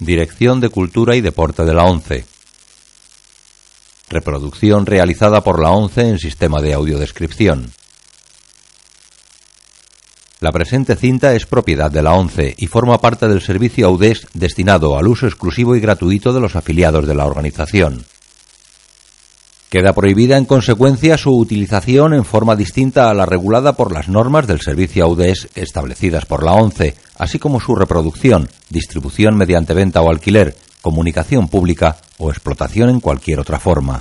Dirección de Cultura y Deporte de la ONCE. Reproducción realizada por la ONCE en sistema de audiodescripción. La presente cinta es propiedad de la ONCE y forma parte del servicio AUDES destinado al uso exclusivo y gratuito de los afiliados de la organización. Queda prohibida en consecuencia su utilización en forma distinta a la regulada por las normas del servicio AUDES establecidas por la ONCE, así como su reproducción, distribución mediante venta o alquiler, comunicación pública o explotación en cualquier otra forma.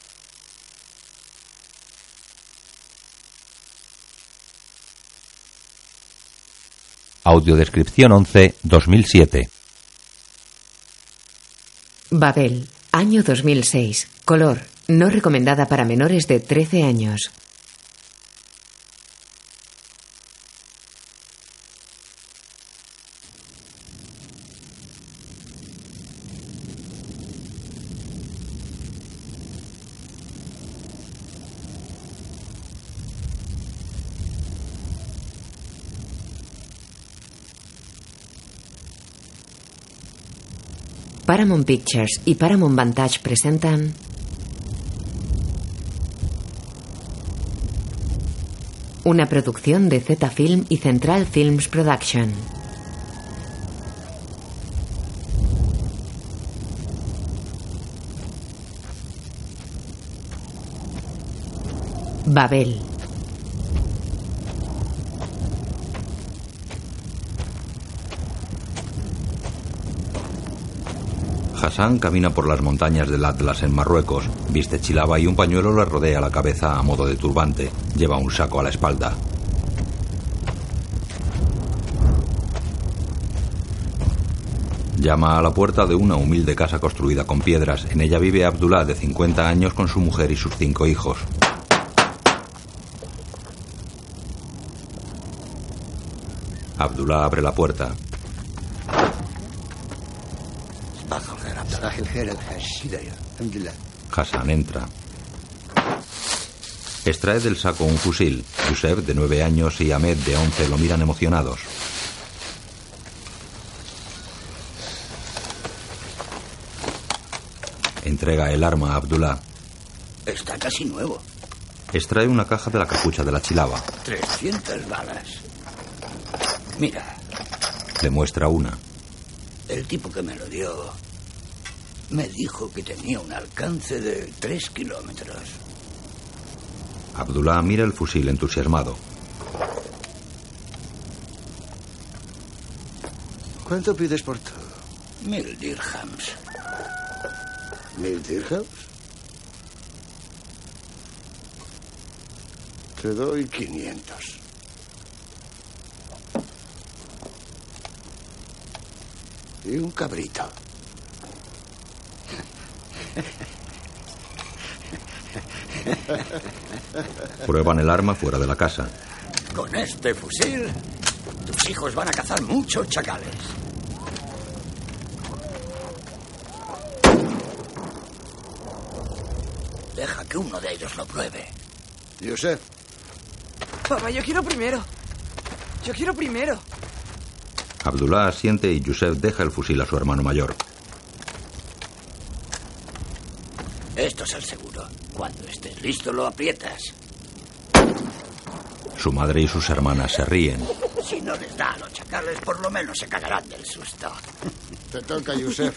Audiodescripción 11, 2007. Babel, año 2006. Color, no recomendada para menores de 13 años. Paramount Pictures y Paramount Vantage presentan una producción de Z Film y Central Films Production. Babel. Hassan camina por las montañas del Atlas en Marruecos, viste chilaba y un pañuelo le rodea la cabeza a modo de turbante. Lleva un saco a la espalda. Llama a la puerta de una humilde casa construida con piedras. En ella vive Abdullah, de 50 años, con su mujer y sus 5 hijos. Abdullah abre la puerta. Hassan entra. Extrae del saco un fusil. Yusef, de 9 años, y Ahmed, de 11, lo miran emocionados. Entrega el arma a Abdullah. Está casi nuevo. Extrae una caja de la capucha de la chilaba. 300 balas. Mira. Le muestra una. El tipo que me lo dio me dijo que tenía un alcance de 3 kilómetros. Abdullah mira el fusil entusiasmado. ¿Cuánto pides por todo? 1000 dirhams. ¿1000 dirhams? Te doy 500. Y un cabrito. Prueban el arma fuera de la casa. Con este fusil, tus hijos van a cazar muchos chacales. Deja que uno de ellos lo pruebe. Yusef. Papá, yo quiero primero. Yo quiero primero. Abdullah asiente y Yusef deja el fusil a su hermano mayor. Esto es el seguro. Cuando estés listo lo aprietas. Su madre y sus hermanas se ríen. Si no les da a los chacales, por lo menos se cagarán del susto. Te toca, Yusef.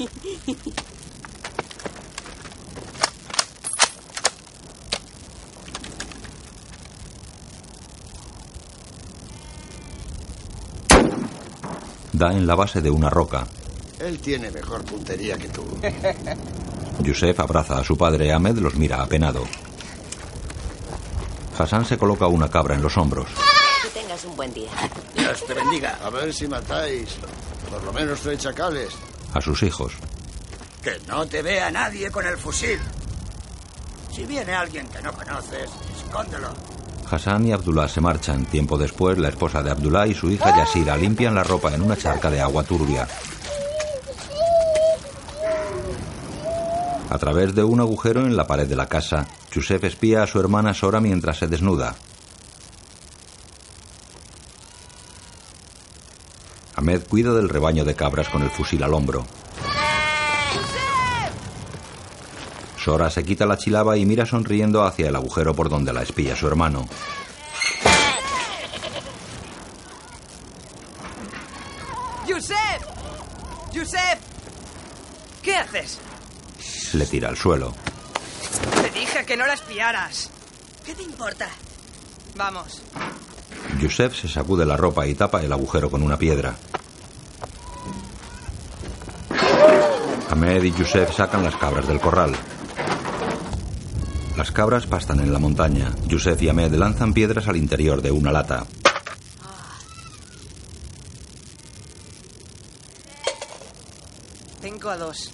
Da en la base de una roca. Él tiene mejor puntería que tú. Yusef abraza a su padre. Ahmed los mira apenado. Hassan se coloca una cabra en los hombros. Que tengas un buen día. Dios te bendiga. A ver si matáis. Por lo menos 3 chacales. A sus hijos. Que no te vea nadie con el fusil. Si viene alguien que no conoces, escóndelo. Hassan y Abdullah se marchan. Tiempo después, la esposa de Abdullah y su hija Yasira limpian la ropa en una charca de agua turbia. A través de un agujero en la pared de la casa, Yusef espía a su hermana Sora mientras se desnuda. Ahmed cuida del rebaño de cabras con el fusil al hombro. Sora se quita la chilaba y mira sonriendo hacia el agujero por donde la espía su hermano. ¡Josep! ¡Josep! ¿Qué haces? Le tira al suelo. Te dije que no la espiaras. ¿Qué te importa? Vamos. Josep se sacude la ropa y tapa el agujero con una piedra. Ahmed y Josep sacan las cabras del corral. Las cabras pastan en la montaña. Josep y Ahmed lanzan piedras al interior de una lata. 5-2.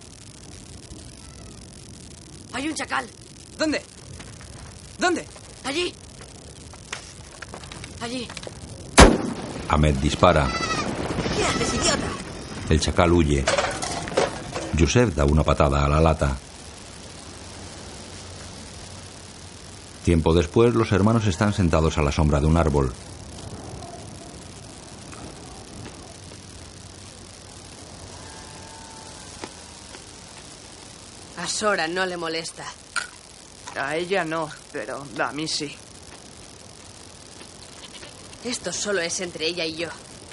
Hay un chacal. ¿Dónde? ¿Dónde? Allí. Allí. Ahmed dispara. ¿Qué haces, idiota? El chacal huye. Josep da una patada a la lata. Tiempo después, los hermanos están sentados a la sombra de un árbol. A Sora no le molesta. A ella no, pero a mí sí. Esto solo es entre ella y yo.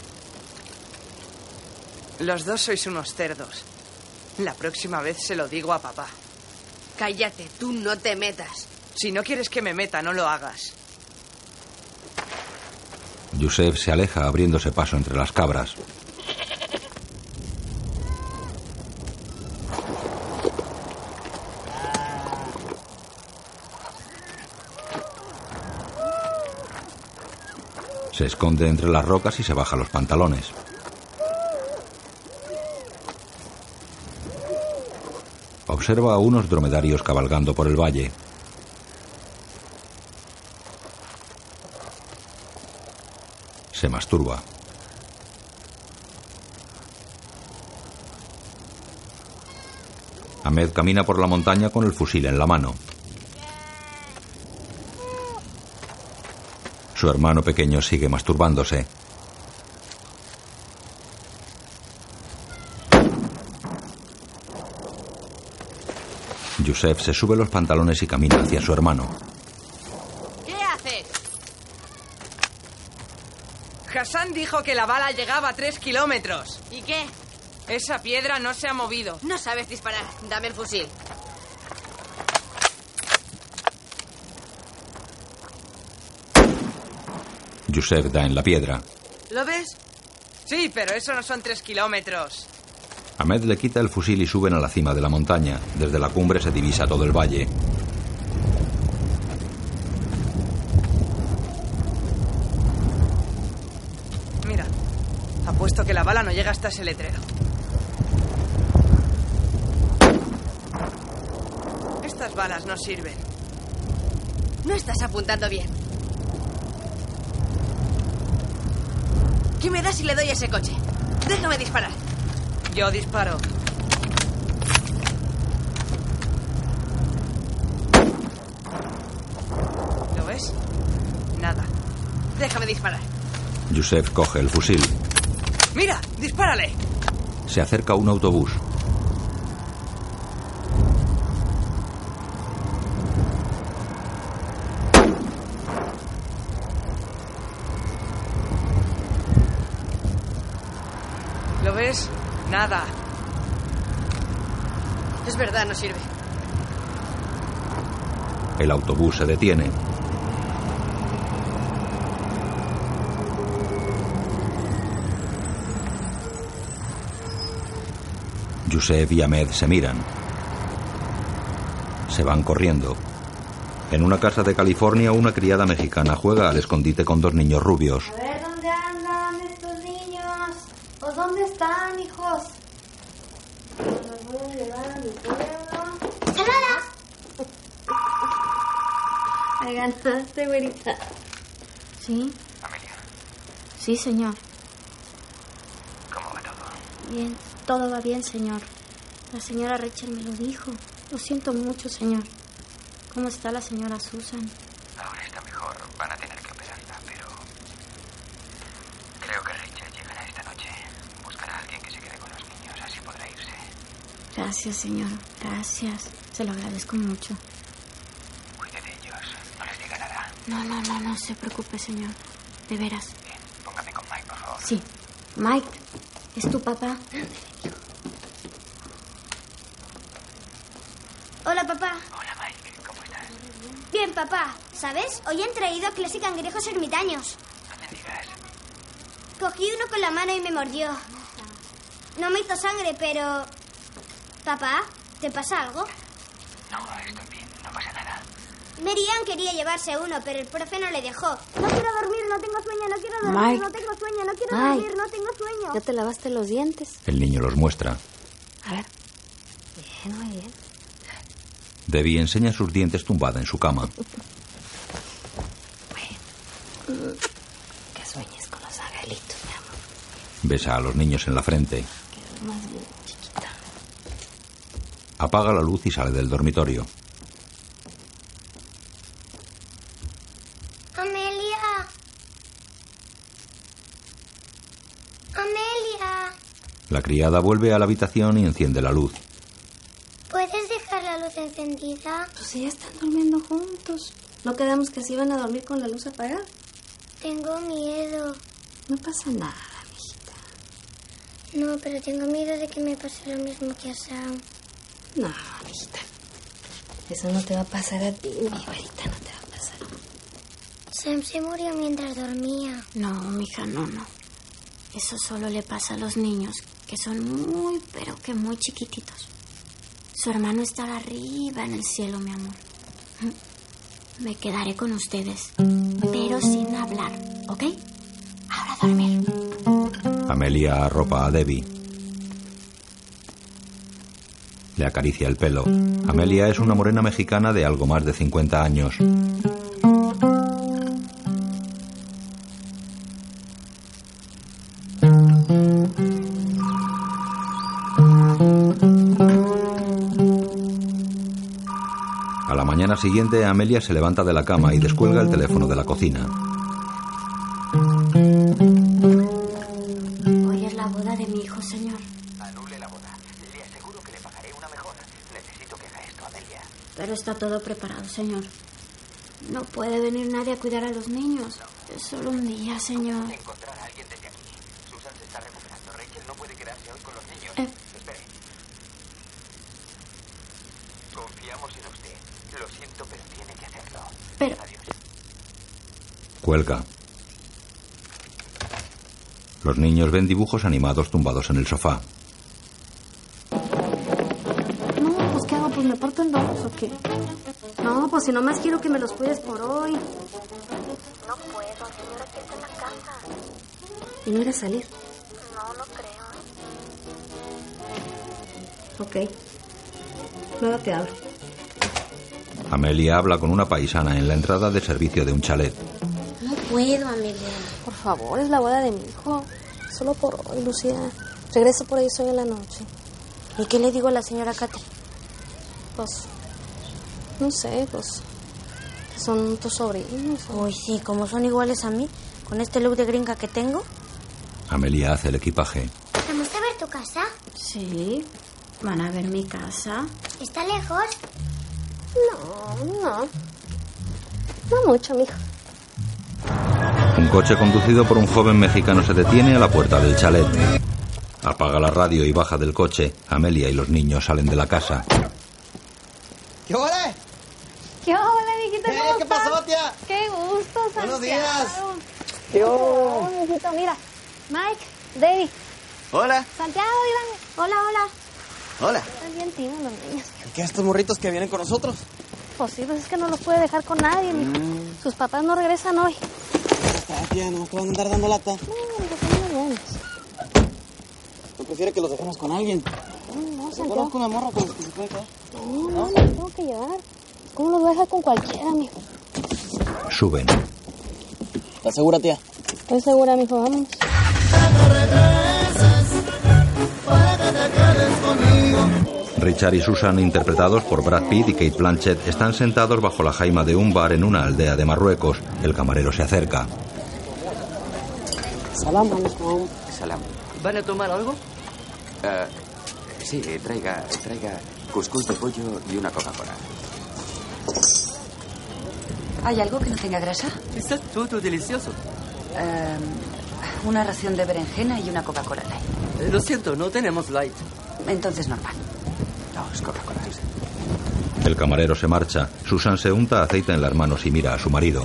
Los dos sois unos cerdos. La próxima vez se lo digo a papá. Cállate, tú no te metas. Si no quieres que me meta, no lo hagas. Josep se aleja abriéndose paso entre las cabras. Se esconde entre las rocas y se baja los pantalones. Observa a unos dromedarios cabalgando por el valle. Se masturba. Ahmed camina por la montaña con el fusil en la mano. Su hermano pequeño sigue masturbándose. Josep se sube los pantalones y camina hacia su hermano. ¿Qué haces? Hassan dijo que la bala llegaba a 3 kilómetros. ¿Y qué? Esa piedra no se ha movido. No sabes disparar. Dame el fusil. Josep da en la piedra. ¿Lo ves? Sí, pero eso no son 3 kilómetros. Ahmed le quita el fusil y suben a la cima de la montaña. Desde la cumbre se divisa todo el valle. Mira, apuesto que la bala no llega hasta ese letrero. Estas balas no sirven. No estás apuntando bien. ¿Qué me das si le doy a ese coche? Déjame disparar. Yo disparo. ¿Lo ves? Nada. Déjame disparar. Josep coge el fusil. ¡Mira! ¡Dispárale! Se acerca un autobús. ¿Lo ves? Nada. Es verdad, no sirve. El autobús se detiene. Josep y Ahmed se miran. Se van corriendo. En una casa de California, una criada mexicana juega al escondite con dos niños rubios. A ver, ¿dónde andan estos niños? ¿O dónde están, hijos? Los voy a llevar a mi pueblo. ¡Salada! Me ganaste, güerita. ¿Sí? Amelia, Sí, señor. ¿cómo va todo? Bien, todo va bien, señor. La señora Rachel me lo dijo. Lo siento mucho, señor. ¿Cómo está la señora Susan? Ahora está mejor. Van a tener que operarla, pero... creo que Rachel llegará esta noche. Buscará a alguien que se quede con los niños, así podrá irse. Gracias, señor. Gracias. Se lo agradezco mucho. Cuide de ellos. No les diga nada. No se preocupe, señor. De veras. Bien, póngame con Mike, por favor. Sí. Mike, ¿es tu papá? Hola, papá. Hola, Mike. ¿Cómo estás? Bien, papá. ¿Sabes? Hoy han traído a clase cangrejos ermitaños. No me digas. Cogí uno con la mano y me mordió. No me hizo sangre, pero... Papá, ¿te pasa algo? No, estoy bien. No pasa nada. Merian quería llevarse uno, pero el profe no le dejó. No quiero dormir, no tengo sueño, no quiero dormir, Mike. no tengo sueño, no quiero Mike. dormir, no tengo sueño. ¿Ya te lavaste los dientes? El niño los muestra. A ver. Bien, muy bien. Debbie enseña sus dientes tumbada en su cama. Que sueñes con los angelitos, mi amor. Besa a los niños en la frente. Que más bien chiquita. Apaga la luz y sale del dormitorio. Amelia. Amelia. La criada vuelve a la habitación y enciende la luz. ¿Puedes dejar la luz encendida? Pues si ya están durmiendo juntos. ¿No quedamos que se iban a dormir con la luz apagada? Tengo miedo. No pasa nada, mijita. No, pero tengo miedo de que me pase lo mismo que a Sam. No, mijita. Eso no te va a pasar a ti, mi güerita, no te va a pasar. Sam se murió mientras dormía. No, mija, no. Eso solo le pasa a los niños, que son muy, pero que muy chiquititos. Su hermano está arriba en el cielo, mi amor. Me quedaré con ustedes, pero sin hablar, ¿ok? Ahora a dormir. Amelia arropa a Debbie. Le acaricia el pelo. Amelia es una morena mexicana de algo más de 50 años. A la mañana siguiente, Amelia se levanta de la cama y descuelga el teléfono de la cocina. Hoy es la boda de mi hijo, señor. Anule la boda. Le aseguro que le pagaré una mejor. Necesito que haga esto, Amelia. Pero está todo preparado, señor. No puede venir nadie a cuidar a los niños. Es solo un día, señor. Encontrar a alguien desde aquí. Susan se está recuperando. Rachel no puede quedarse hoy con los niños. Espere. Confiamos en usted. Lo siento, pero tiene que hacerlo. Pero... Adiós. Cuelga. Los niños ven dibujos animados tumbados en el sofá. No, pues ¿qué hago? Pues me porto en dos, ¿o qué? No, pues si nomás quiero que me los cuides por hoy. No puedo, señora, que está en la casa. ¿Y no ir a salir? No creo. Ok. Luego te hablo. Amelia habla con una paisana en la entrada de servicio de un chalet. No puedo, Amelia. Por favor, es la boda de mi hijo. Solo por hoy, Lucía. Regreso por ahí hoy en la noche. ¿Y qué le digo a la señora Catherine? Pues, no sé, pues, que son tus sobrinos. Uy, sí, como son iguales a mí, con este look de gringa que tengo. Amelia hace el equipaje. ¿Vamos a ver tu casa? Sí, van a ver mi casa. ¿Está lejos? No mucho, mijo. Un coche conducido por un joven mexicano se detiene a la puerta del chalet. Apaga la radio y baja del coche. Amelia y los niños salen de la casa. ¿Qué hola? ¿Qué hola, mijito? ¿Cómo ¿Qué estás? pasó, tía? ¡Qué gusto, Santiago! Buenos días. Oh, mijito, mira. Mike, David, Hola. Santiago, dígame. Hola. Hola. Están bien tímidos los niños. ¿Y qué estos morritos que vienen con nosotros? Pues sí, pues es que no los puede dejar con nadie, mijo. Sus papás no regresan hoy. Está, tía, no te van a andar dando lata. No, pues son muy buenos. ¿No prefiere que los dejemos con alguien? No, ¿Te Santiago. conozco una morra con los que se puede quedar? No, los tengo que llevar. ¿Cómo los voy a dejar con cualquiera, mijo? Suben. ¿Estás segura, tía? Estoy segura, mijo, vamos. Richard y Susan, interpretados por Brad Pitt y Kate Blanchett, están sentados bajo la jaima de un bar en una aldea de Marruecos. El camarero se acerca. Salam alaikum. Salam. ¿Van a tomar algo? Sí, traiga cuscús de pollo y una Coca-Cola. ¿Hay algo que no tenga grasa? Está todo delicioso. Una ración de berenjena y una Coca-Cola light. Lo siento, no tenemos light. Entonces normal. Dos Coca-Colas. El camarero se marcha. Susan se unta aceite en las manos y mira a su marido.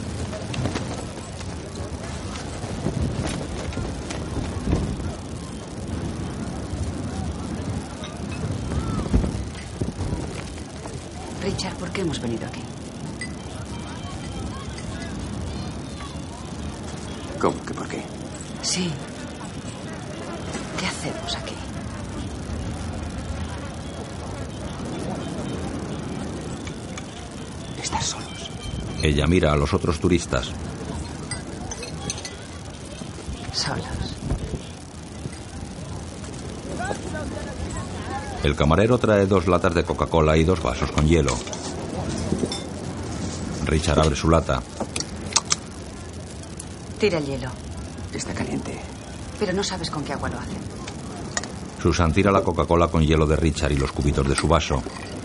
Richard, ¿por qué hemos venido aquí? ¿Cómo que por qué? Sí. ¿Qué hacemos aquí? Estar solos. Ella mira a los otros turistas. Solos. El camarero trae 2 latas de Coca-Cola y 2 vasos con hielo. Richard abre su lata. Tira el hielo. Está caliente. Pero no sabes con qué agua lo hacen. Susan tira la Coca-Cola con hielo de Richard y los cubitos de su vaso.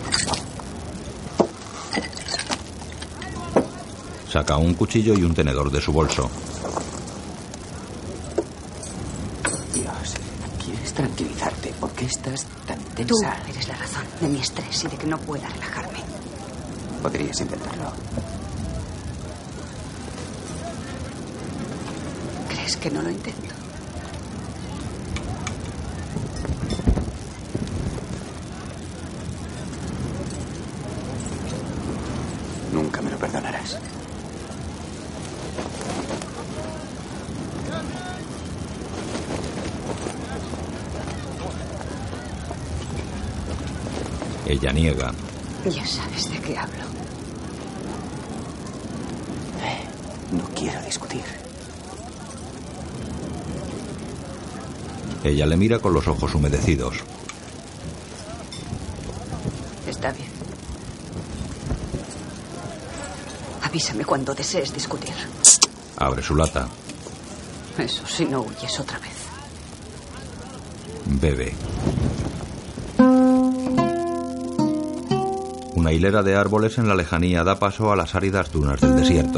Saca un cuchillo y un tenedor de su bolso. Dios, ¿quieres tranquilizarte? ¿Por qué estás tan tensa? Tú eres la razón de mi estrés y de que no pueda relajarme. Podrías intentarlo. ¿Crees que no lo intento? Nunca me lo perdonarás. Ella niega. Ya sabes de qué hablo. No quiero discutir. Ella le mira con los ojos humedecidos. Está bien. Avísame cuando desees discutir. Abre su lata. Eso, si no huyes otra vez. Bebe. Una hilera de árboles en la lejanía da paso a las áridas dunas del desierto.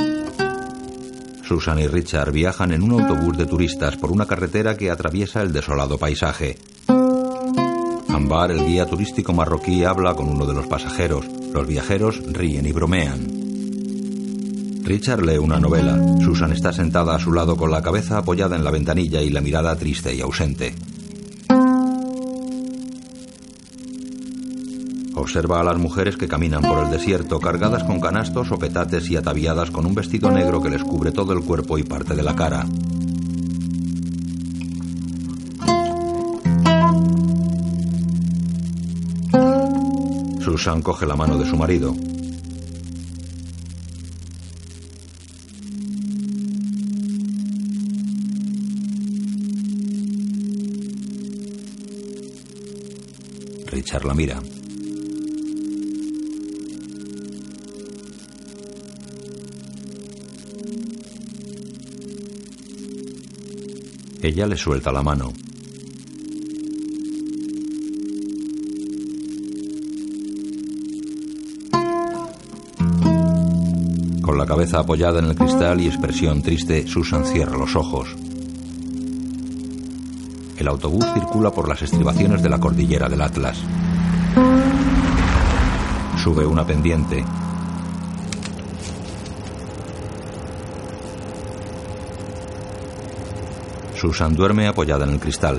Susan y Richard viajan en un autobús de turistas por una carretera que atraviesa el desolado paisaje. Ambar, el guía turístico marroquí, habla con uno de los pasajeros. Los viajeros ríen y bromean. Richard lee una novela. Susan está sentada a su lado con la cabeza apoyada en la ventanilla y la mirada triste y ausente. Observa a las mujeres que caminan por el desierto, cargadas con canastos o petates y ataviadas con un vestido negro que les cubre todo el cuerpo y parte de la cara. Susan coge la mano de su marido. Richard la mira. Ella le suelta la mano. Con la cabeza apoyada en el cristal y expresión triste, Susan cierra los ojos. El autobús circula por las estribaciones de la cordillera del Atlas. Sube una pendiente. Susan duerme apoyada en el cristal.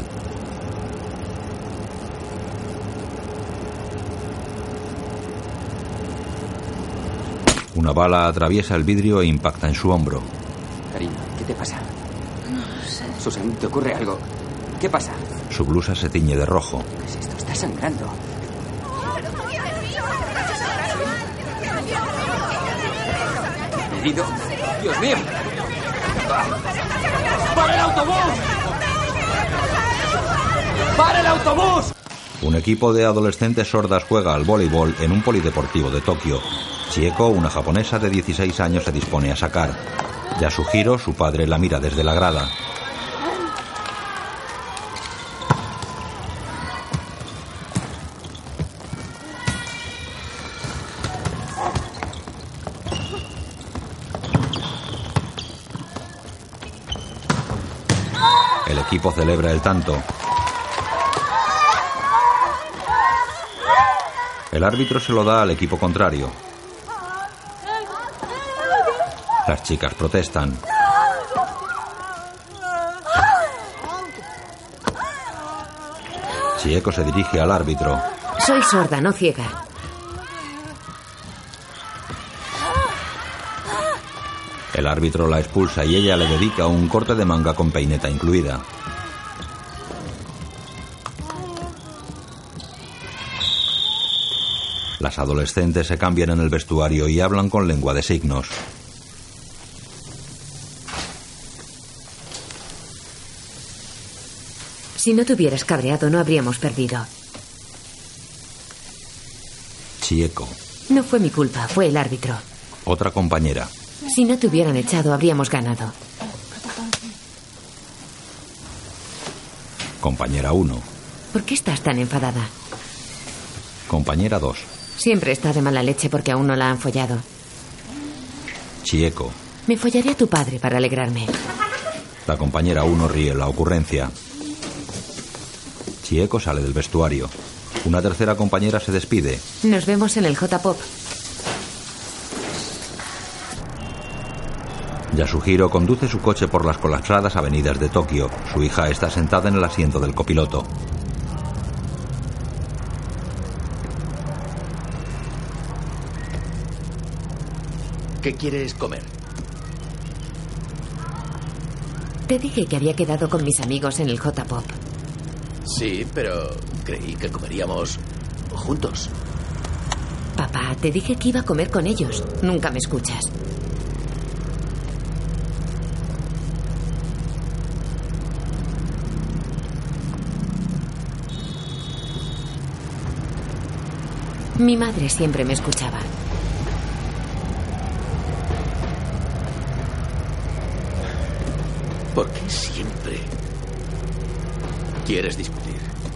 Una bala atraviesa el vidrio e impacta en su hombro. Cariño, ¿qué te pasa? No sé. Susan, ¿te ocurre algo? ¿Qué pasa? Su blusa se tiñe de rojo. ¿Qué es esto? Está sangrando. ¿Herido? ¡Dios mío! ¡Para el autobús! ¡Para el autobús! Un equipo de adolescentes sordas juega al voleibol en un polideportivo de Tokio. Chieko, una japonesa de 16 años, se dispone a sacar. Yasuhiro, su padre, la mira desde la grada. El equipo celebra el tanto. El árbitro se lo da al equipo contrario. Las chicas protestan. Chieko se dirige al árbitro. Soy sorda, no ciega. El árbitro la expulsa y ella le dedica un corte de manga con peineta incluida. Las adolescentes se cambian en el vestuario y hablan con lengua de signos. Si no te hubieras cabreado, no habríamos perdido. Chieko. No fue mi culpa, fue el árbitro. Otra compañera. Si no te hubieran echado, habríamos ganado. Compañera 1. ¿Por qué estás tan enfadada? Compañera 2. Siempre está de mala leche porque aún no la han follado. Chieko. Me follaré a tu padre para alegrarme. La compañera 1 ríe la ocurrencia. Chieko sale del vestuario. Una tercera compañera se despide. Nos vemos en el J-Pop. Yasuhiro conduce su coche por las colapsadas avenidas de Tokio. Su hija está sentada en el asiento del copiloto. ¿Qué quieres comer? Te dije que había quedado con mis amigos en el J-Pop. Sí, pero creí que comeríamos juntos. Papá, te dije que iba a comer con ellos. Nunca me escuchas. Mi madre siempre me escuchaba. ¿Por qué siempre quieres discutir?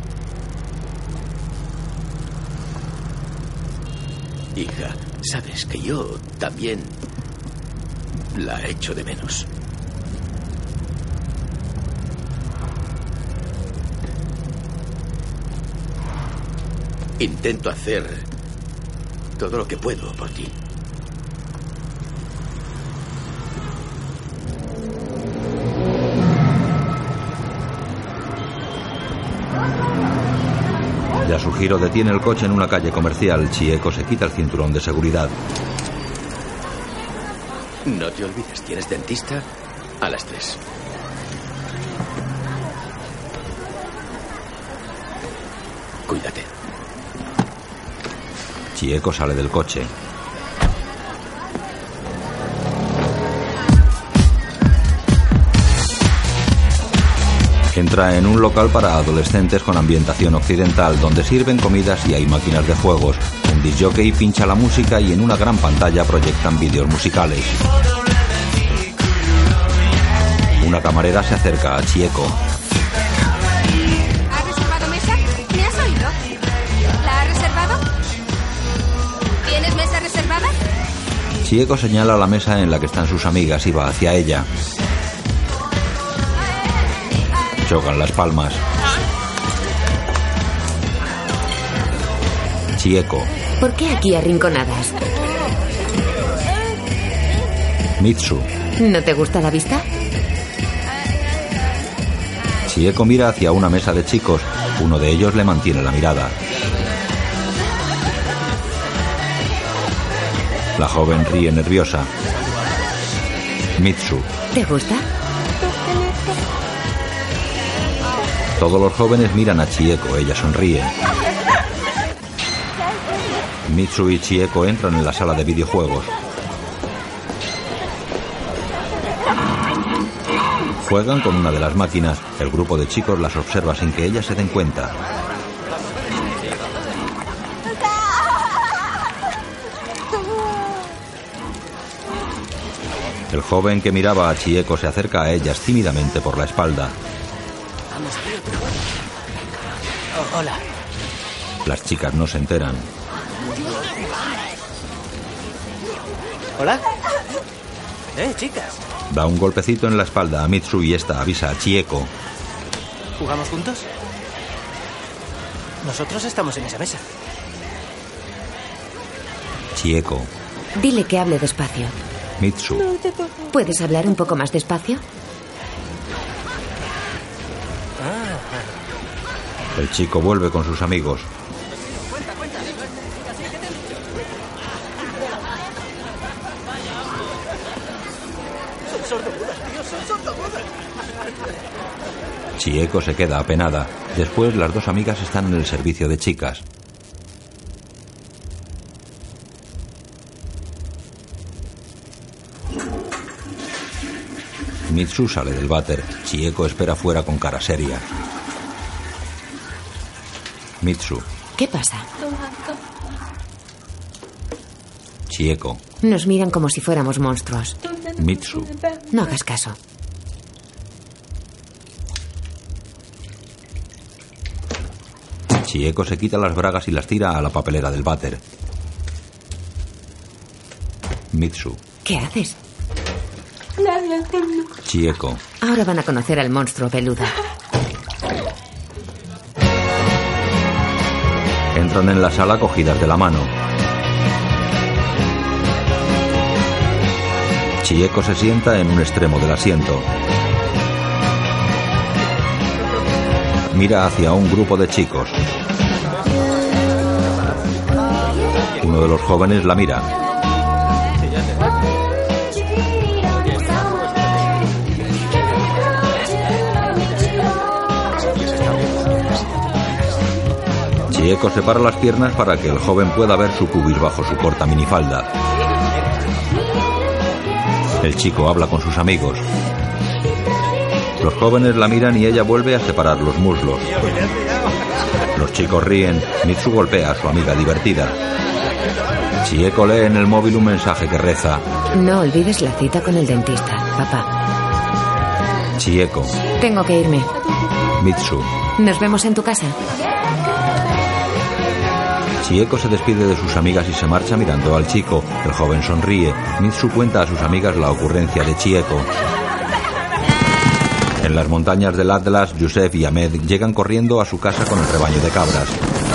Hija, sabes que yo también la echo de menos. Intento hacer todo lo que puedo por ti. Yasuhiro detiene el coche en una calle comercial. Chieko se quita el cinturón de seguridad. No te olvides, tienes dentista a las 3. Cuídate. Chieko sale del coche. Entra en un local para adolescentes con ambientación occidental, donde sirven comidas y hay máquinas de juegos. Un disc-jockey pincha la música y en una gran pantalla proyectan vídeos musicales. Una camarera se acerca a Chieko. ¿Has reservado mesa? ¿Me has oído? ¿La has reservado? ¿Tienes mesa reservada? Chieko señala la mesa en la que están sus amigas y va hacia ella. Chocan las palmas. Chieko. ¿Por qué aquí arrinconadas? Mitsu. ¿No te gusta la vista? Chieko mira hacia una mesa de chicos. Uno de ellos le mantiene la mirada. La joven ríe nerviosa. Mitsu. ¿Te gusta? Todos los jóvenes miran a Chieko. Ella sonríe. Mitsu y Chieko entran en la sala de videojuegos. Juegan con una de las máquinas. El grupo de chicos las observa sin que ellas se den cuenta. El joven que miraba a Chieko se acerca a ellas tímidamente por la espalda. Hola. Las chicas no se enteran. ¿Hola? Chicas. Da un golpecito en la espalda a Mitsu y esta avisa a Chieko. ¿Jugamos juntos? Nosotros estamos en esa mesa. Chieko. Dile que hable despacio. Mitsu. ¿Puedes hablar un poco más despacio? El chico vuelve con sus amigos. Chieko se queda apenada. Después las dos amigas están en el servicio de chicas. Mitsu sale del váter. Chieko espera fuera con cara seria. Mitsu. ¿Qué pasa? Chieko. Nos miran como si fuéramos monstruos. Mitsu. No hagas caso. Chieko se quita las bragas y las tira a la papelera del váter. Mitsu. ¿Qué haces? Chieko. Ahora van a conocer al monstruo peludo. Entran en la sala cogidas de la mano. Chieko se sienta en un extremo del asiento. Mira hacia un grupo de chicos. Uno de los jóvenes la mira. Chieko separa las piernas para que el joven pueda ver su pubis bajo su corta minifalda. El chico habla con sus amigos. Los jóvenes la miran y ella vuelve a separar los muslos. Los chicos ríen. Mitsu golpea a su amiga divertida. Chieko lee en el móvil un mensaje que reza: No olvides la cita con el dentista, papá. Chieko. Tengo que irme. Mitsu. Nos vemos en tu casa. Chieko se despide de sus amigas y se marcha mirando al chico. El joven sonríe. Mitsu cuenta a sus amigas la ocurrencia de Chieko. En las montañas del Atlas, Yusef y Ahmed llegan corriendo a su casa con el rebaño de cabras.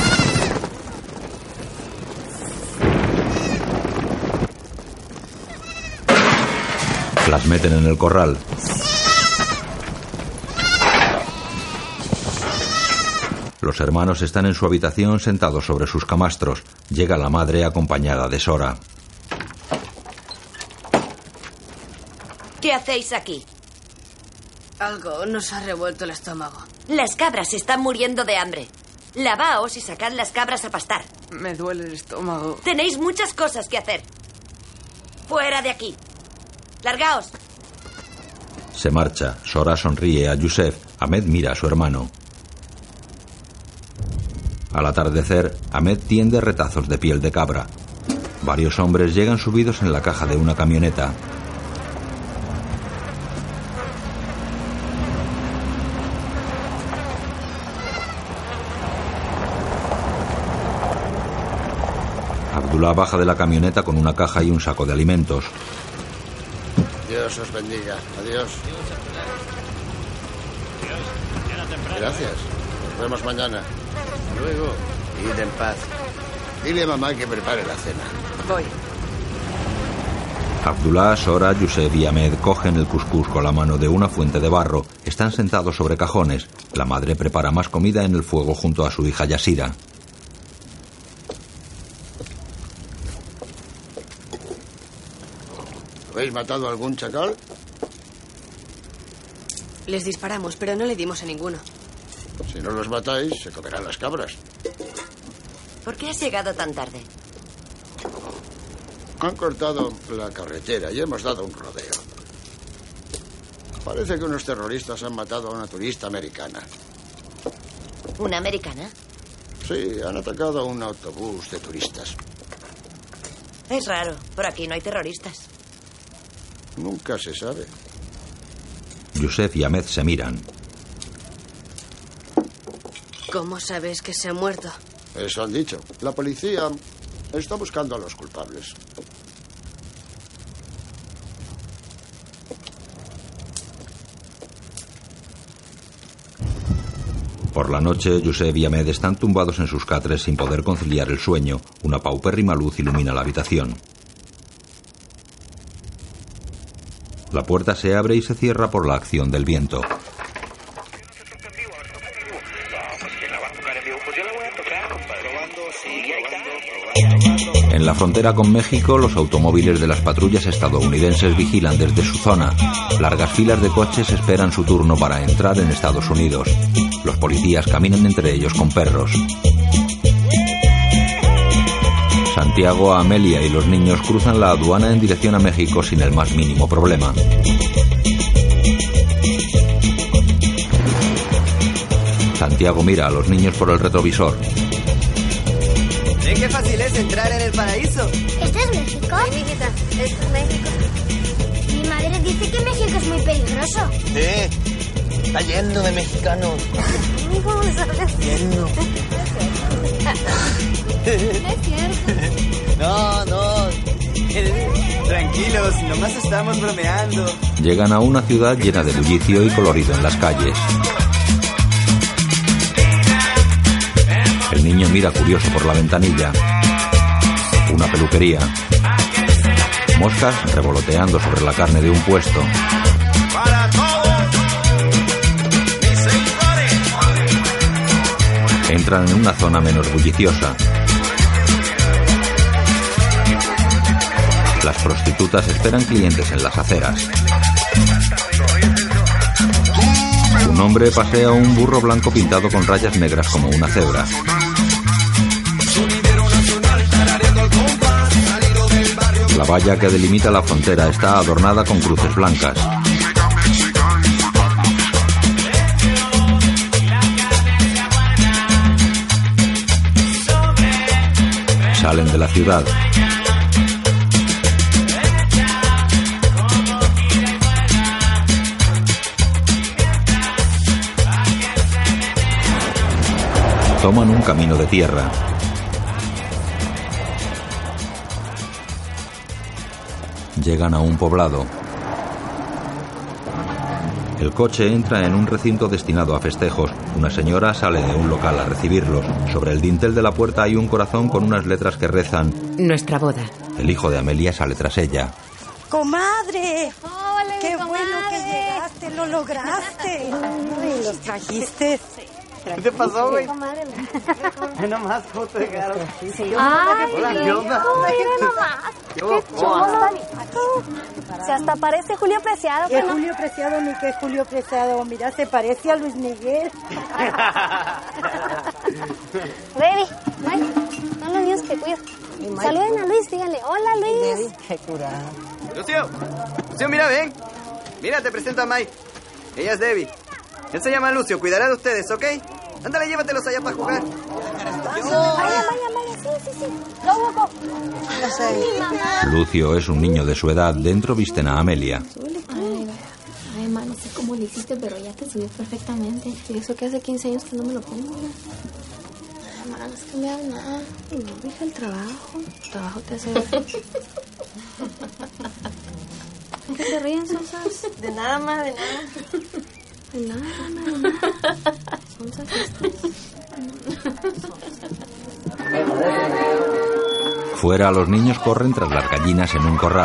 Las meten en el corral. Los hermanos están en su habitación sentados sobre sus camastros. Llega la madre acompañada de Sora. ¿Qué hacéis aquí? Algo nos ha revuelto el estómago. Las cabras están muriendo de hambre. Lavaos y sacad las cabras a pastar. Me duele el estómago. Tenéis muchas cosas que hacer. ¡Fuera de aquí! ¡Largaos! Se marcha. Sora sonríe a Yusef. Ahmed mira a su hermano. Al atardecer, Ahmed tiende retazos de piel de cabra. Varios hombres llegan subidos en la caja de una camioneta. Abdullah baja de la camioneta con una caja y un saco de alimentos. Dios os bendiga. Adiós. Gracias. Nos vemos mañana. Hasta luego. Id en paz. Dile a mamá que prepare la cena. Voy. Abdullah, Sora, Yusef y Ahmed cogen el cuscús con la mano de una fuente de barro. Están sentados sobre cajones. La madre prepara más comida en el fuego junto a su hija Yasira. ¿Habéis matado a algún chacal? Les disparamos, pero no le dimos a ninguno. Si no los matáis, se comerán las cabras. ¿Por qué has llegado tan tarde? Han cortado la carretera y hemos dado un rodeo. Parece que unos terroristas han matado a una turista americana. ¿Una americana? Sí, han atacado a un autobús de turistas. Es raro. Por aquí no hay terroristas. Nunca se sabe. Yusef y Ahmed se miran. ¿Cómo sabes que se ha muerto? Eso han dicho. La policía está buscando a los culpables. Por la noche, Josep y Ahmed están tumbados en sus catres sin poder conciliar el sueño. Una paupérrima luz ilumina la habitación. La puerta se abre y se cierra por la acción del viento. En la frontera con México, los automóviles de las patrullas estadounidenses vigilan desde su zona. Largas filas de coches esperan su turno para entrar en Estados Unidos. Los policías caminan entre ellos con perros. Santiago, Amelia y los niños cruzan la aduana en dirección a México sin el más mínimo problema. Santiago mira a los niños por el retrovisor. ¿Ven qué fácil es entrar en el paraíso? ¿Esto es México? Sí, mijita, es México. Mi madre dice que México es muy peligroso. Sí, está lleno de mexicanos. ¿Cómo sabes? Lleno. Es cierto. No. Tranquilos, nomás estamos bromeando. Llegan a una ciudad llena de bullicio y colorido en las calles. El niño mira curioso por la ventanilla. Una peluquería. Moscas revoloteando sobre la carne de un puesto. Entran en una zona menos bulliciosa. Las prostitutas esperan clientes en las aceras. Un hombre pasea un burro blanco pintado con rayas negras como una cebra. La valla que delimita la frontera está adornada con cruces blancas. Salen de la ciudad. Toman un camino de tierra. Llegan a un poblado. El coche entra en un recinto destinado a festejos. Una señora sale de un local a recibirlos. Sobre el dintel de la puerta hay un corazón con unas letras que rezan: Nuestra boda. El hijo de Amelia sale tras ella. ¡Comadre! Hola, ¡Qué comadre. bueno que llegaste! ¡Lo lograste! Ay, los trajiste. ¿Qué te pasó, güey? Comadre. Ve nomás cómo te dejaron. Ay, hola, ¿qué onda? mira nomás. ¿Qué Qué chulo. Se hasta parece Julio Preciado. ¿Qué ¿no? Julio Preciado ni qué Julio Preciado? Mira, se parece a Luis Miguel. Baby, Mike, son los niños que cuido. Saluden a Luis, díganle, hola Luis. Qué curado. Lucio, mira, ven. Mira, te presento a Mike. Ella es Debbie. Él se llama Lucio, cuidará de ustedes, ¿ok? Ándale, llévatelos allá para jugar. Vaya, sí. Loco. No sé. Lucio es un niño de su edad. Dentro visten a Amelia. Ay, ma, no sé cómo lo hiciste, pero ya te subió perfectamente. Y eso que hace 15 años que no me lo pongo. Ay, ma, no has cambiado nada. No, hija, el trabajo. El trabajo te hace... ¿Qué te ríen, Sosas? De nada más, de nada. De nada. Sosas, Fuera, los niños corren tras las gallinas en un corral.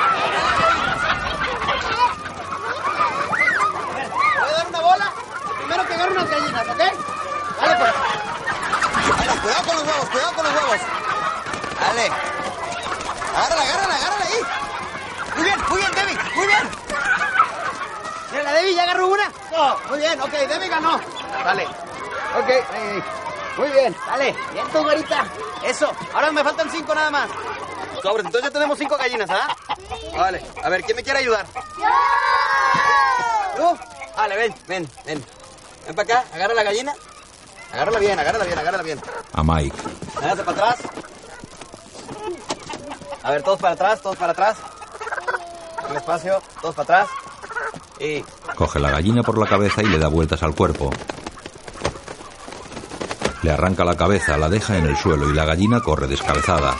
¿Voy a dar una bola? Primero que agarre unas gallinas, ¿ok? Dale, pues. Dale, cuidado con los huevos. Dale. Agárrala ahí. Muy bien, Debbie, muy bien. Mira, la Debbie ya agarró una. No, muy bien, ok, Debbie ganó. Dale. Ok, ahí. Muy bien, dale. Bien, tu güerita. Eso, ahora me faltan 5 nada más. Sobres, entonces ya tenemos 5 gallinas, ¿ah? Vale, a ver, ¿quién me quiere ayudar? ¿Tú? Vale, ven. Ven para acá, agarra la gallina. Agárrala bien. A Mike. Hágase para atrás. A ver, todos para atrás. En espacio, todos para atrás. Y... Coge la gallina por la cabeza y le da vueltas al cuerpo. Le arranca la cabeza, la deja en el suelo y la gallina corre descabezada.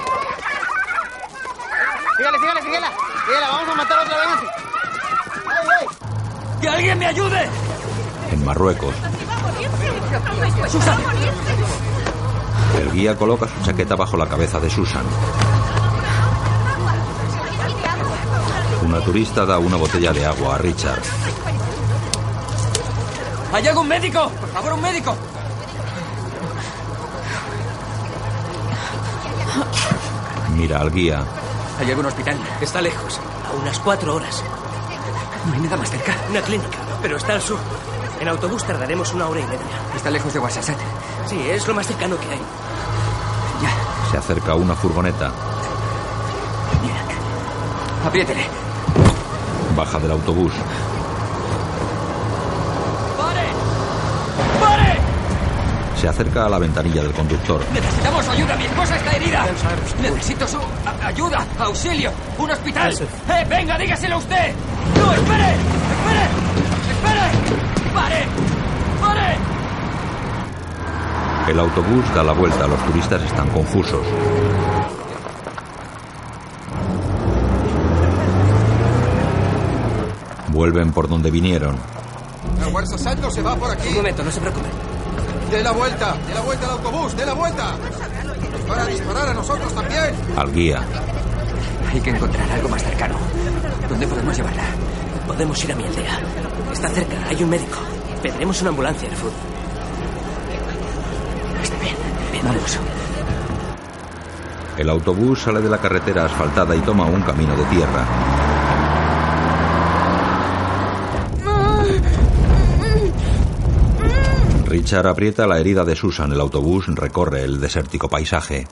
Síguela. Vamos a matar otra vez. ¡Ay! ¡Que alguien me ayude! En Marruecos, ¡Susan! El guía coloca su chaqueta bajo la cabeza de Susan. Una turista da una botella de agua a Richard. ¿Hay algún médico? Por favor, un médico. Mira al guía. ¿Hay algún hospital? Está lejos, a unas 4 horas. ¿No hay nada más cerca? Una clínica, pero está al sur. En autobús tardaremos 1 hora y media. Está lejos de Ouassasset. Sí, es lo más cercano que hay. Se acerca una furgoneta. Apriétele. Baja del autobús. ¡Pare! Se acerca a la ventanilla del conductor. Necesitamos ayuda, mi esposa está herida. Necesito su ayuda, auxilio, un hospital. Venga, dígaselo usted. No, espere. ¡Pare! El autobús da la vuelta, los turistas están confusos. Vuelven por donde vinieron. El Ouassasset no se va por aquí. Un momento, no se preocupe. ¡De la vuelta al autobús! ¡De la vuelta! ¡Nos van a disparar a nosotros también! Al guía. Hay que encontrar algo más cercano. ¿Dónde podemos llevarla? Podemos ir a mi aldea. Está cerca, hay un médico. Pediremos una ambulancia al sur. Está bien, vamos. El autobús sale de la carretera asfaltada y toma un camino de tierra. Richard aprieta la herida de Susan. El autobús recorre el desértico paisaje.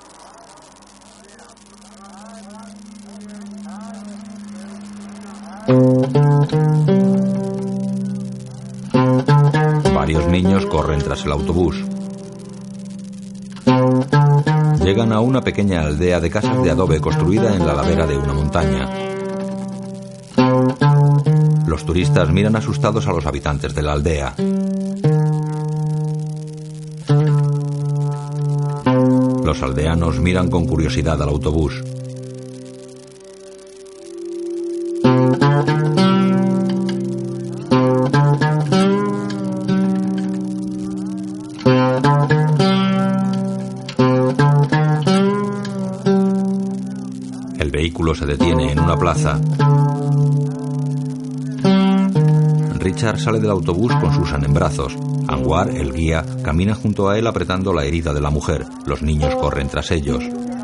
Varios niños corren tras el autobús. Llegan a una pequeña aldea de casas de adobe construida en la ladera de una montaña. Los turistas miran asustados a los habitantes de la aldea. Los aldeanos miran con curiosidad al autobús. El vehículo se detiene en una plaza. Richard sale del autobús con Susan en brazos. Anwar, el guía, camina junto a él apretando la herida de la mujer. Los niños corren tras ellos.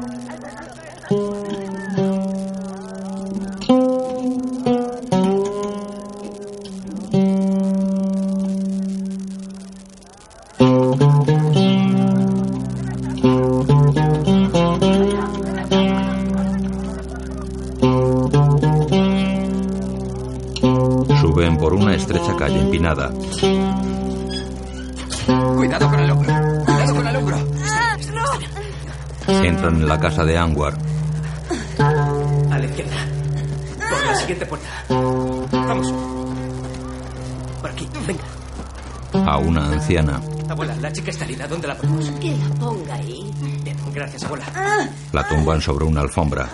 Suben por una estrecha calle empinada. Cuidado con el hombro. Cuidado con el hombro. Entran en la casa de Anwar. A la izquierda. Por la siguiente puerta. Vamos. Por aquí, venga. A una anciana. Abuela, la chica está herida. ¿Dónde la ponemos? Que la ponga ahí. Bien, gracias, abuela. La tumban sobre una alfombra.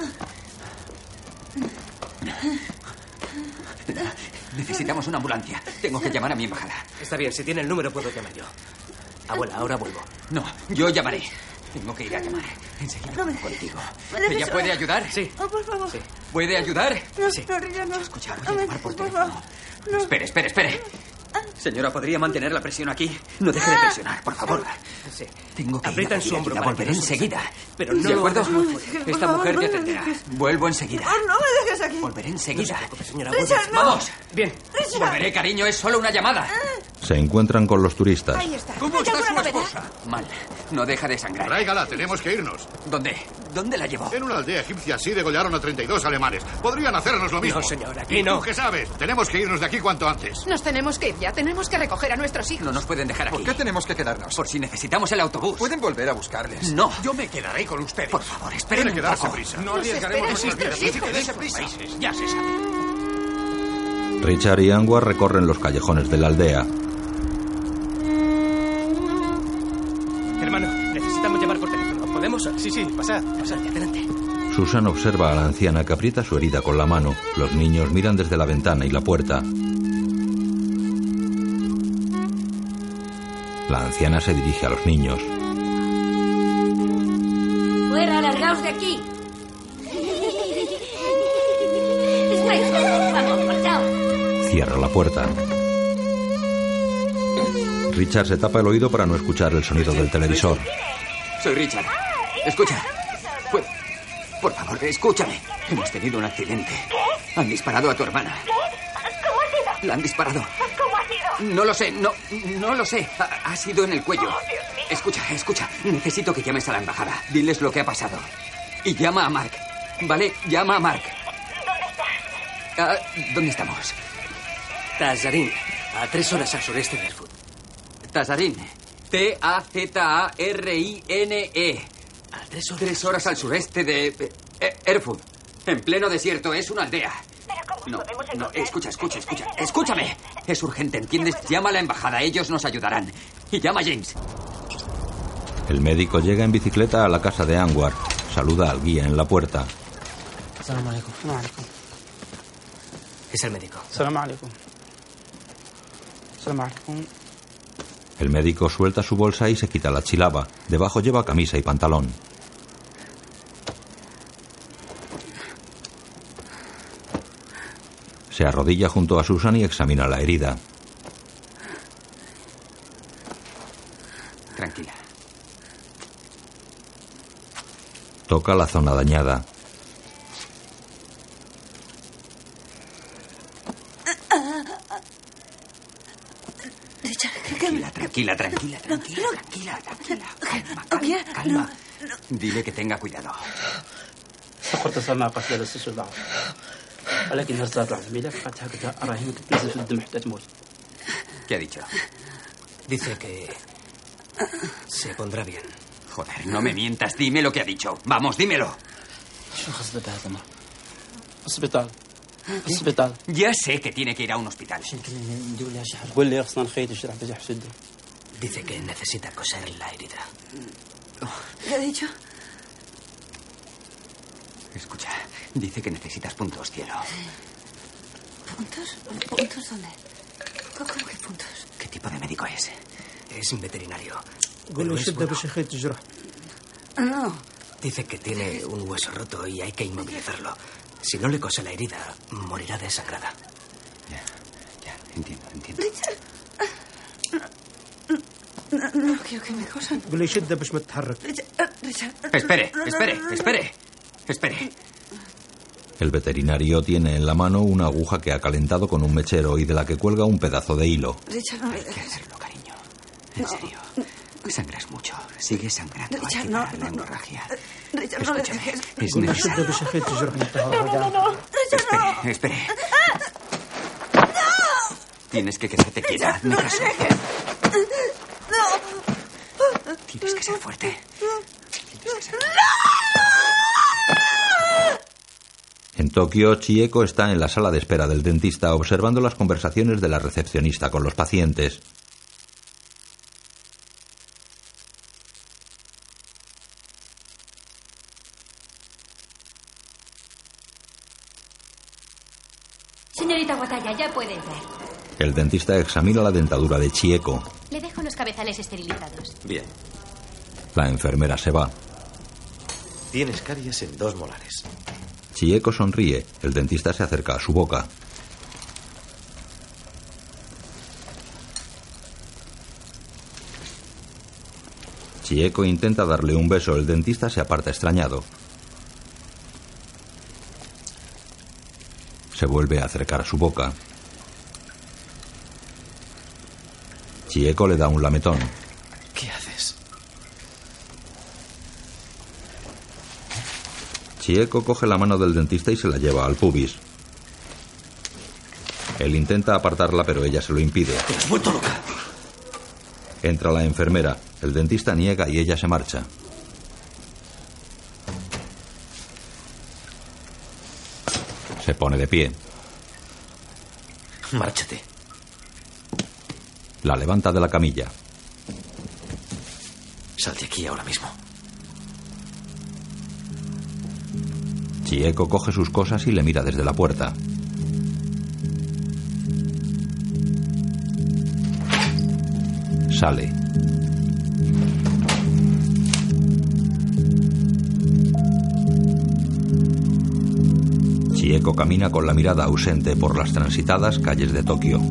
Necesitamos una ambulancia. Tengo que llamar a mi embajada. Está bien, si tiene el número puedo llamar yo. Abuela, ahora vuelvo. No, yo llamaré. Tengo que ir a llamar. Enseguida contigo. ¿Ella puede ayudar? Sí. Oh, por favor. Sí. ¿Puede ayudar? Sí. No, Rilla, no. Escucha, voy a llamar por teléfono. No. Espere. Señora, ¿podría mantener la presión aquí? No deje de presionar, por favor. Sí. Tengo que Aprieta en su hombro. Volveré enseguida. Pero no ¿De acuerdo? Por Esta favor, mujer no te me atenderá. dejes. Vuelvo enseguida. No me dejes aquí. Volveré enseguida. Señora, Richard, no. ¡Vamos! Bien. Richard. Volveré, cariño, es solo una llamada. Se encuentran con los turistas. Ahí está. ¿Cómo ¿Hay está alguna su novedad? esposa? Mal. No deja de sangrar. Tráigala, tenemos que irnos. ¿Dónde? ¿Dónde la llevó? En una aldea egipcia así degollaron a 32 alemanes. Podrían hacernos lo mismo. No, señor, aquí ¿Y no. tú qué sabes? Tenemos que irnos de aquí cuanto antes. Nos tenemos que ir ya. Tenemos que recoger a nuestros hijos. No nos pueden dejar aquí. ¿Por qué tenemos que quedarnos? Por si necesitamos el autobús. Pueden volver a buscarles. No. Yo me quedaré con ustedes. Por favor, esperen Tiene que un darse poco. prisa. No No arriesgaremos nuestras vidas. hijos. Que dése prisa. Ya se sabe. Richard y Anwar recorren los callejones de la aldea. Hermano, necesitamos llamar por teléfono. ¿Podemos? Sí, pasad. Pasad, adelante. Susan observa a la anciana que aprieta su herida con la mano. Los niños miran desde la ventana y la puerta. La anciana se dirige a los niños. ¡Fuera, largaos de aquí! ¡Vamos, marchaos! Cierra la puerta. Richard se tapa el oído para no escuchar el sonido del televisor. Soy Richard. Escucha. Por favor, escúchame. Hemos tenido un accidente. Han disparado a tu hermana. ¿Cómo ha sido? La han disparado. ¿Cómo ha sido? No lo sé, no lo sé. Ha sido en el cuello. Escucha. Necesito que llames a la embajada. Diles lo que ha pasado. Y llama a Mark. ¿Vale? Llama a Mark. ¿Dónde estás? ¿Dónde estamos? Tazarín, a 3 horas al sureste de Erfurt. Tazarín. T-A-Z-A-R-I-N-E. A 3 horas. 3 horas al sureste de Erfurt. En pleno desierto. Es una aldea. No, escucha. Escúchame. Es urgente, ¿entiendes? Llama a la embajada. Ellos nos ayudarán. Y llama a James. El médico llega en bicicleta a la casa de Anwar. Saluda al guía en la puerta. Salam alaikum. Es el médico. Salam alaikum. Salam alaikum. El médico suelta su bolsa y se quita la chilaba. Debajo lleva camisa y pantalón. Se arrodilla junto a Susan y examina la herida. Tranquila. Toca la zona dañada. Tranquila. Calma. Dile que tenga cuidado. ¿Qué ha dicho? Dice que se pondrá bien. Joder, no me mientas. Dime lo que ha dicho. Vamos, dímelo. Ya sé que tiene que ir a un hospital. Dice que necesita coser la herida. ¿Qué ha dicho? Escucha, dice que necesitas puntos, cielo. ¿Puntos? ¿Puntos dónde? ¿Cómo que puntos? ¿Qué tipo de médico es? Es un veterinario. Pero es bueno. No. Dice que tiene un hueso roto y hay que inmovilizarlo. Si no le cose la herida, morirá desangrada. Ya, entiendo. Richard. No quiero que me cosan. Richard. Espere. El veterinario tiene en la mano una aguja que ha calentado con un mechero y de la que cuelga un pedazo de hilo. Richard, no hay que hacerlo, cariño. En serio. Sangras mucho. Sigue sangrando. Richard, hay que parar la hemorragia. Richard, no le dejes. Es necesario. No. Espere. Tienes que quedarte quieta. Hazme caso. No. Tienes que ser fuerte. En Tokio, Chieko está en la sala de espera del dentista observando las conversaciones de la recepcionista con los pacientes. Señorita Wataya, ya puede entrar. El dentista examina la dentadura de Chieko. Le dejo los cabezales esterilizados. Bien. La enfermera se va. Tienes caries en 2 molares. Chieko sonríe. El dentista se acerca a su boca. Chieko intenta darle un beso. El dentista se aparta extrañado. Se vuelve a acercar a su boca. Chieko le da un lametón. ¿Qué haces? Chieko coge la mano del dentista y se la lleva al pubis. Él intenta apartarla, pero ella se lo impide. ¡Te has vuelto loca! Entra la enfermera. El dentista niega y ella se marcha. Se pone de pie. Márchate. La levanta de la camilla. Sal de aquí ahora mismo. Chieko coge sus cosas y le mira desde la puerta. Sale. Chieko camina con la mirada ausente por las transitadas calles de Tokio.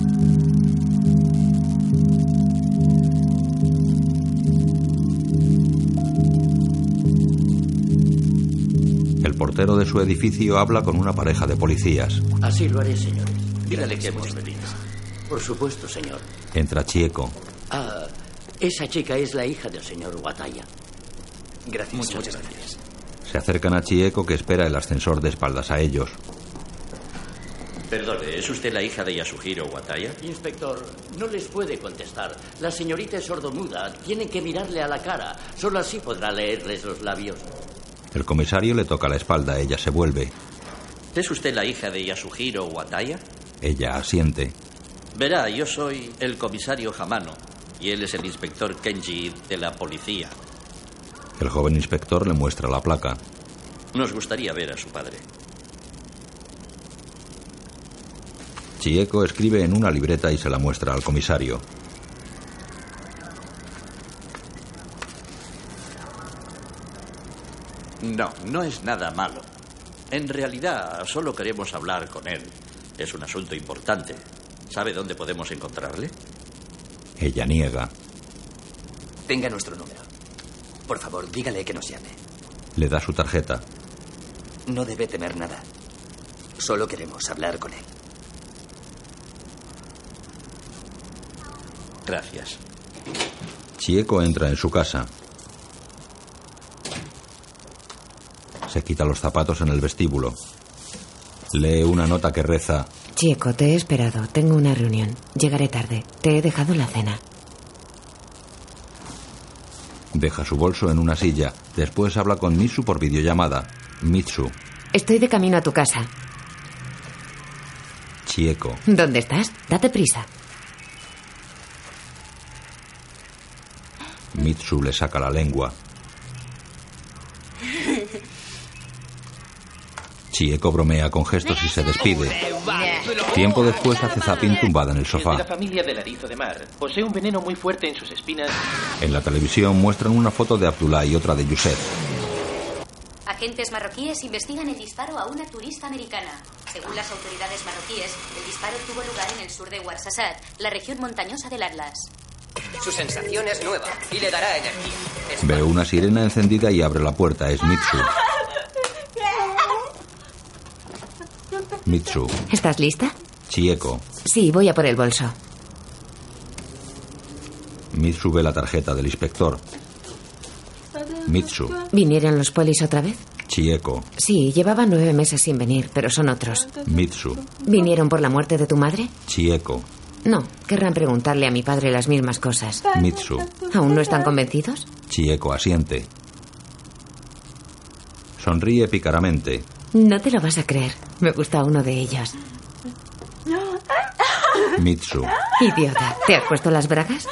El portero de su edificio habla con una pareja de policías. Así lo haré, señores. Dígale que hemos venido. Por supuesto, señor. Entra Chieko. Ah, esa chica es la hija del señor Wataya. Gracias. Muchas gracias. Se acercan a Chieko, que espera el ascensor de espaldas a ellos. Perdone, ¿es usted la hija de Yasuhiro Wataya? Inspector, no les puede contestar. La señorita es sordomuda. Tienen que mirarle a la cara. Solo así podrá leerles los labios. El comisario le toca la espalda. Ella se vuelve. ¿Es usted la hija de Yasuhiro Wataya? Ella asiente. Verá, yo soy el comisario Hamano y él es el inspector Kenji de la policía. El joven inspector le muestra la placa. Nos gustaría ver a su padre. Chieko escribe en una libreta y se la muestra al comisario. No, no es nada malo. En realidad, solo queremos hablar con él. Es un asunto importante. ¿Sabe dónde podemos encontrarle? Ella niega. Tenga nuestro número. Por favor, dígale que nos llame. Le da su tarjeta. No debe temer nada. Solo queremos hablar con él. Gracias. Chieko entra en su casa. Se quita los zapatos en el vestíbulo. Lee una nota que reza: Chieko, te he esperado. Tengo una reunión. Llegaré tarde. Te he dejado la cena. Deja su bolso en una silla. Después habla con Mitsu por videollamada. Mitsu. Estoy de camino a tu casa. Chieko. ¿Dónde estás? Date prisa. Mitsu le saca la lengua. Chieko bromea con gestos y se despide. Tiempo después hace zapping tumbada en el sofá. Es de la familia del erizo de mar. Posee un veneno muy fuerte en sus espinas. En la televisión muestran una foto de Abdullah y otra de Yusef. Agentes marroquíes investigan el disparo a una turista americana. Según las autoridades marroquíes, el disparo tuvo lugar en el sur de Ouarzazate, la región montañosa del Atlas. Su sensación es nueva y le dará energía. Ve una sirena encendida y abre la puerta. Es Mitsu. Mitsu. ¿Estás lista? Chieko. Sí, voy a por el bolso. Mitsu ve la tarjeta del inspector. Mitsu. ¿Vinieron los polis otra vez? Chieko. Sí, llevaban 9 meses sin venir, pero son otros. Mitsu. ¿Vinieron por la muerte de tu madre? Chieko. No, querrán preguntarle a mi padre las mismas cosas. Mitsu. ¿Aún no están convencidos? Chieko asiente. Sonríe pícaramente. No te lo vas a creer. Me gusta uno de ellos. Mitsu. Idiota, ¿te has puesto las bragas?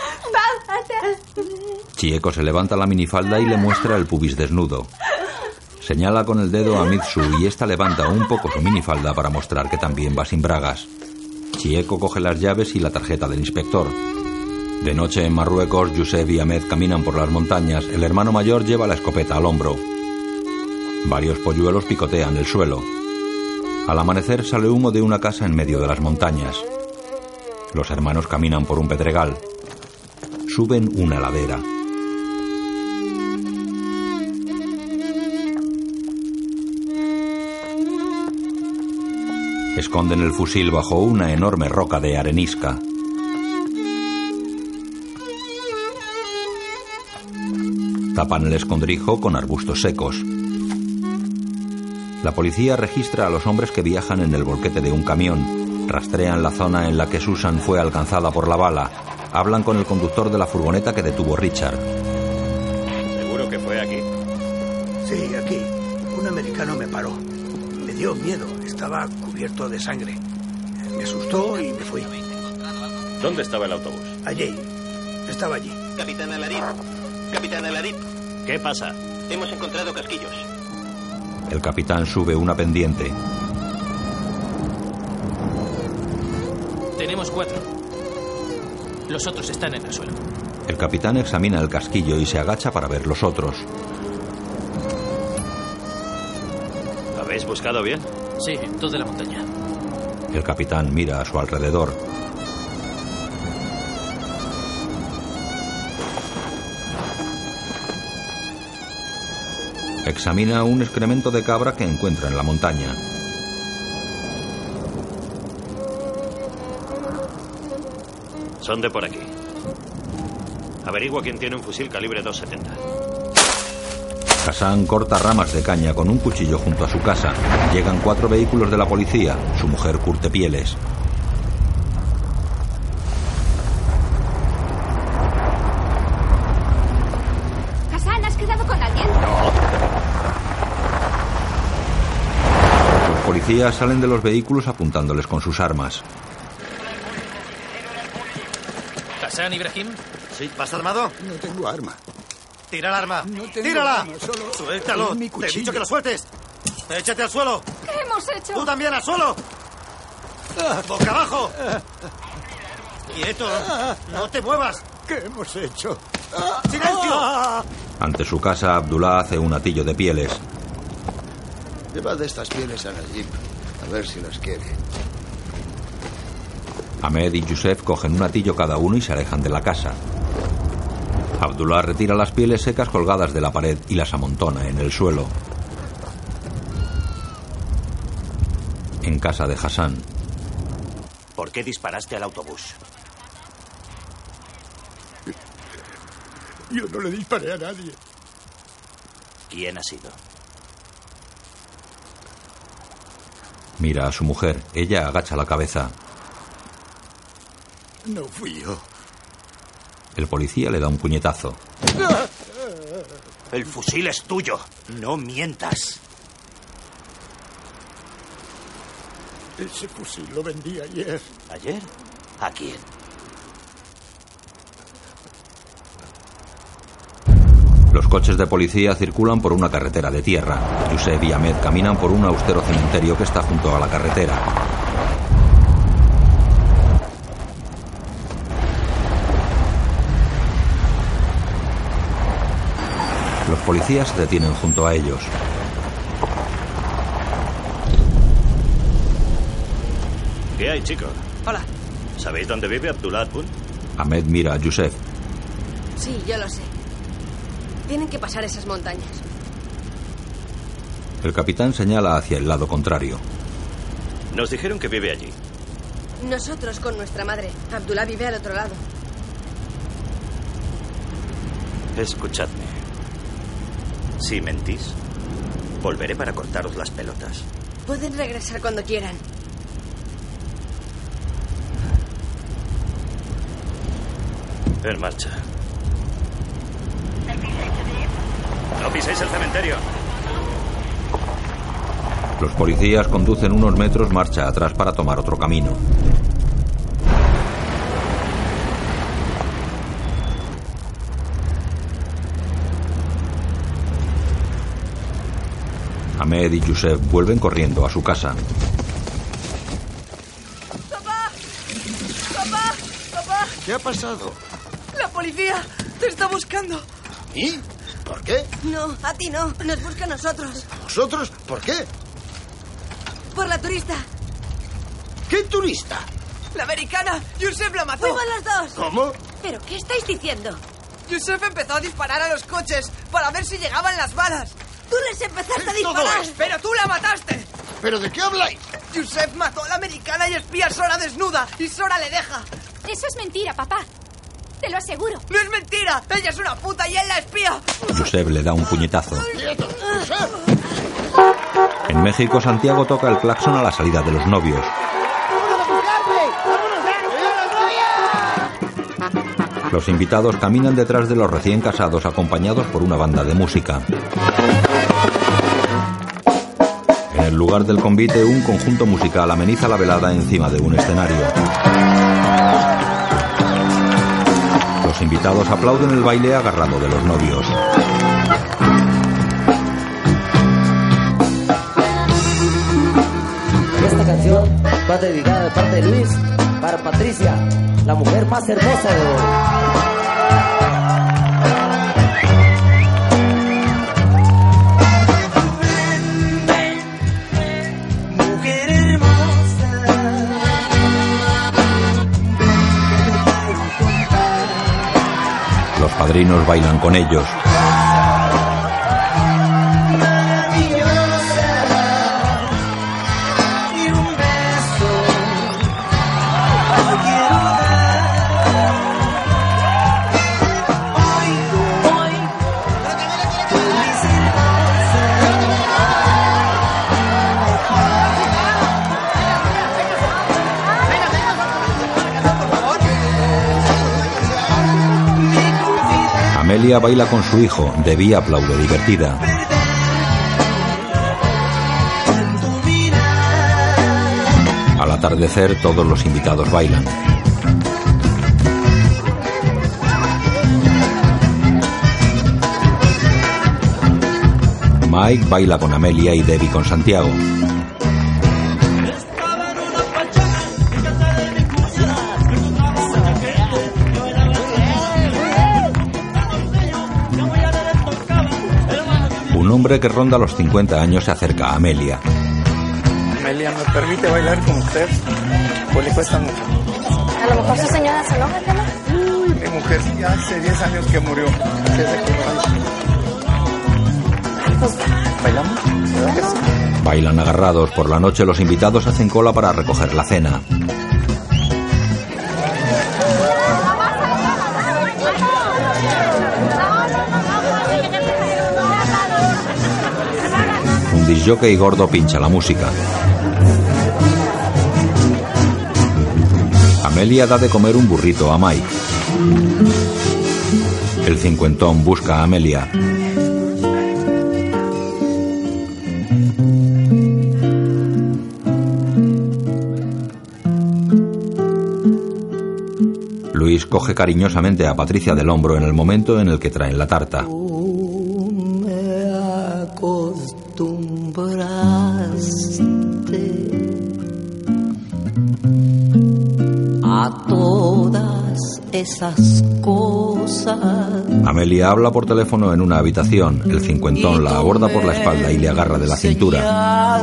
Chieko se levanta la minifalda y le muestra el pubis desnudo. Señala con el dedo a Mitsu y esta levanta un poco su minifalda para mostrar que también va sin bragas. Chieko coge las llaves y la tarjeta del inspector. De noche en Marruecos, Yusef y Ahmed caminan por las montañas. El hermano mayor lleva la escopeta al hombro. Varios polluelos picotean el suelo. Al amanecer sale humo de una casa en medio de las montañas. Los hermanos caminan por un pedregal. Suben una ladera. Esconden el fusil bajo una enorme roca de arenisca. Tapan el escondrijo con arbustos secos. La policía registra a los hombres que viajan en el volquete de un camión. Rastrean la zona en la que Susan fue alcanzada por la bala. Hablan con el conductor de la furgoneta que detuvo Richard. ¿Seguro que fue aquí? Sí, aquí. Un americano me paró. Me dio miedo. Estaba cubierto de sangre. Me asustó y me fui. ¿Dónde estaba el autobús? Allí. Estaba allí. Capitán Alarit. Capitán Alarit. ¿Qué pasa? Hemos encontrado casquillos. El capitán sube una pendiente. Tenemos 4. Los otros están en el suelo. El capitán examina el casquillo y se agacha para ver los otros. ¿Habéis buscado bien? Sí, en toda la montaña. El capitán mira a su alrededor. Examina un excremento de cabra que encuentra en la montaña. Son de por aquí. Averigua quién tiene un fusil calibre .270. Hassan corta ramas de caña con un cuchillo junto a su casa. Llegan 4 vehículos de la policía. Su mujer curte pieles. Hassan, ¿has quedado con alguien? Los policías salen de los vehículos apuntándoles con sus armas. ¿Hassan, Ibrahim? Sí, ¿vas armado? No tengo arma. ¡Tira el arma! No tengo ¡Tírala! arma, solo ¡Suéltalo! mi ¡Te he cuchillo. dicho que lo sueltes! ¡Échate al suelo! ¿Qué hemos hecho? ¡Tú también al suelo! ¡Boca abajo! ¡Quieto! ¡No te muevas! ¿Qué hemos hecho? ¡Silencio! Ante su casa, Abdullah hace un atillo de pieles. Llevad estas pieles a Najib, a ver si las quiere. Ahmed y Yusef cogen un atillo cada uno y se alejan de la casa. Abdullah retira las pieles secas colgadas de la pared y las amontona en el suelo. En casa de Hassan. ¿Por qué disparaste al autobús? Yo no le disparé a nadie. ¿Quién ha sido? Mira a su mujer. Ella agacha la cabeza. No fui yo. El policía le da un puñetazo. El fusil es tuyo. No mientas. Ese fusil lo vendí ayer. ¿Ayer? ¿A quién? Los coches de policía circulan por una carretera de tierra. Yusef y Ahmed caminan por un austero cementerio que está junto a la carretera. Los policías se detienen junto a ellos. ¿Qué hay, chico? Hola. ¿Sabéis dónde vive Abdullah Bun? Ahmed mira a Yusef. Sí, yo lo sé. Tienen que pasar esas montañas. El capitán señala hacia el lado contrario. Nos dijeron que vive allí. Nosotros con nuestra madre. Abdullah vive al otro lado. Escuchadme. Si mentís, volveré para cortaros las pelotas. Pueden regresar cuando quieran. En marcha. No piséis el cementerio. Los policías conducen unos metros marcha atrás para tomar otro camino. Ahmed y Yusef vuelven corriendo a su casa. ¡Papá! ¡Papá! ¡Papá! ¿Qué ha pasado? ¡La policía te está buscando! ¿Y? ¿Por qué? No, a ti no. Nos busca a nosotros. ¿Vosotros? ¿Por qué? Por la turista. ¿Qué turista? ¡La americana! ¡Yusef la mató! ¡Fuimos los dos! ¿Cómo? ¿Pero qué estáis diciendo? Yusef empezó a disparar a los coches para ver si llegaban las balas. ¡Tú les empezaste a disparar! ¡Pero tú la mataste! ¿Pero de qué habláis? Yusef mató a la americana y espía a Sora desnuda. Y Sora le deja. Eso es mentira, papá. Te lo aseguro. ¡No es mentira! ¡Ella es una puta y él la espía! Yusef le da un puñetazo. En México, Santiago toca el claxon a la salida de los novios. Los invitados caminan detrás de los recién casados acompañados por una banda de música. En el lugar del convite, un conjunto musical ameniza la velada encima de un escenario. Los invitados aplauden el baile agarrado de los novios. Esta canción va dedicada de parte de Luis para Patricia. la mujer más hermosa de hoy. Los padrinos bailan con ellos. Amelia baila con su hijo. Debbie aplaude divertida. Al atardecer, todos los invitados bailan. Mike baila con Amelia y Debbie con Santiago. Un hombre que ronda los 50 años se acerca a Amelia. Amelia, ¿me permite bailar con usted? Pues le cuesta mucho. A lo mejor su señora se enoja, ¿no? Mi mujer ya hace 10 años que murió. Pues, ¿bailamos? ¿Verdad que sí? Bailan agarrados. Por la noche los invitados hacen cola para recoger la cena. Un disjockey gordo pincha la música. Amelia da de comer un burrito a Mike. El cincuentón busca a Amelia. Luis coge cariñosamente a Patricia del hombro en el momento en el que traen la tarta. A todas esas cosas. Amelia habla por teléfono en una habitación. El cincuentón la aborda por la espalda y le agarra de la cintura.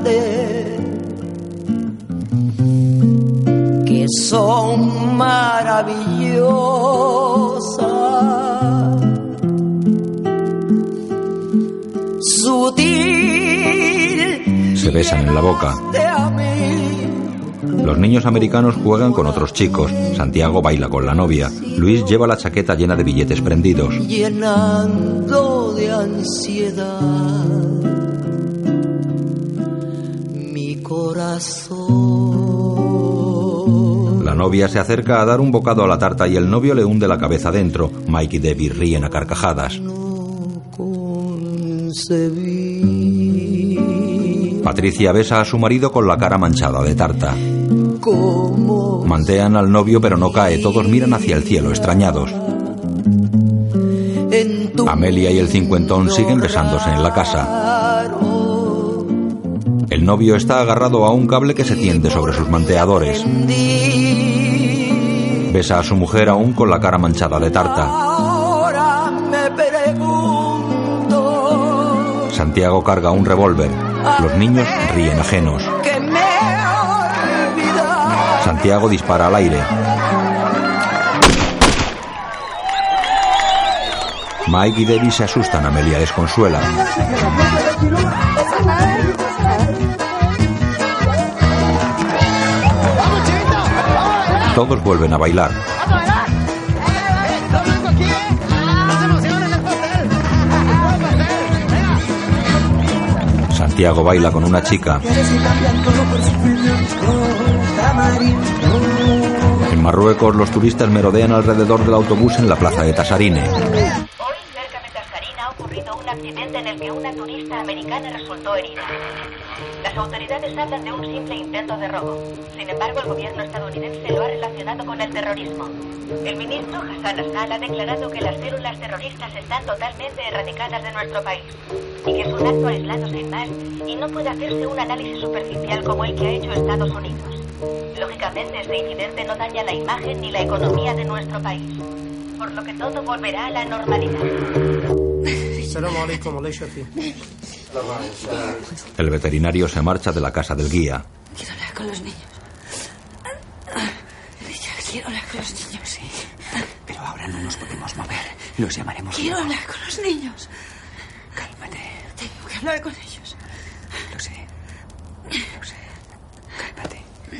Que son maravillosas. Sutil. Se besan en la boca. Los niños americanos juegan con otros chicos. Santiago baila con la novia. Luis lleva la chaqueta llena de billetes prendidos. Llenando de ansiedad mi corazón. La novia se acerca a dar un bocado a la tarta y el novio le hunde la cabeza dentro. Mike y Debbie ríen a carcajadas. Patricia besa a su marido con la cara manchada de tarta. Mantean al novio pero no cae. Todos miran hacia el cielo extrañados. Amelia y el cincuentón siguen besándose en la casa. El novio está agarrado a un cable que se tiende sobre sus manteadores. Besa a su mujer aún con la cara manchada de tarta. Santiago carga un revólver. Los niños ríen ajenos. Santiago dispara al aire. Mike y Debbie se asustan. Amelia les consuela. Todos vuelven a bailar. Santiago baila con una chica. En Marruecos, los turistas merodean alrededor del autobús en la plaza de Tasarine. Hoy, cerca de Tasarine, ha ocurrido un accidente en el que una turista americana resultó herida. Las autoridades hablan de un simple intento de robo. Sin embargo, el gobierno estadounidense lo ha relacionado con el terrorismo. El ministro Hassan Nasrallah ha declarado que las células terroristas están totalmente erradicadas de nuestro país y que es un acto aislado sin más y no puede hacerse un análisis superficial como el que ha hecho Estados Unidos. Lógicamente, este incidente no daña la imagen ni la economía de nuestro país, por lo que todo volverá a la normalidad. El veterinario se marcha de la casa del guía. Quiero hablar con los niños. Quiero hablar con los niños, sí. Pero ahora no nos podemos mover. Los llamaremos. Quiero luego. hablar con los niños. Cálmate. Tengo que hablar con ellos. Lo sé. Lo sé. Cálmate.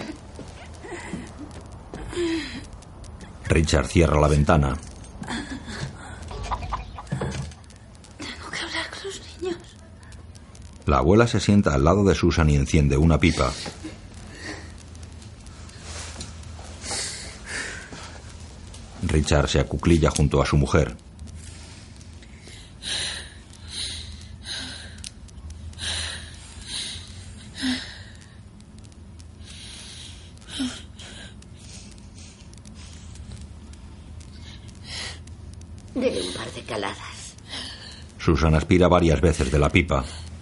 Richard cierra la ventana. Tengo que hablar con los niños. La abuela se sienta al lado de Susan y enciende una pipa. Richard se acuclilla junto a su mujer. Dele un par de caladas. Susan aspira varias veces de la pipa.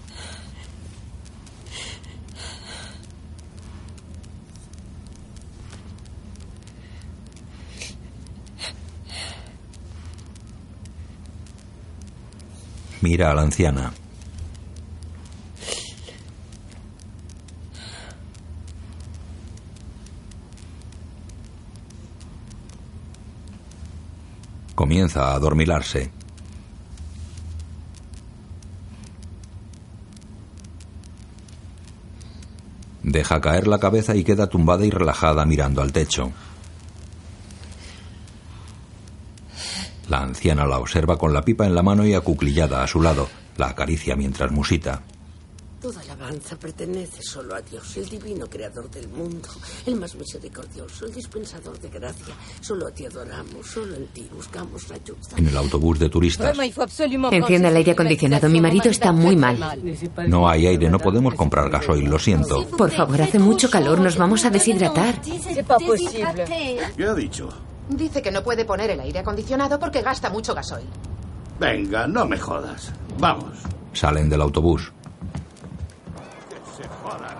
Mira a la anciana. Comienza a adormilarse. Deja caer la cabeza y queda tumbada y relajada mirando al techo. La anciana la observa con la pipa en la mano y acuclillada a su lado. La acaricia mientras musita. Toda alabanza pertenece solo a Dios, el divino creador del mundo, el más misericordioso, el dispensador de gracia. Solo a ti adoramos, solo en ti buscamos ayuda. En el autobús de turistas. Encienda el aire acondicionado. Mi marido está muy mal. No hay aire, no podemos comprar gasoil, lo siento. Por favor, hace mucho calor. Nos vamos a deshidratar. ¿Qué ha dicho? Dice que no puede poner el aire acondicionado porque gasta mucho gasoil. Venga, no me jodas. Vamos. Salen del autobús. Que se jodan.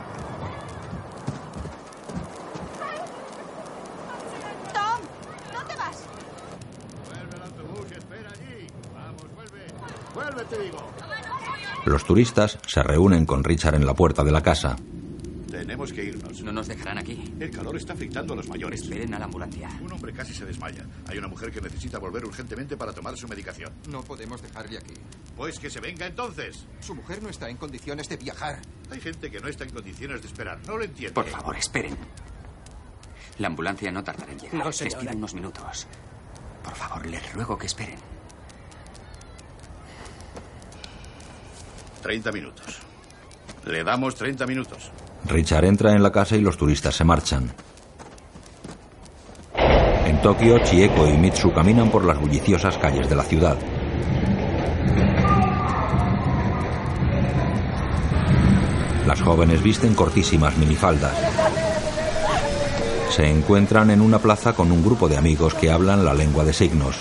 Tom, ¿dónde vas? Vuelve al autobús, espera allí. Vamos, vuelve. Vuelve, te digo. Los turistas se reúnen con Richard en la puerta de la casa. Tenemos que irnos. No nos dejarán aquí. El calor está afectando a los mayores. Esperen a la ambulancia. Un hombre casi se desmaya. Hay una mujer que necesita volver urgentemente para tomar su medicación. No podemos dejarle aquí. Pues que se venga entonces. Su mujer no está en condiciones de viajar. Hay gente que no está en condiciones de esperar. No lo entiendo. Por favor, esperen. La ambulancia no tardará en llegar. No, señora. Les pido unos minutos. Por favor, les ruego que esperen. 30 minutos. Le damos 30 minutos. Richard entra en la casa y los turistas se marchan. En Tokio, Chieko y Mitsu caminan por las bulliciosas calles de la ciudad. Las jóvenes visten cortísimas minifaldas. Se encuentran en una plaza con un grupo de amigos que hablan la lengua de signos.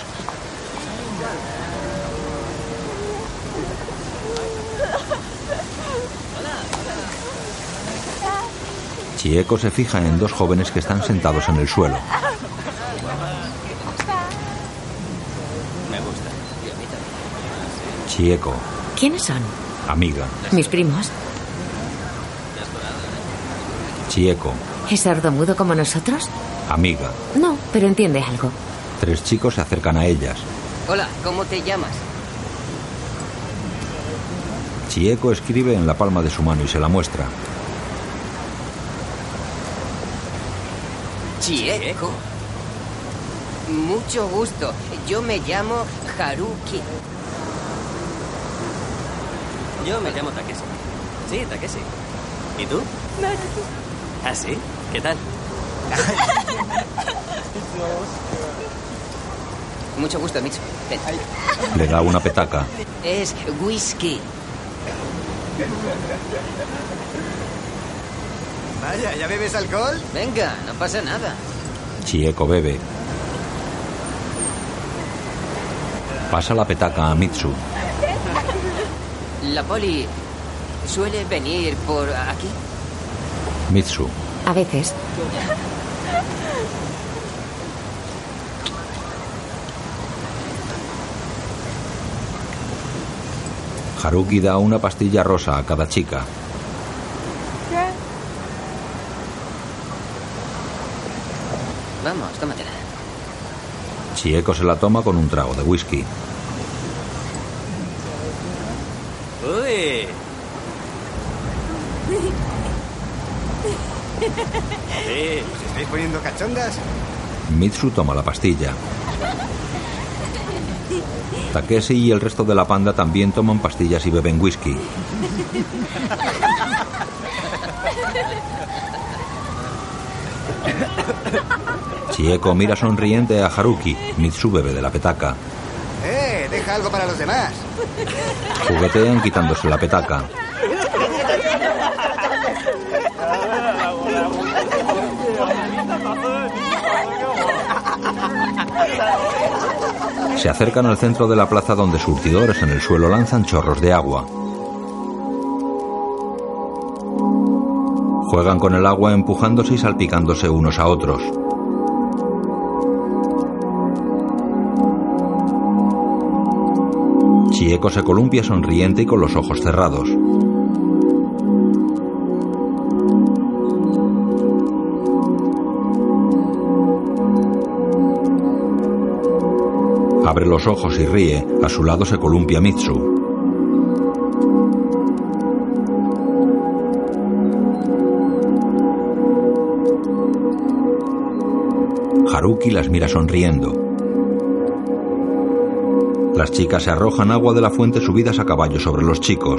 Chieko se fija en dos jóvenes que están sentados en el suelo. Me gusta. Y a mí también. Chieko, ¿Quiénes son? amiga. Mis primos. Chieko, ¿Es sordomudo como nosotros? amiga. No, pero entiende algo. Tres chicos se acercan a ellas. Hola, ¿cómo te llamas? Chieko escribe en la palma de su mano y se la muestra. Chieko. Mucho gusto. Yo me llamo Haruki. Yo me llamo Takeshi. Sí, Takeshi. ¿Y tú? ¿Ah, sí? ¿Qué tal? Mucho gusto, Mitsu. Ven. Le da una petaca. Es whisky. Vaya, ¿ya bebes alcohol? Venga, no pasa nada. Chieko bebe. Pasa la petaca a Mitsu. La poli suele venir por aquí. Mitsu, A veces, Haruki da una pastilla rosa a cada chica. Vamos, tómatela. Chieko se la toma con un trago de whisky. ¡Uy! Sí, ¿os estáis poniendo cachondas? Mitsu toma la pastilla. Takeshi y el resto de la panda también toman pastillas y beben whisky. Chieko mira sonriente a Haruki. Mitsu bebe de la petaca. Deja algo para los demás. Juguetean quitándose la petaca. Se acercan al centro de la plaza donde surtidores en el suelo lanzan chorros de agua. Juegan con el agua empujándose y salpicándose unos a otros. Chieko se columpia sonriente y con los ojos cerrados. Abre los ojos y ríe. A su lado se columpia Mitsu. Haruki las mira sonriendo. Las chicas se arrojan agua de la fuente subidas a caballo sobre los chicos.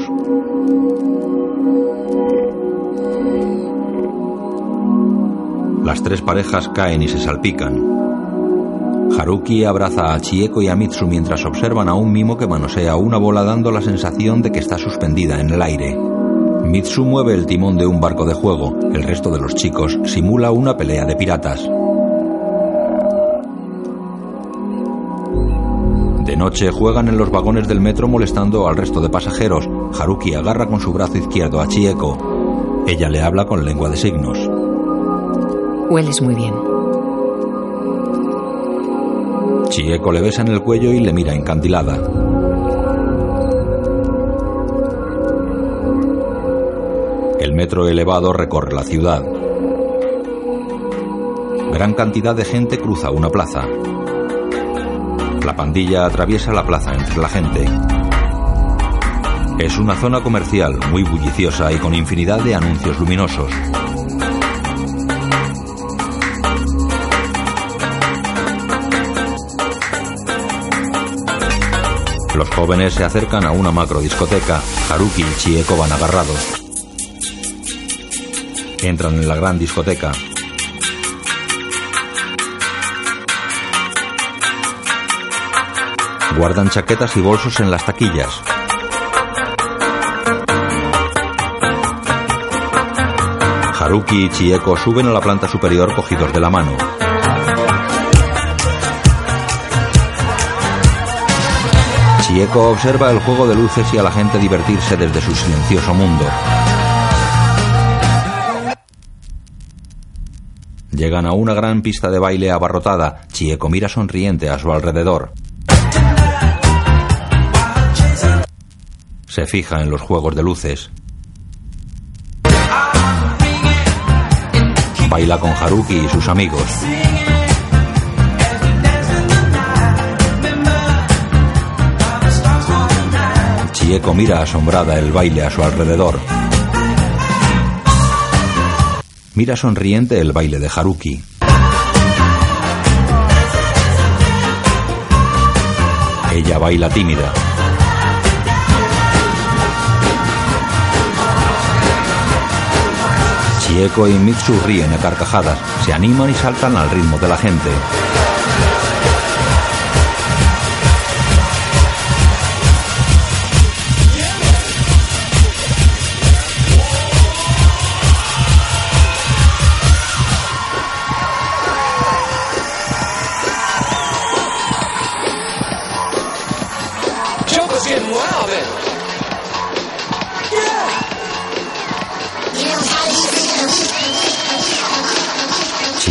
Las tres parejas caen y se salpican. Haruki abraza a Chieko y a Mitsu mientras observan a un mimo que manosea una bola dando la sensación de que está suspendida en el aire. Mitsu mueve el timón de un barco de juego. El resto de los chicos simula una pelea de piratas. De noche juegan en los vagones del metro molestando al resto de pasajeros. Haruki agarra con su brazo izquierdo a Chieko. Ella le habla con lengua de signos. Hueles muy bien. Chieko le besa en el cuello y le mira encandilada. El metro elevado recorre la ciudad. Gran cantidad de gente cruza una plaza. La pandilla atraviesa la plaza entre la gente. Es una zona comercial muy bulliciosa y con infinidad de anuncios luminosos. Los jóvenes se acercan a una macro discoteca. Haruki y Chieko van agarrados. Entran en la gran discoteca. Guardan chaquetas y bolsos en las taquillas. Haruki y Chieko suben a la planta superior cogidos de la mano. Chieko observa el juego de luces y a la gente divertirse desde su silencioso mundo. Llegan a una gran pista de baile abarrotada. Chieko mira sonriente a su alrededor. Se fija en los juegos de luces. Baila con Haruki y sus amigos. Chieko mira asombrada el baile a su alrededor. Mira sonriente el baile de Haruki. Ella baila tímida. Chieko y Mitsu ríen a carcajadas, se animan y saltan al ritmo de la gente.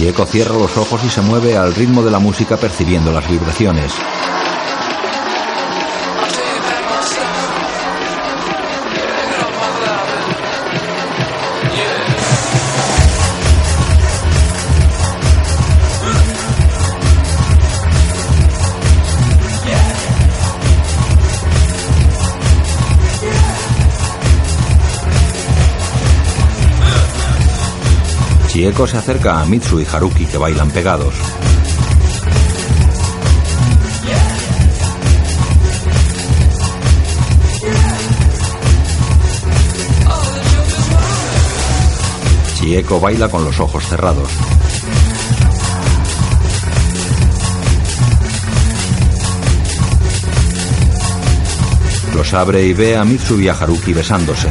Chieko cierra los ojos y se mueve al ritmo de la música percibiendo las vibraciones. Chieko se acerca a Mitsu y Haruki, que bailan pegados. Chieko baila con los ojos cerrados. Los abre y ve a Mitsu y a Haruki besándose.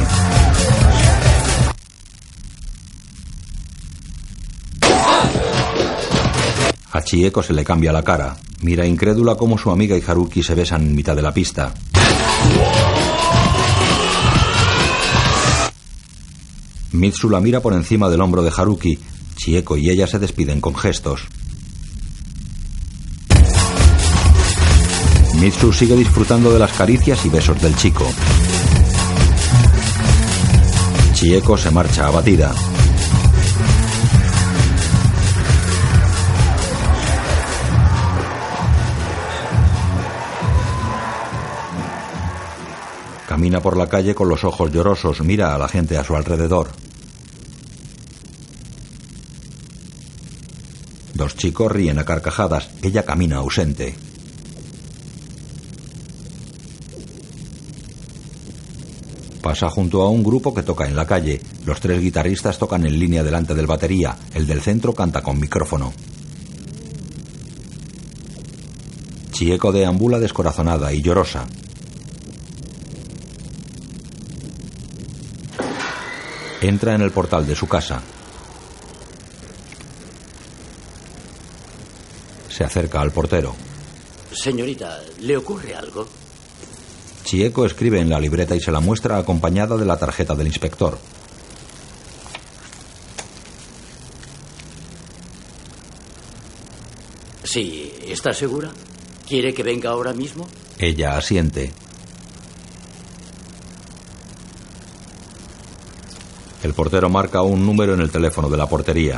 A Chieko se le cambia la cara. Mira incrédula cómo su amiga y Haruki se besan en mitad de la pista. Mitsu la mira por encima del hombro de Haruki. Chieko y ella se despiden con gestos. Mitsu sigue disfrutando de las caricias y besos del chico. Chieko se marcha abatida. Camina por la calle con los ojos llorosos, mira a la gente a su alrededor. Dos chicos ríen a carcajadas, ella camina ausente. Pasa junto a un grupo que toca en la calle. Los tres guitarristas tocan en línea delante del batería. El del centro canta con micrófono. Chieko deambula descorazonada y llorosa. Entra en el portal de su casa. Se acerca al portero. Señorita, ¿le ocurre algo? Chieko escribe en la libreta y se la muestra acompañada de la tarjeta del inspector. Sí, ¿está segura? ¿Quiere que venga ahora mismo? Ella asiente. El portero marca un número en el teléfono de la portería.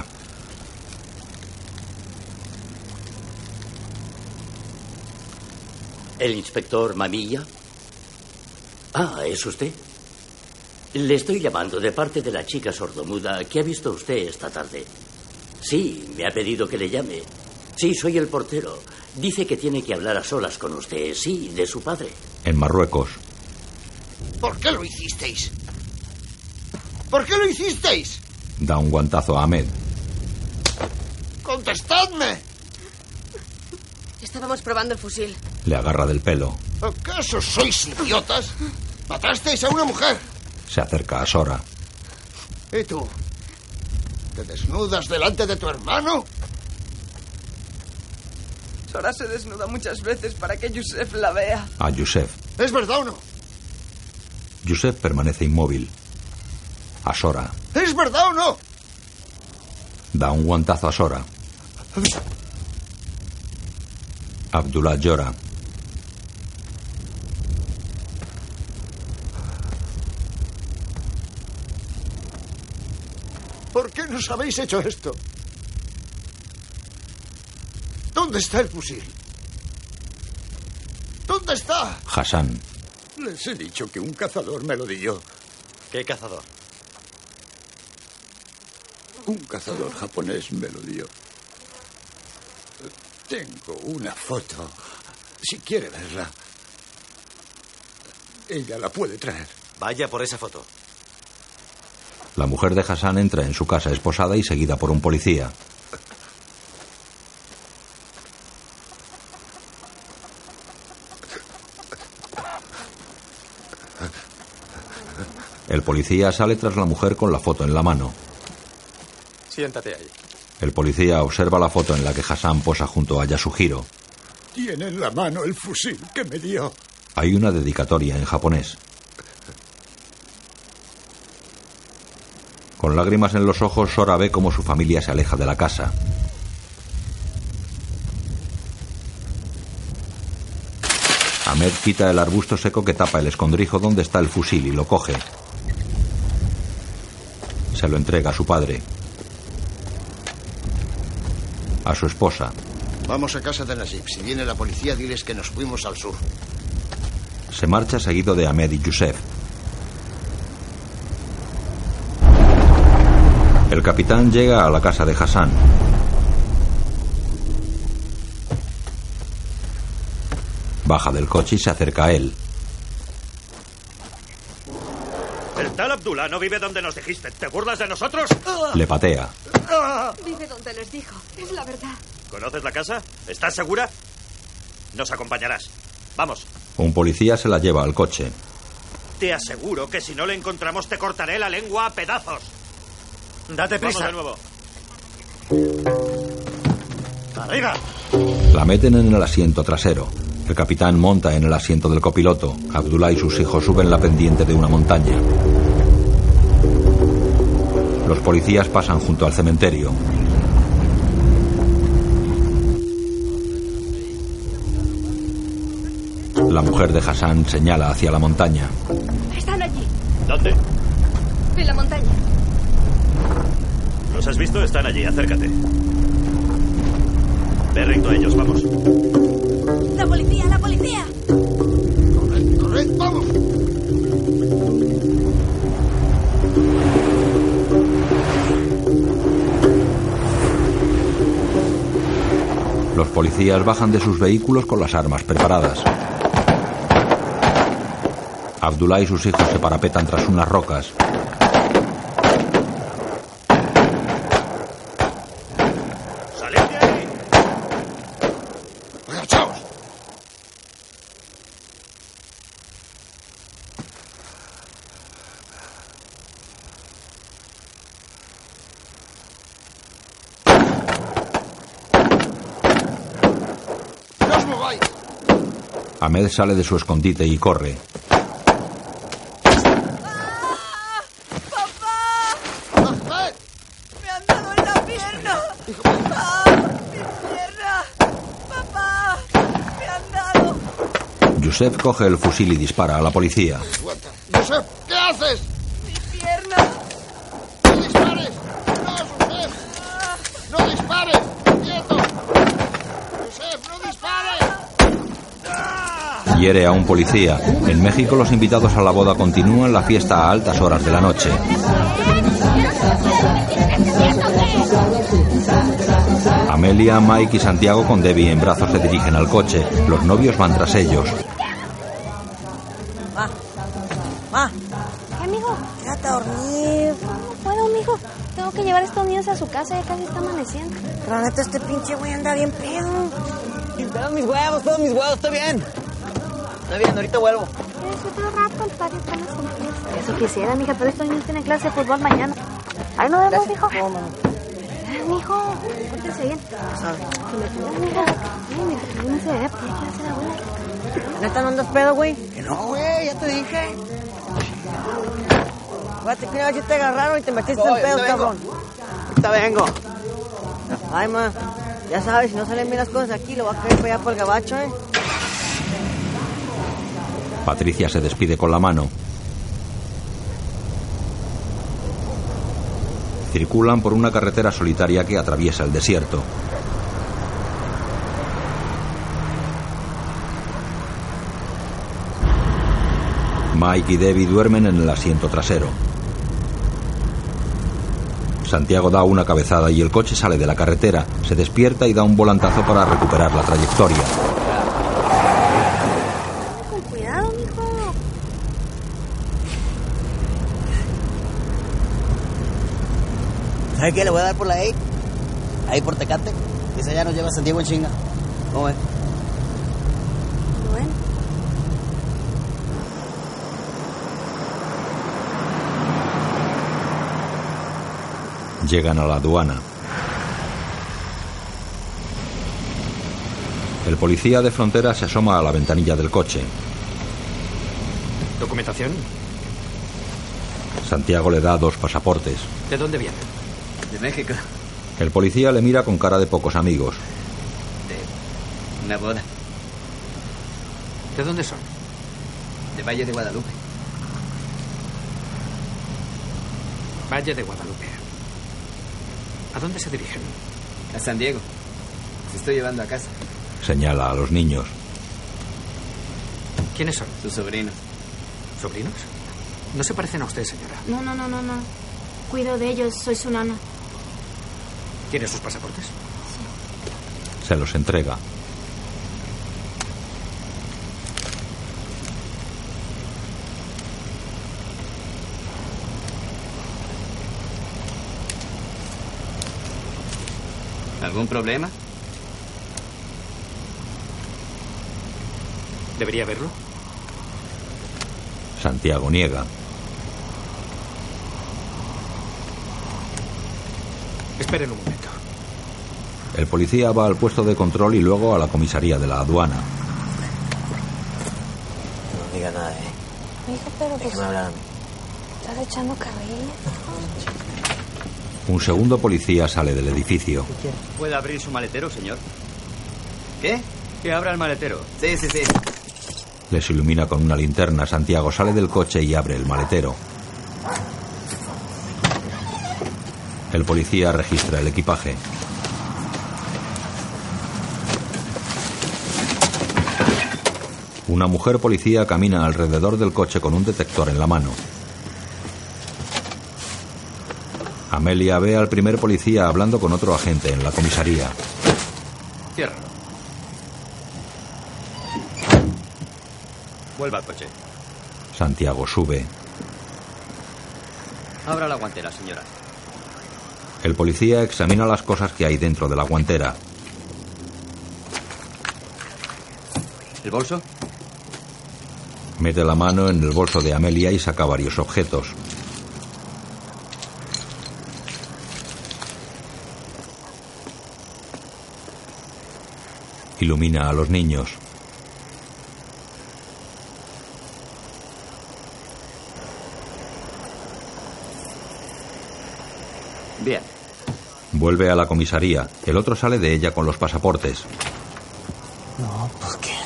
¿El inspector Mamilla? Ah, ¿es usted? Le estoy llamando de parte de la chica sordomuda que ha visto usted esta tarde. Sí, me ha pedido que le llame. Sí, soy el portero. Dice que tiene que hablar a solas con usted. Sí, de su padre. En Marruecos. ¿Por qué lo hicisteis? ¿Por qué lo hicisteis? Da un guantazo a Ahmed. ¡Contestadme! Estábamos probando el fusil. Le agarra del pelo. ¿Acaso sois idiotas? ¡Matasteis a una mujer! Se acerca a Sora. ¿Y tú? ¿Te desnudas delante de tu hermano? Sora se desnuda muchas veces para que Yusef la vea. A Yusef. ¿Es verdad o no? Yusef permanece inmóvil. A Sora. ¿Es verdad o no? Da un guantazo a Sora. Abdullah llora. ¿Por qué nos habéis hecho esto? ¿Dónde está el fusil? ¿Dónde está? Hassan. Les he dicho que un cazador me lo dio. ¿Qué cazador? Un cazador japonés me lo dio. Tengo una foto. Si quiere verla, ella la puede traer. Vaya por esa foto. La mujer de Hassan entra en su casa esposada y seguida por un policía. El policía sale tras la mujer con la foto en la mano. Siéntate ahí. El policía observa la foto en la que Hassan posa junto a Yasuhiro. Tiene en la mano el fusil que me dio. Hay una dedicatoria en japonés. Con lágrimas en los ojos, Sora ve cómo su familia se aleja de la casa. Ahmed quita el arbusto seco que tapa el escondrijo donde está el fusil y lo coge. Se lo entrega a su padre. A su esposa. Vamos a casa de Najib. Si viene la policía, diles que nos fuimos al sur. Se marcha seguido de Ahmed y Yusef. El capitán llega a la casa de Hassan. Baja del coche y se acerca a él. El tal Abdullah no vive donde nos dijiste. ¿Te burlas de nosotros? Le patea. Vive donde les dijo. Es la verdad. ¿Conoces la casa? ¿Estás segura? Nos acompañarás. Vamos. Un policía se la lleva al coche. Te aseguro que si no le encontramos te cortaré la lengua a pedazos. Date prisa. Vamos de nuevo. ¡Arriba! La meten en el asiento trasero. El capitán monta en el asiento del copiloto. Abdullah y sus hijos suben la pendiente de una montaña. Los policías pasan junto al cementerio. La mujer de Hassan señala hacia la montaña. Están allí. ¿Dónde? En la montaña. ¿Los has visto? Están allí. Acércate. Ve recto a ellos. Vamos. ¡La policía! ¡La policía! ¡Corred, corred! ¡Vamos! Los policías bajan de sus vehículos con las armas preparadas. Abdullah y sus hijos se parapetan tras unas rocas. ¡Salid de ahí! ¡Agachaos! ¡No os mováis! Ahmed sale de su escondite y corre. Yusef coge el fusil y dispara a la policía. ¡Yusef! ¿Qué haces? ¡Mi pierna! ¡No dispares! ¡No, Yusef! ¡No dispares! ¡Quieto! ¡Yusef, no dispares! Hiere a un policía. En México los invitados a la boda continúan la fiesta a altas horas de la noche. Amelia, Mike y Santiago con Debbie en brazos se dirigen al coche. Los novios van tras ellos. Ma. ¿Qué, amigo? Quédate a dormir. No puedo, mijo. Tengo que llevar a estos niños a su casa, ya casi está amaneciendo. Pero neta, este pinche güey anda bien pedo. Todos mis huevos, estoy bien. Estoy bien, ahorita vuelvo. Eso otro rato, el padre está más. Eso quisiera, mija, pero estos niños tienen clase de fútbol mañana. Ahí nos vemos, mijo. Mijo, pórtese bien. Que me cuidas, mija. Ay, no se ve, porque hay que hacer abuela. ¿Neta no andas pedo, güey? Que no, güey, ya te dije. Acuérdate que una vez te agarraron y te metiste en pedo, cabrón. Ahorita vengo. Ay, ma, ya sabes, si no salen bien las cosas aquí, lo voy a caer para allá por el gabacho, Patricia se despide con la mano. Circulan por una carretera solitaria que atraviesa el desierto. Mike y Debbie duermen en el asiento trasero. Santiago da una cabezada y el coche sale de la carretera. Se despierta y da un volantazo para recuperar la trayectoria. Con cuidado, mijo. ¿Sabes qué? Le voy a dar por la 8. Ahí por Tecate. Esa ya nos lleva a Santiago en chinga. ¿Cómo ves? Bueno. Llegan a la aduana. El policía de frontera se asoma a la ventanilla del coche. ¿Documentación? Santiago le da 2 pasaportes. ¿De dónde viene? De México. El policía le mira con cara de pocos amigos. De una boda. ¿De dónde son? De Valle de Guadalupe. Valle de Guadalupe. ¿A dónde se dirigen? A San Diego. Se estoy llevando a casa. Señala a los niños. ¿Quiénes son? Sus sobrinos. ¿Sobrinos? No se parecen a usted, señora. No. Cuido de ellos, soy su nana. ¿Tiene sus pasaportes? Se los entrega. ¿Algún problema? ¿Debería verlo? Santiago niega. Esperen un momento. El policía va al puesto de control y luego a la comisaría de la aduana. No diga nada, Hijo, pero pues... Déjame hablar a mí. Estás echando cabello. Un segundo policía sale del edificio. ¿Puede abrir su maletero, señor? ¿Qué? Que abra el maletero. Sí. Les ilumina con una linterna. Santiago sale del coche y abre el maletero. El policía registra el equipaje. Una mujer policía camina alrededor del coche con un detector en la mano. Amelia ve al primer policía hablando con otro agente en la comisaría. Ciérralo. Vuelva al coche. Santiago sube. Abra la guantera, señora. El policía examina las cosas que hay dentro de la guantera. ¿El bolso? Mete la mano en el bolso de Amelia y saca varios objetos. Ilumina a los niños. Bien. Vuelve a la comisaría. El otro sale de ella con los pasaportes. No, ¿por qué?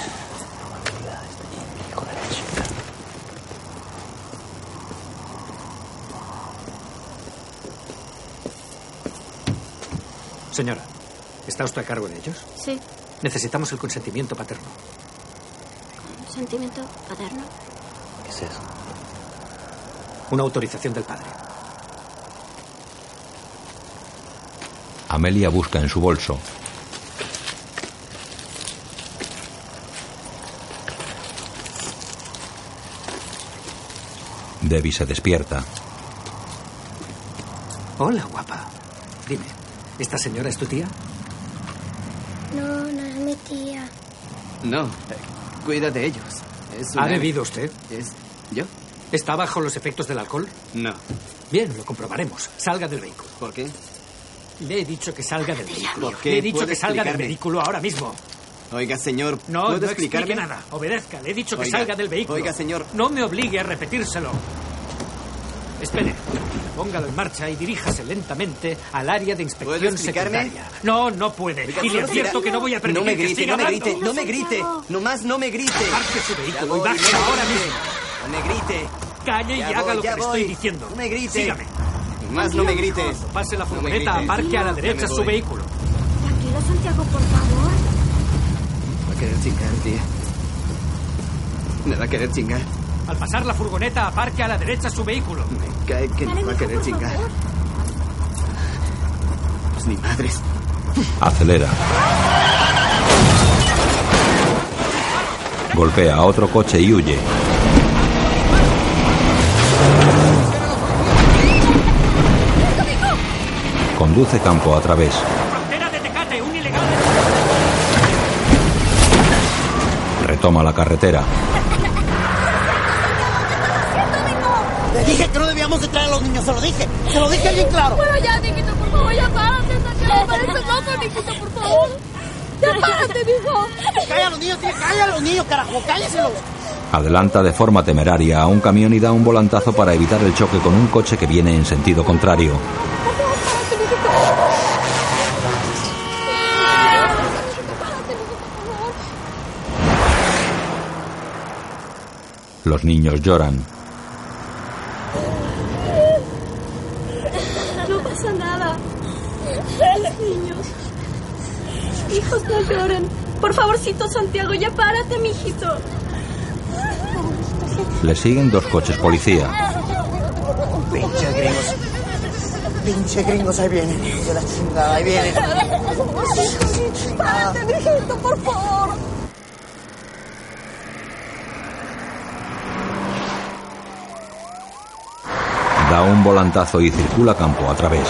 Señora, ¿está usted a cargo de ellos? Sí. Necesitamos el consentimiento paterno. ¿Consentimiento paterno? ¿Qué es eso? Una autorización del padre. Amelia busca en su bolso. Debbie se despierta. Hola, guapa. Dime, ¿esta señora es tu tía? No es mi tía. No, cuida de ellos. ¿Ha bebido usted? ¿Yo? ¿Está bajo los efectos del alcohol? No. Bien, lo comprobaremos. Salga del vehículo. ¿Por qué? Le he dicho que salga del vehículo. ¿Por qué? Le he dicho ¿Puede que salga del explicarme? vehículo ahora mismo. Oiga, señor, No ¿puede explique explicarme? nada. Obedezca. Le he dicho que Oiga, salga del vehículo. oiga, señor. No me obligue a repetírselo. Espere. Póngalo en marcha y diríjase lentamente al área de inspección ¿Puede explicarme? secundaria. No puede. Oiga, y le señor, advierto mira, que no voy a permitir no me que grite, siga no me hablando. grite, no me grite. Nomás no me grite. Aparte su vehículo y voy, baje no me ahora grite. mismo. No me grite. Calle y Ya haga voy, lo que ya le voy. estoy diciendo. No me grite. Sígame. Nomás no me grite. Pase la No me furgoneta, grites. aparque a la derecha Ya me su voy. vehículo. Tranquilo, Santiago, por favor. Va a querer chingar, tía. Me va a querer chingar. Al pasar la furgoneta, aparque a la derecha su vehículo. Me cae que me va a querer chingar. Pues ni madres. Acelera. Golpea a otro coche y huye. Conduce campo a través. Frontera de Tecate, un ilegal. Retoma la carretera. Le dije que no debíamos de traer a los niños, se lo dije bien claro. Bueno, ya, Niquito, por favor, ya párate, Santiago, pareces loco, Niquito, por favor. Ya párate, mijo. Calla a los niños, carajo, cálleselos. Adelanta de forma temeraria a un camión y da un volantazo para evitar el choque con un coche que viene en sentido contrario. Los niños lloran. No pasa nada. Niños. Hijos, no lloren. Por favorcito, Santiago, ya párate, mijito. Le siguen 2 coches policía. Pinche gringos. Pinche gringos, ahí vienen. De la chingada, ahí vienen. Párate, mijito, por favor. Da un volantazo y circula campo a través.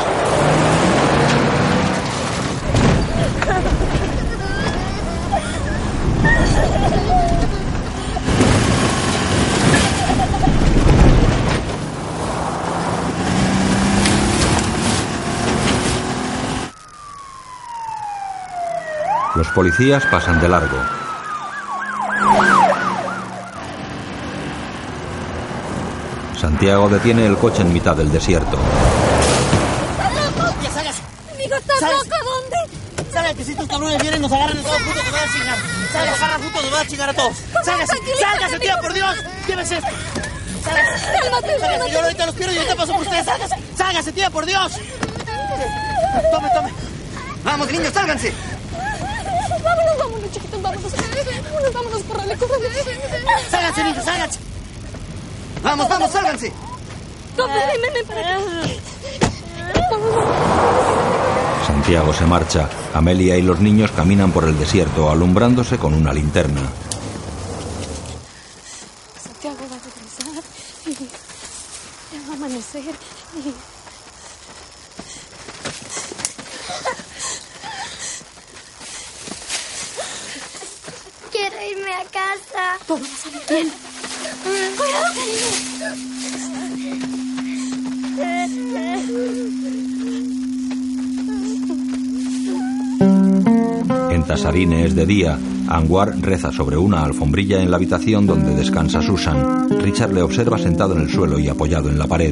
Los policías pasan de largo. Santiago detiene el coche en mitad del desierto. ¡Ya salgas! Amigo, ¿estás loco? ¿Dónde? ¡Salga, que si estos cabrones vienen nos agarran a todos putos, nos van a chingar! ¡Salga, agarra putos, nos van a chingar a todos! ¡Sálgase! ¡Sálgase, tía, por Dios! ¡Llévese esto! ¡Sálgase! ¡Sálgase! Yo ahorita los quiero y ahorita paso por ustedes. ¡Sálgase! ¡Sálgase, tía, por Dios! Tome. ¡Vamos, niños, sálganse! Vámonos, chiquitos, vámonos. Vámonos, córrele. ¡Sálganse, niños, sálganse! ¡Vamos, sálganse! Ven para acá. Santiago se marcha. Amelia y los niños caminan por el desierto, alumbrándose con una linterna. Santiago va a regresar y ya va a amanecer y... Quiero irme a casa. Todo va a salir bien. Cuidado, En Tasarine es de día. Anwar reza sobre una alfombrilla en la habitación donde descansa Susan. Richard le observa sentado en el suelo y apoyado en la pared.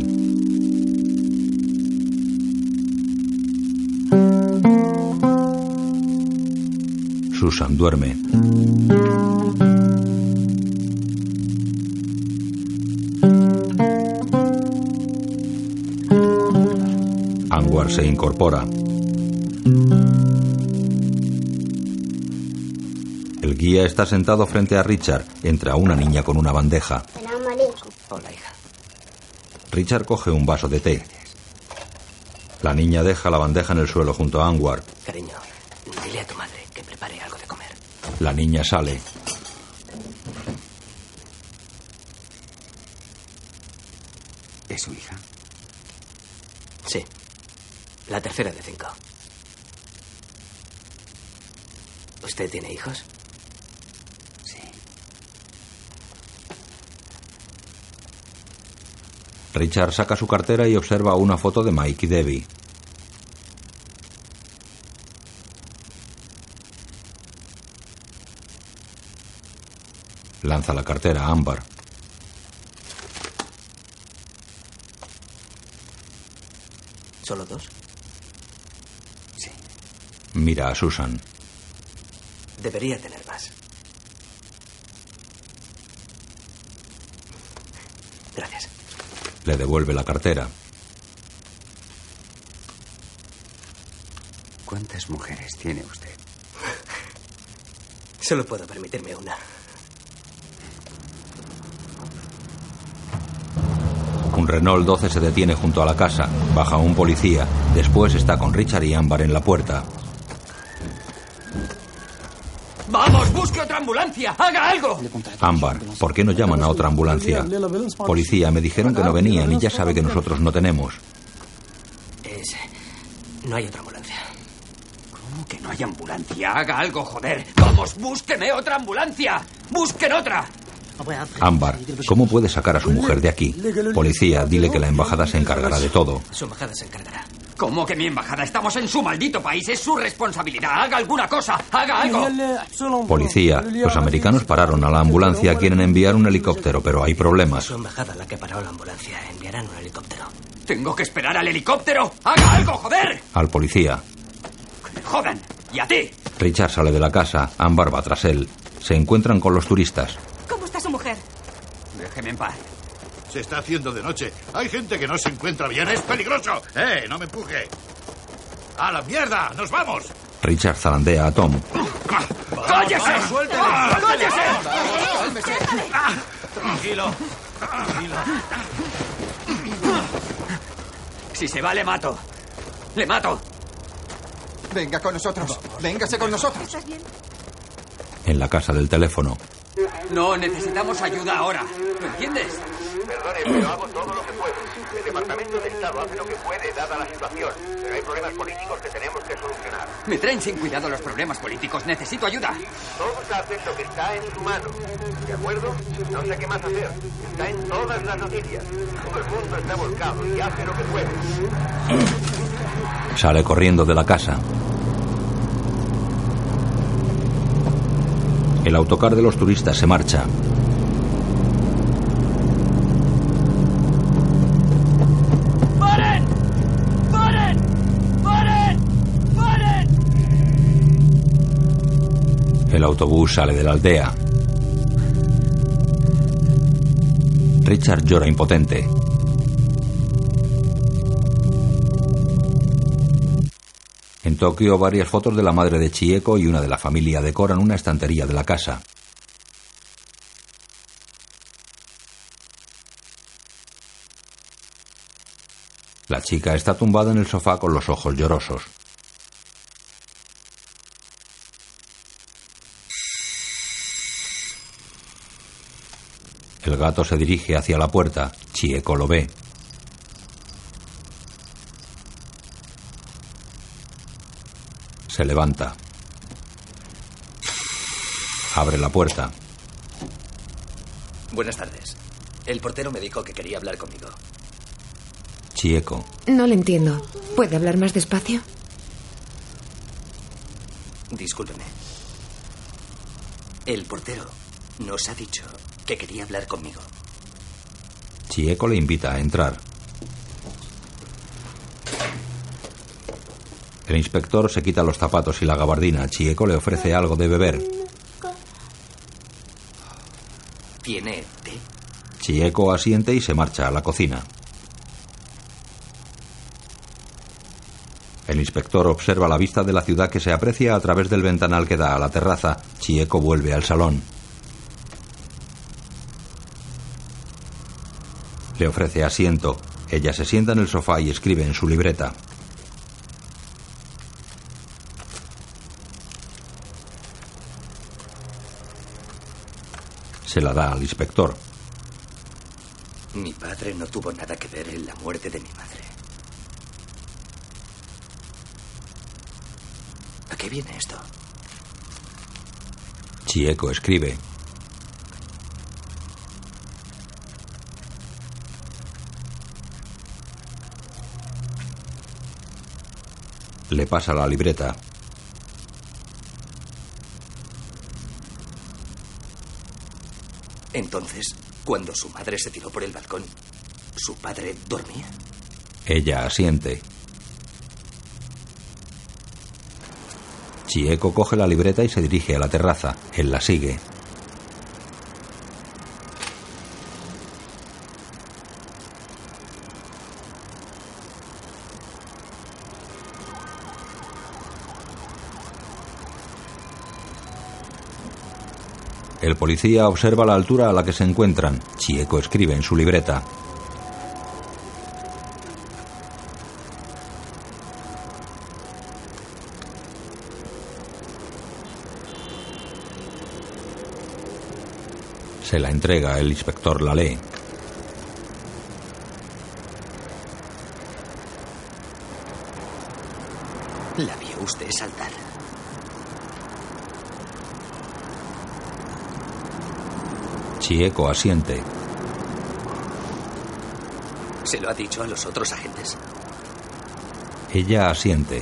Susan duerme. Anwar se incorpora. El guía está sentado frente a Richard. Entra una niña con una bandeja. Hola, hija. Richard coge un vaso de té. La niña deja la bandeja en el suelo junto a Anwar. Cariño, dile a tu madre que prepare algo de comer. La niña sale. ¿Es su hija? Sí. La tercera de 5. ¿Usted tiene hijos? Sí. Richard saca su cartera y observa una foto de Mike y Debbie. Lanza la cartera a Ámbar. ¿Solo 2? Sí. Mira a Susan. Debería tener más. Gracias. Le devuelve la cartera. ¿Cuántas mujeres tiene usted? Solo puedo permitirme una. Un Renault 12 se detiene junto a la casa. Baja un policía. Después está con Richard y Ámbar en la puerta. ¡Vamos, busque otra ambulancia! ¡Haga algo! Ámbar, ¿por qué no llaman a otra ambulancia? Policía, me dijeron que no venían y ya sabe que nosotros no tenemos. No hay otra ambulancia. ¿Cómo que no hay ambulancia? ¡Haga algo, joder! ¡Vamos, búsqueme otra ambulancia! ¡Busquen otra! Ámbar, ¿cómo puede sacar a su mujer de aquí? Policía, dile que la embajada se encargará de todo. Su embajada se encargará. ¿Cómo que mi embajada? Estamos en su maldito país. Es su responsabilidad. ¡Haga alguna cosa! ¡Haga algo! Policía, los americanos pararon a la ambulancia. Quieren enviar un helicóptero, pero hay problemas. Su embajada la que paró la ambulancia. Enviarán un helicóptero. ¿Tengo que esperar al helicóptero? ¡Haga algo, joder! Al policía. ¡Jodan! ¡Y a ti! Richard sale de la casa. Ámbar va tras él. Se encuentran con los turistas. ¿Cómo está su mujer? Déjeme en paz. Se está haciendo de noche. Hay gente que no se encuentra bien. ¡Es peligroso! ¡No me empuje! ¡A la mierda! ¡Nos vamos! Richard zarandea a Tom. ¡Cállese! ¡Suéltele! ¡Cállese! Tranquilo. Tranquilo. Si se va, le mato. ¡Le mato! Venga con nosotros. Véngase con nosotros. ¿Estás bien? En la casa del teléfono. No, necesitamos ayuda ahora. ¿Lo entiendes? Perdone, pero hago todo lo que puedo. El Departamento de Estado hace lo que puede, dada la situación. Pero hay problemas políticos que tenemos que solucionar. Me traen sin cuidado los problemas políticos. Necesito ayuda. Todos hacen lo que está en su mano. ¿De acuerdo? No sé qué más hacer. Está en todas las noticias. Todo el mundo está volcado y hace lo que puede. Sale corriendo de la casa. El autocar de los turistas se marcha. ¡Paren! ¡Paren! ¡Paren! ¡Paren! El autobús sale de la aldea. Richard llora impotente. En Tokio, varias fotos de la madre de Chieko y una de la familia decoran una estantería de la casa. La chica está tumbada en el sofá con los ojos llorosos. El gato se dirige hacia la puerta. Chieko lo ve. Se levanta. Abre la puerta. Buenas tardes. El portero me dijo que quería hablar conmigo. Chieko. No le entiendo. ¿Puede hablar más despacio? Discúlpeme. El portero nos ha dicho que quería hablar conmigo. Chieko le invita a entrar. El inspector se quita los zapatos y la gabardina. Chieko le ofrece algo de beber. ¿Tiene té? Chieko asiente y se marcha a la cocina. El inspector observa la vista de la ciudad que se aprecia a través del ventanal que da a la terraza. Chieko vuelve al salón. Le ofrece asiento. Ella se sienta en el sofá y escribe en su libreta. Se la da al inspector. Mi padre no tuvo nada que ver en la muerte de mi madre. ¿A qué viene esto? Chieko escribe. Le pasa la libreta. Entonces, cuando su madre se tiró por el balcón, ¿su padre dormía? Ella asiente. Chieko coge la libreta y se dirige a la terraza. Él la sigue. El policía observa la altura a la que se encuentran. Chieko escribe en su libreta. Se la entrega, el inspector la lee. ¿La vio usted saltar? Chieko asiente. ¿Se lo ha dicho a los otros agentes? Ella asiente.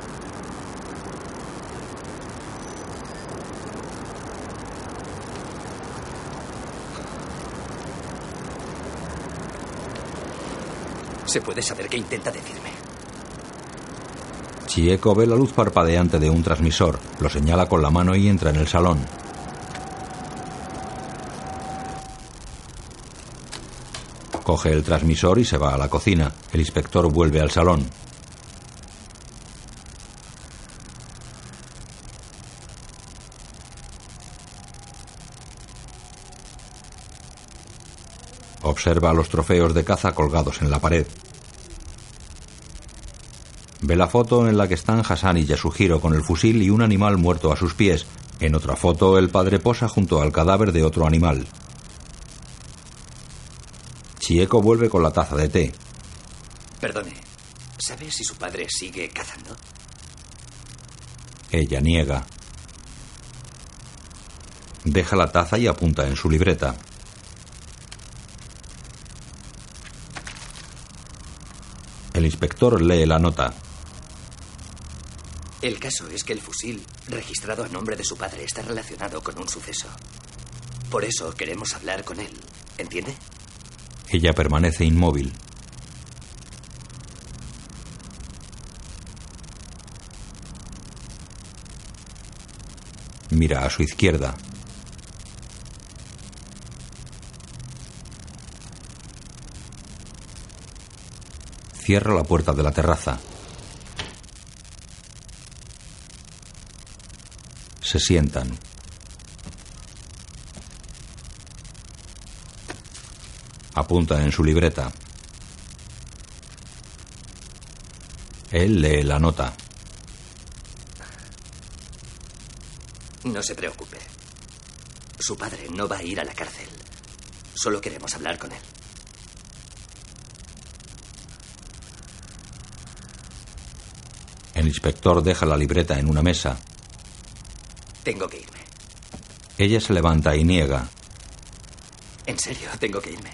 ¿Se puede saber qué intenta decirme? Chieko ve la luz parpadeante de un transmisor. Lo señala con la mano y entra en el salón. Coge el transmisor y se va a la cocina. El inspector vuelve al salón. Observa los trofeos de caza colgados en la pared. Ve la foto en la que están Hassan y Yasuhiro con el fusil y un animal muerto a sus pies. En otra foto, el padre posa junto al cadáver de otro animal. Chieko vuelve con la taza de té. Perdone, ¿sabe si su padre sigue cazando? Ella niega. Deja la taza y apunta en su libreta. El inspector lee la nota. El caso es que el fusil registrado a nombre de su padre está relacionado con un suceso. Por eso queremos hablar con él, ¿entiende? Ella permanece inmóvil. Mira a su izquierda. Cierra la puerta de la terraza. Se sientan. Apunta en su libreta. Él lee la nota. No se preocupe. Su padre no va a ir a la cárcel. Solo queremos hablar con él. El inspector deja la libreta en una mesa. Tengo que irme. Ella se levanta y niega. En serio, tengo que irme.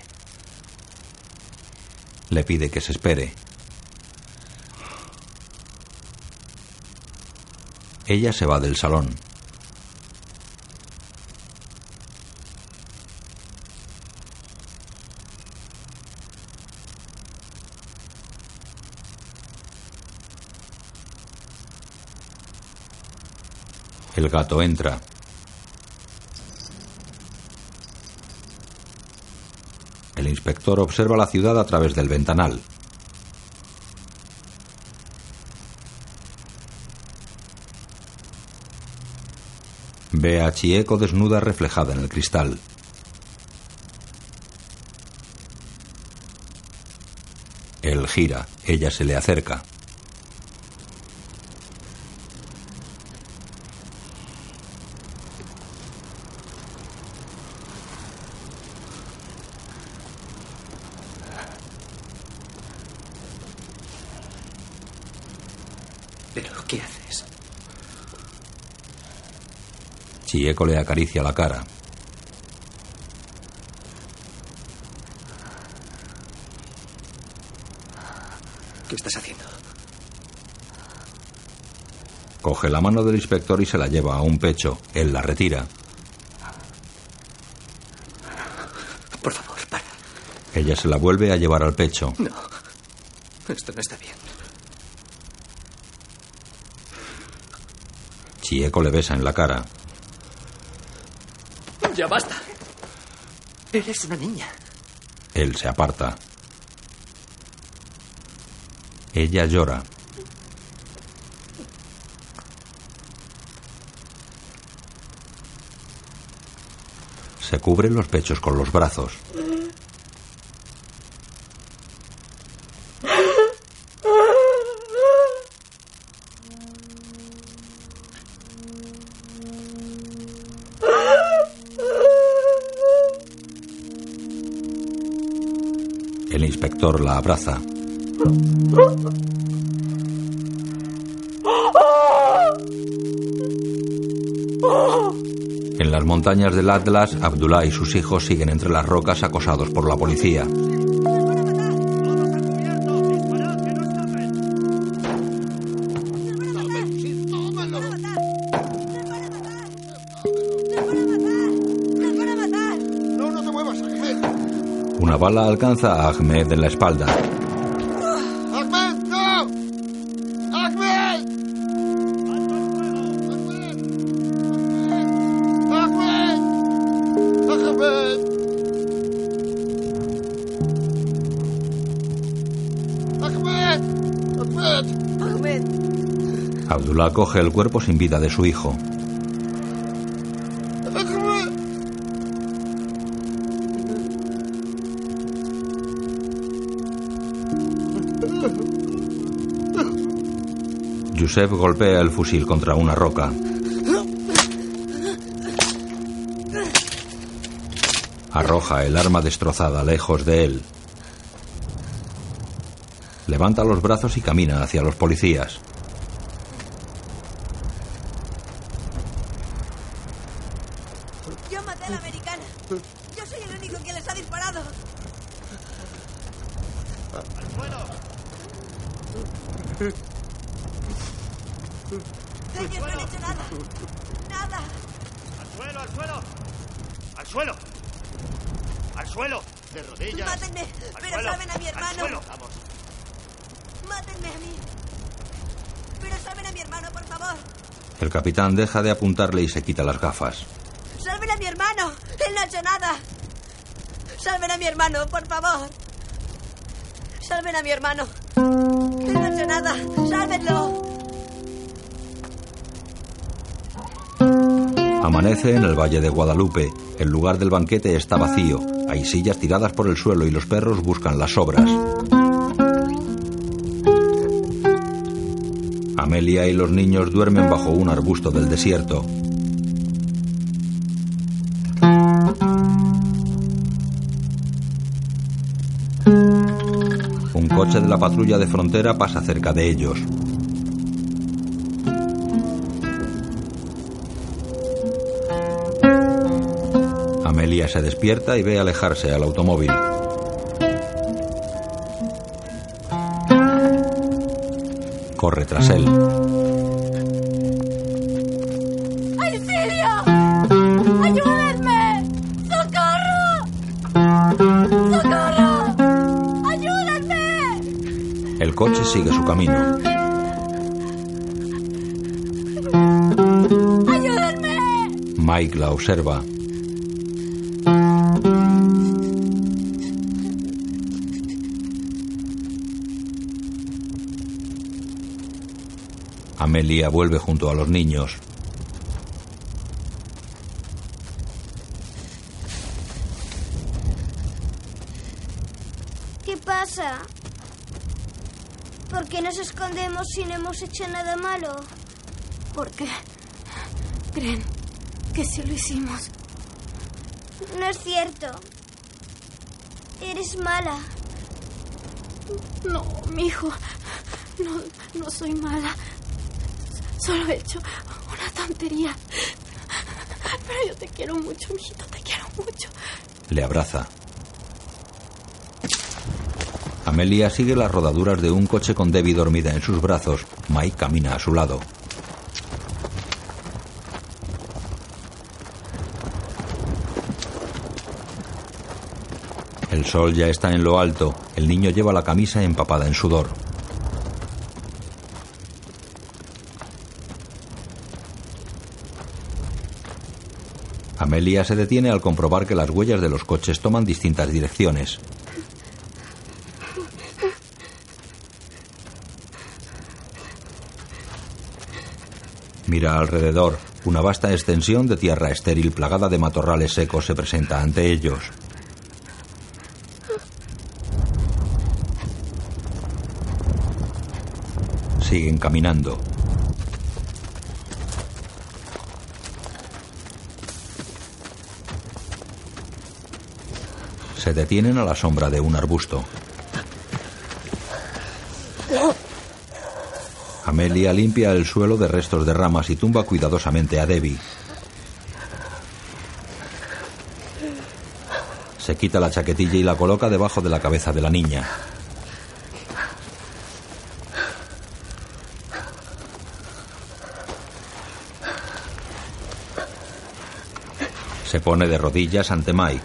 Le pide que se espere. Ella se va del salón. El gato entra. El inspector observa la ciudad a través del ventanal. Ve a Chieko desnuda reflejada en el cristal. Él gira. Ella se le acerca. ¿Pero qué haces? Chieko le acaricia la cara. ¿Qué estás haciendo? Coge la mano del inspector y se la lleva a un pecho. Él la retira. Por favor, para. Ella se la vuelve a llevar al pecho. No. Esto no está bien. Chieko le besa en la cara. ¡Ya basta! Eres una niña. Él se aparta. Ella llora. Se cubre los pechos con los brazos. El inspector la abraza. En las montañas del Atlas, Abdullah y sus hijos siguen entre las rocas acosados por la policía. Una bala alcanza a Ahmed en la espalda. ¡Ahmed, no! ¡Ahmed! ¡Ahmed! ¡Ahmed! Abdullah coge el cuerpo sin vida de su hijo. Yusef golpea el fusil contra una roca. Arroja el arma destrozada lejos de él. Levanta los brazos y camina hacia los policías. Yo maté a la americana. Yo soy el único que les ha disparado. ¡Al suelo! Ellos no han hecho nada. Nada. ¡Al suelo, al suelo! ¡Al suelo! ¡Al suelo! ¡De rodillas! Mátenme, pero salven a mi hermano. ¡Al suelo! ¡Vamos! Mátenme a mí. Pero salven a mi hermano, por favor. El capitán deja de apuntarle y se quita las gafas. ¡Salven a mi hermano! ¡Él no ha hecho nada! ¡Salven a mi hermano, por favor! ¡Salven a mi hermano! ¡Él no ha hecho nada! ¡Sálvenlo! Amanece en el Valle de Guadalupe. El lugar del banquete está vacío. Hay sillas tiradas por el suelo y los perros buscan las sobras. Amelia y los niños duermen bajo un arbusto del desierto. Un coche de la patrulla de frontera pasa cerca de ellos. Amelia se despierta y ve alejarse al automóvil. Corre tras él. ¡Auxilio! ¡Ayúdenme! ¡Socorro! ¡Socorro! ¡Ayúdenme! El coche sigue su camino. ¡Ayúdenme! Mike la observa. Amelia vuelve junto a los niños. ¿Qué pasa? ¿Por qué nos escondemos si no hemos hecho nada malo? Porque creen que sí lo hicimos. No es cierto. Eres mala. No, mijo. No soy mala. Solo he hecho una tontería. Pero yo te quiero mucho, mijito, te quiero mucho. Le abraza. Amelia sigue las rodaduras de un coche con Debbie dormida en sus brazos. Mike camina a su lado. El sol ya está en lo alto. El niño lleva la camisa empapada en sudor. Amelia se detiene al comprobar que las huellas de los coches toman distintas direcciones. Mira alrededor. Una vasta extensión de tierra estéril plagada de matorrales secos se presenta ante ellos. Siguen caminando. Se detienen a la sombra de un arbusto. Amelia limpia el suelo de restos de ramas y tumba cuidadosamente a Debbie. Se quita la chaquetilla y la coloca debajo de la cabeza de la niña. Se pone de rodillas ante Mike.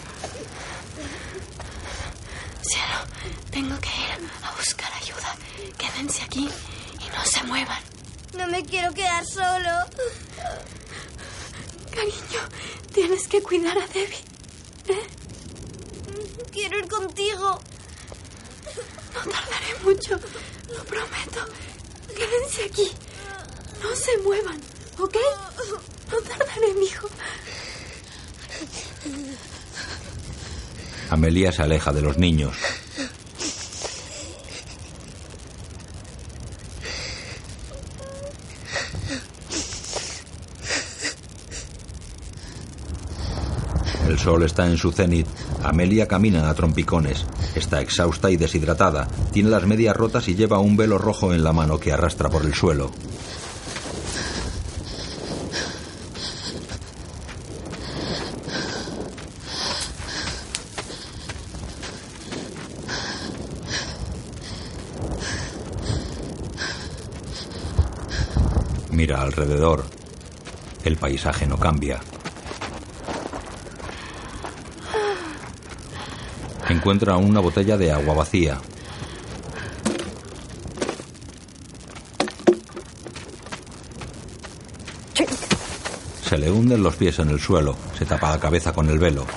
Cielo, tengo que ir a buscar ayuda. Quédense aquí y no se muevan. No me quiero quedar solo. Cariño, tienes que cuidar a Debbie. Quiero ir contigo. No tardaré mucho, lo prometo. Quédense aquí. No se muevan, ¿ok? No tardaré, mijo. Amelia se aleja de los niños. El sol está en su cenit. Amelia camina a trompicones. Está exhausta y deshidratada. Tiene las medias rotas y lleva un velo rojo en la mano que arrastra por el suelo. Mira alrededor. El paisaje no cambia. Encuentra una botella de agua vacía. Se le hunden los pies en el suelo. Se tapa la cabeza con el velo.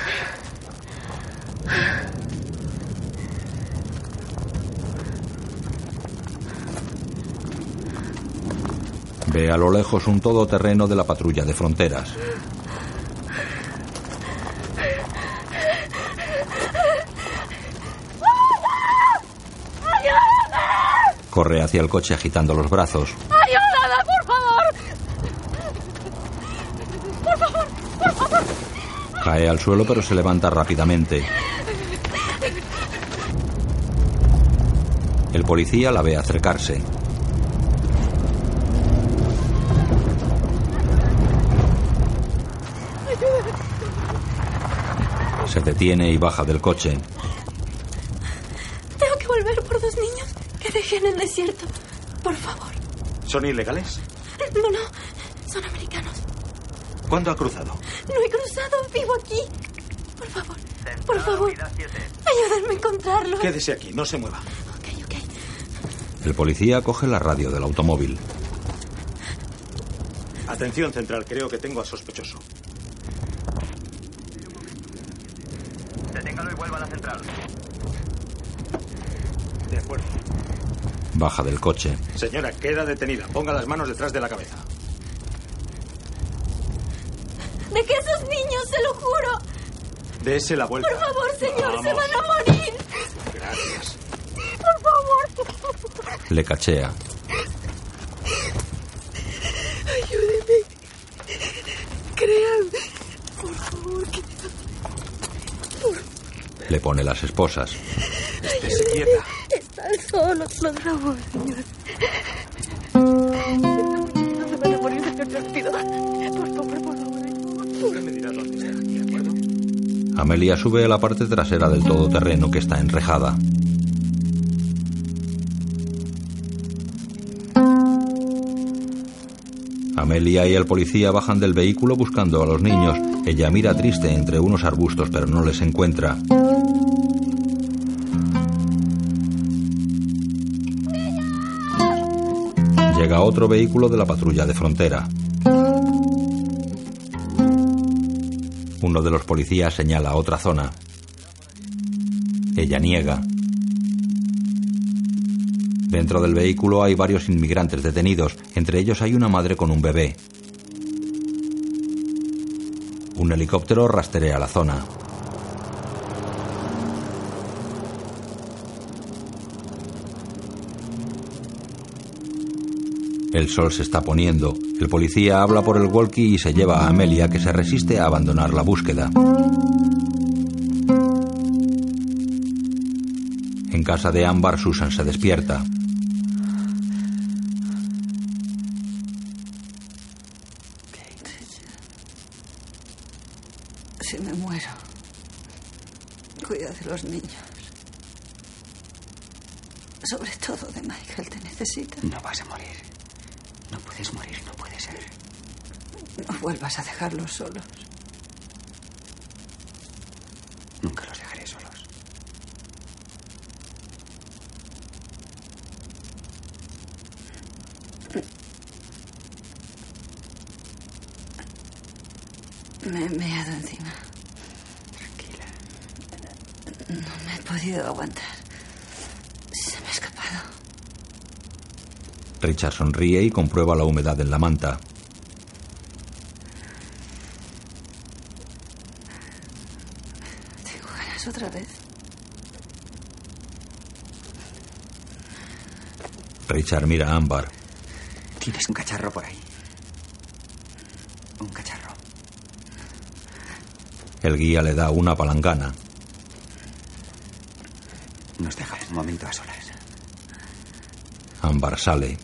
Ve a lo lejos un todoterreno de la patrulla de fronteras. Corre hacia el coche agitando los brazos. ¡Ayúdame, por favor! ¡Por favor! ¡Por favor! Cae al suelo pero se levanta rápidamente. El policía la ve acercarse. Se detiene y baja del coche. Tengo que volver por 2 niños que dejé en el desierto. Por favor. ¿Son ilegales? No, son americanos. ¿Cuándo ha cruzado? No he cruzado, vivo aquí. Por favor, ayúdenme a encontrarlo. Quédese aquí, no se mueva. Ok. El policía coge la radio del automóvil. Atención central, creo que tengo a sospechoso. Deténgalo y vuelva a la central. De acuerdo. Baja del coche. Señora, queda detenida. Ponga las manos detrás de la cabeza. Dejé a esos niños, se lo juro. Dese la vuelta. Por favor, señor, Vamos. se van a morir. Gracias. Por favor. Le cachea. Ayúdeme. Créanme. Por favor, Le pone las esposas. Estése quieta. Están solos, los favor, señor. No se van a morir, señor, te lo pido. Por favor. Usted me dirá dónde está aquí, ¿de acuerdo? Amelia sube a la parte trasera del todoterreno que está enrejada. Amelia y el policía bajan del vehículo buscando a los niños. Ella mira triste entre unos arbustos pero no les encuentra. Llega otro vehículo de la patrulla de frontera. Uno de los policías señala otra zona. Ella niega. Dentro del vehículo hay varios inmigrantes detenidos. Entre ellos hay una madre con un bebé. Un helicóptero rastrea la zona. El sol se está poniendo. El policía habla por el walkie y se lleva a Amelia, que se resiste a abandonar la búsqueda. En casa de Ámbar, Susan se despierta. Si me muero, cuida de los niños. Sobre todo de Michael, te necesita. No vas a morir. No puedes morir, no puede ser. No vuelvas a dejarlos solos. Nunca los dejaré solos. Me he meado encima. Tranquila. No me he podido aguantar. Se me ha escapado. Richard sonríe y comprueba la humedad en la manta. Tengo ganas otra vez. Richard mira a Ámbar. Tienes un cacharro por ahí. Un cacharro. El guía le da una palangana. Nos deja un momento a solas. Ámbar sale.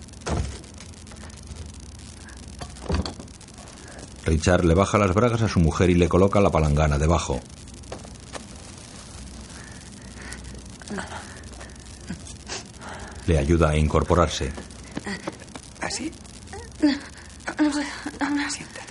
Richard le baja las bragas a su mujer y le coloca la palangana debajo. Le ayuda a incorporarse. ¿Así? Siéntate.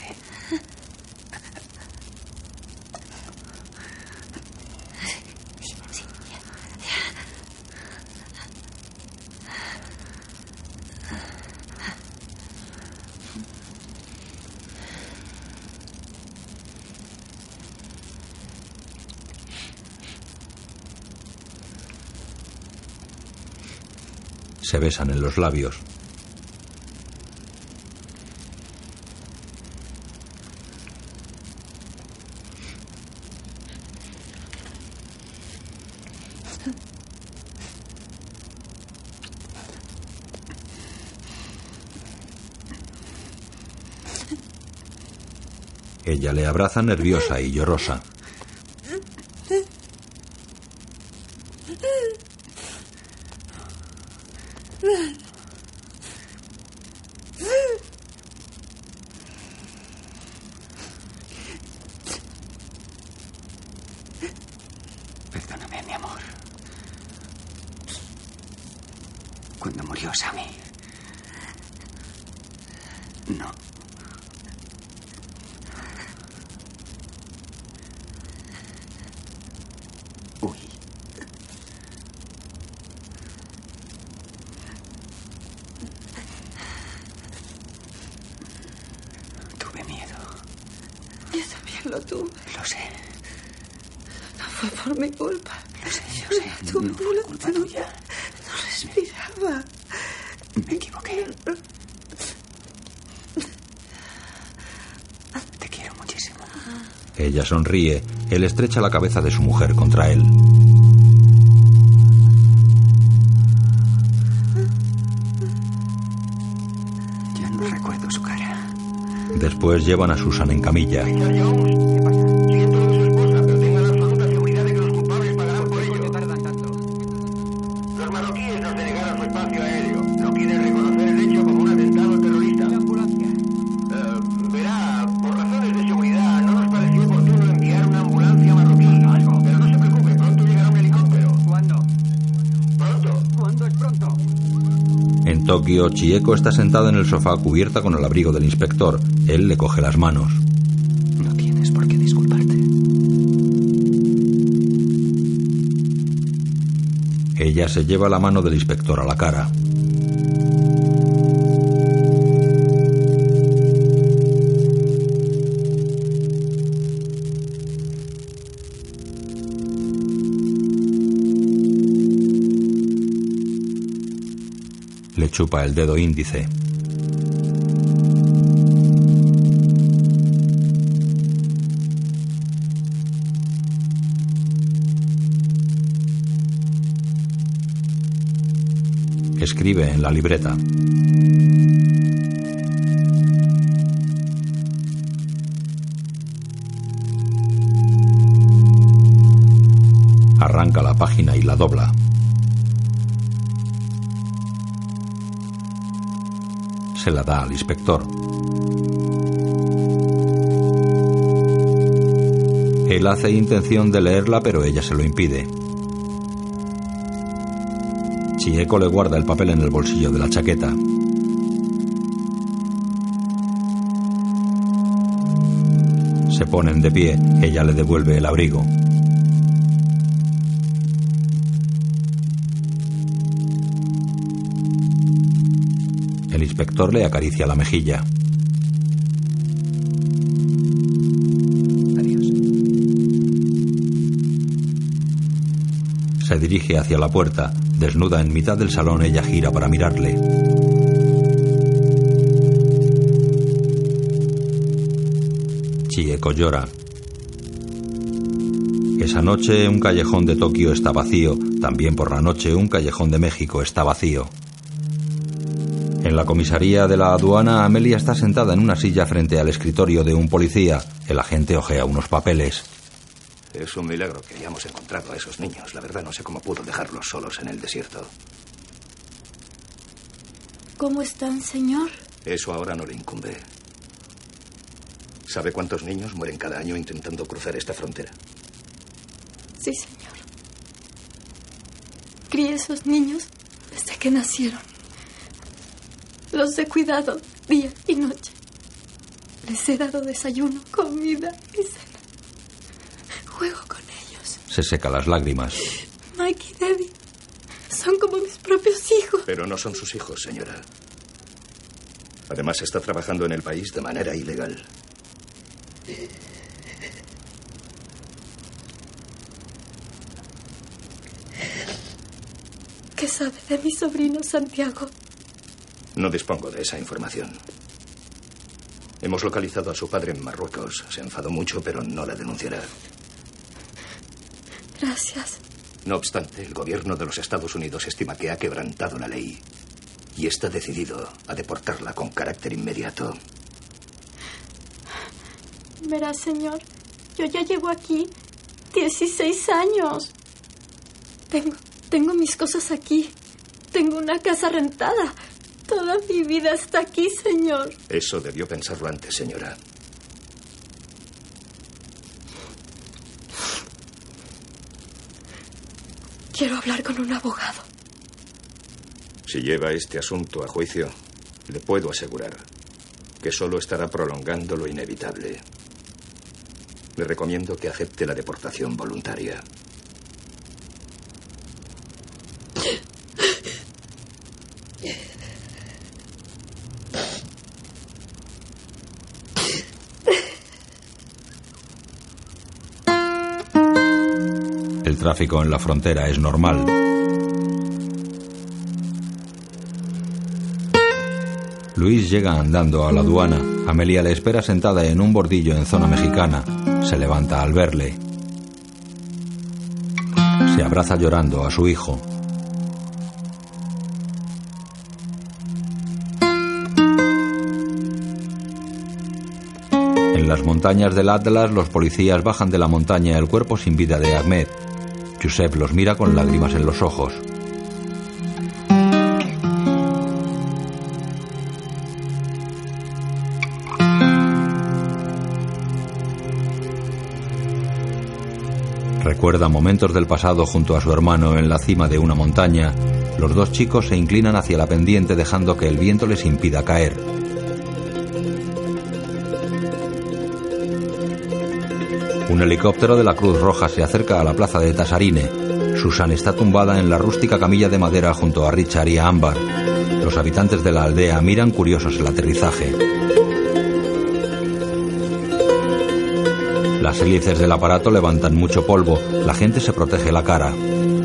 Se besan en los labios. Ella le abraza nerviosa y llorosa. Perdóname, mi amor. Cuando murió Sammy. No. Uy. Tuve miedo. Yo también lo tuve. Lo sé. No fue por mi culpa. Lo sé, yo sé. No fue culpa tuya. No respiraba. Me equivoqué. Te quiero muchísimo. Ella sonríe. Él estrecha la cabeza de su mujer contra él. Ya no recuerdo su cara. Después llevan a Susan en camilla. Los marroquíes nos denegaron su espacio aéreo. No quieren reconocer el hecho como un atentado terrorista. ¿La ambulancia? Verá, por razones de seguridad no nos pareció oportuno enviar una ambulancia marroquí. Pero no se preocupe, pronto llegará un helicóptero. ¿Cuándo? Pronto. ¿Cuándo es pronto? En Tokio, Chieko está sentada en el sofá cubierta con el abrigo del inspector. Él le coge las manos. No tienes por qué disculparte. Ella se lleva la mano del inspector a la cara. Le chupa el dedo índice. Escribe en la libreta. Arranca la página y la dobla. Se la da al inspector. Él hace intención de leerla, pero ella se lo impide. Chieko le guarda el papel en el bolsillo de la chaqueta. Se ponen de pie. Ella le devuelve el abrigo. El inspector le acaricia la mejilla. Adiós. Se dirige hacia la puerta. Desnuda en mitad del salón, ella gira para mirarle. Chieko llora. Esa noche un callejón de Tokio está vacío. También por la noche un callejón de México está vacío. En la comisaría de la aduana, Amelia está sentada en una silla frente al escritorio de un policía. El agente hojea unos papeles. Es un milagro que hayamos encontrado a esos niños. La verdad no sé cómo pudo dejarlos solos en el desierto. ¿Cómo están, señor? Eso ahora no le incumbe. ¿Sabe cuántos niños mueren cada año intentando cruzar esta frontera? Sí, señor. Crié esos niños desde que nacieron. Los he cuidado día y noche. Les he dado desayuno, comida y cena. Juego con ellos. Se seca las lágrimas. Mike y Debbie son como mis propios hijos. Pero no son sus hijos, señora. Además, está trabajando en el país de manera ilegal. ¿Qué sabe de mi sobrino Santiago? No dispongo de esa información. Hemos localizado a su padre en Marruecos. Se enfadó mucho, pero no la denunciará. Gracias. No obstante, el gobierno de los Estados Unidos estima que ha quebrantado la ley y está decidido a deportarla con carácter inmediato. Verá, señor, yo ya llevo aquí 16 años. Tengo mis cosas aquí. Tengo una casa rentada. Toda mi vida está aquí, señor. Eso debió pensarlo antes, señora. Quiero hablar con un abogado. Si lleva este asunto a juicio, le puedo asegurar que solo estará prolongando lo inevitable. Le recomiendo que acepte la deportación voluntaria. El tráfico en la frontera es normal. Luis llega andando a la aduana. Amelia le espera sentada en un bordillo en zona mexicana. Se levanta al verle. Se abraza llorando a su hijo. En las montañas del Atlas, los policías bajan de la montaña el cuerpo sin vida de Ahmed. Josep los mira con lágrimas en los ojos. Recuerda momentos del pasado junto a su hermano en la cima de una montaña. Los dos chicos se inclinan hacia la pendiente dejando que el viento les impida caer. Un helicóptero de la Cruz Roja se acerca a la plaza de Tasarine. Susan está tumbada en la rústica camilla de madera junto a Richard y a Ámbar. Los habitantes de la aldea miran curiosos el aterrizaje. Las hélices del aparato levantan mucho polvo. La gente se protege la cara.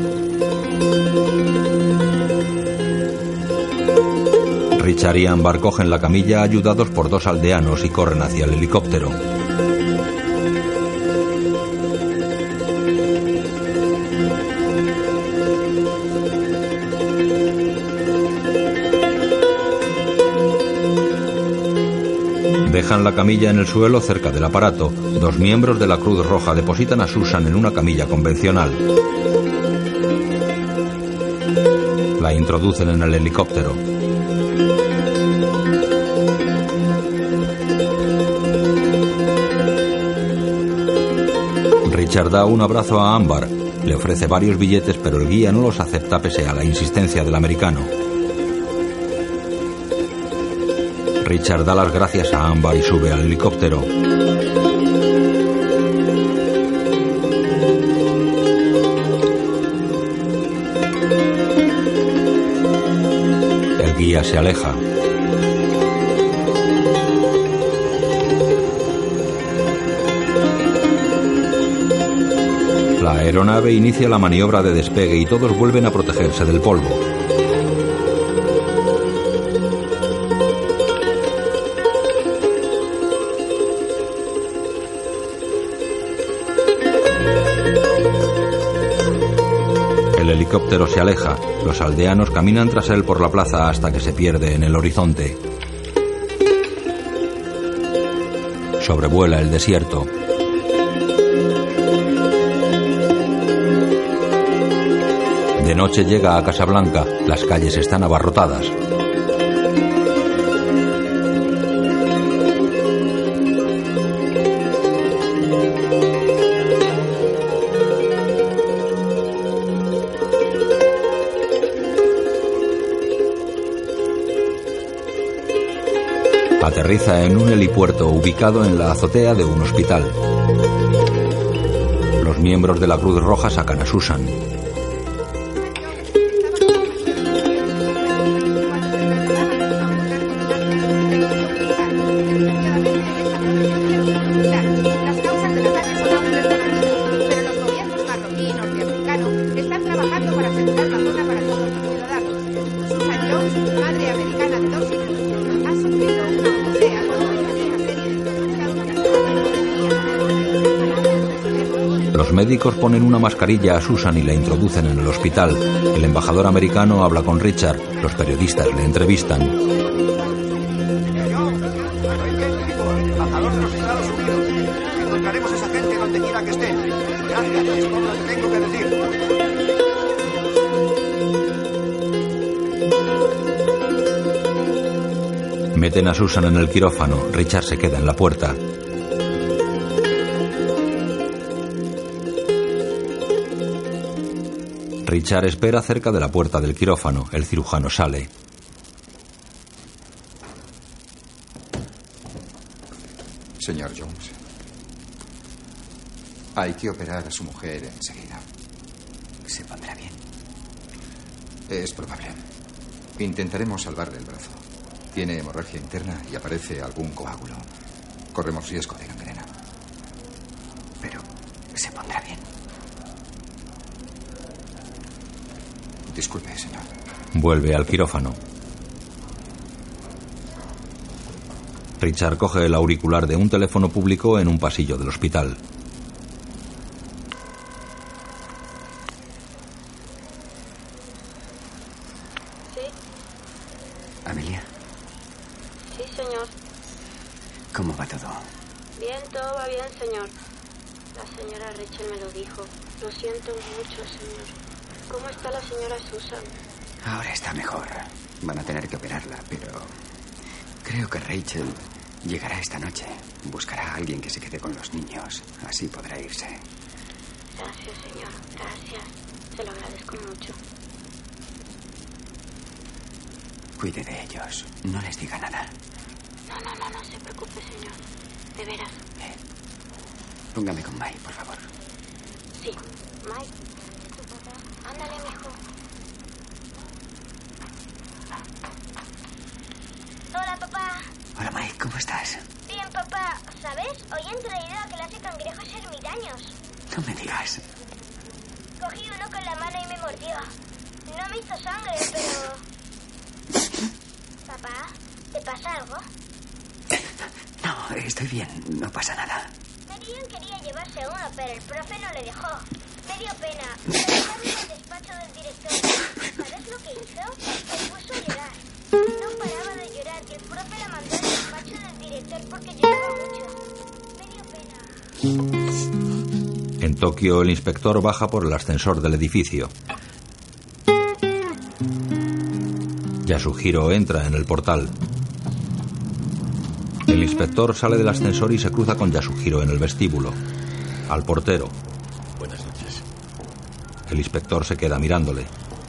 Richard y Ámbar cogen la camilla ayudados por dos aldeanos y corren hacia el helicóptero. Dejan la camilla en el suelo cerca del aparato. Dos miembros de la Cruz Roja depositan a Susan en una camilla convencional. La introducen en el helicóptero. Richard da un abrazo a Ámbar. Le ofrece varios billetes, pero el guía no los acepta pese a la insistencia del americano. Richard da las gracias a Ámbar y sube al helicóptero. El guía se aleja. La aeronave inicia la maniobra de despegue y todos vuelven a protegerse del polvo. helicóptero se aleja. Los aldeanos caminan tras él por la plaza hasta que se pierde en el horizonte. Sobrevuela el desierto. De noche llega a Casablanca. Las calles están abarrotadas. Aterriza en un helipuerto ubicado en la azotea de un hospital. Los miembros de la Cruz Roja sacan a Susan. Los médicos ponen una mascarilla a Susan y la introducen en el hospital. El embajador americano habla con Richard. Los periodistas le entrevistan. Embajador de los Estados Unidos. Encontraremos a esa gente donde quiera que esté. Gracias, es todo lo que tengo que decir. Meten a Susan en el quirófano. Richard se queda en la puerta. Richard espera cerca de la puerta del quirófano. El cirujano sale. Señor Jones, hay que operar a su mujer enseguida. Se pondrá bien. Es probable. Intentaremos salvarle el brazo. Tiene hemorragia interna y aparece algún coágulo. Corremos riesgo de gangrena. Pero se pondrá bien. Disculpe, señor. Vuelve al quirófano. Richard coge el auricular de un teléfono público en un pasillo del hospital. Sí. ¿Amelia? Sí, señor. ¿Cómo va todo? Bien, todo va bien, señor. La señora Rachel me lo dijo. Lo siento mucho, señor. ¿Cómo está la señora Susan? Ahora está mejor. Van a tener que operarla, pero creo que Rachel llegará esta noche. Buscará a alguien que se quede con los niños. Así podrá irse. Gracias, señor. Gracias. Se lo agradezco mucho. Cuide de ellos. No les diga nada. No se preocupe, señor. De veras. Póngame con Mike, por favor. Sí. Mike. Ándale, mijo. Hola, papá. Hola, Mike, ¿cómo estás? Bien, papá. ¿Sabes? Hoy he traído a clase cangrejos ermitaños. No me digas. Cogí uno con la mano y me mordió. No me hizo sangre, pero... Papá, ¿te pasa algo? No, estoy bien. No pasa nada. Marian quería llevarse uno, pero el profe no le dejó. Me dio pena. Lo dejamos en el despacho del director. ¿Sabes lo que hizo? Se puso a llorar. No paraba de llorar y el profe la mandó al despacho del director porque lloraba mucho. Me dio pena. En Tokio, el inspector baja por el ascensor del edificio. Yasuhiro entra en el portal. El inspector sale del ascensor y se cruza con Yasuhiro en el vestíbulo. Al portero. Buenas noches. El inspector se queda mirándole.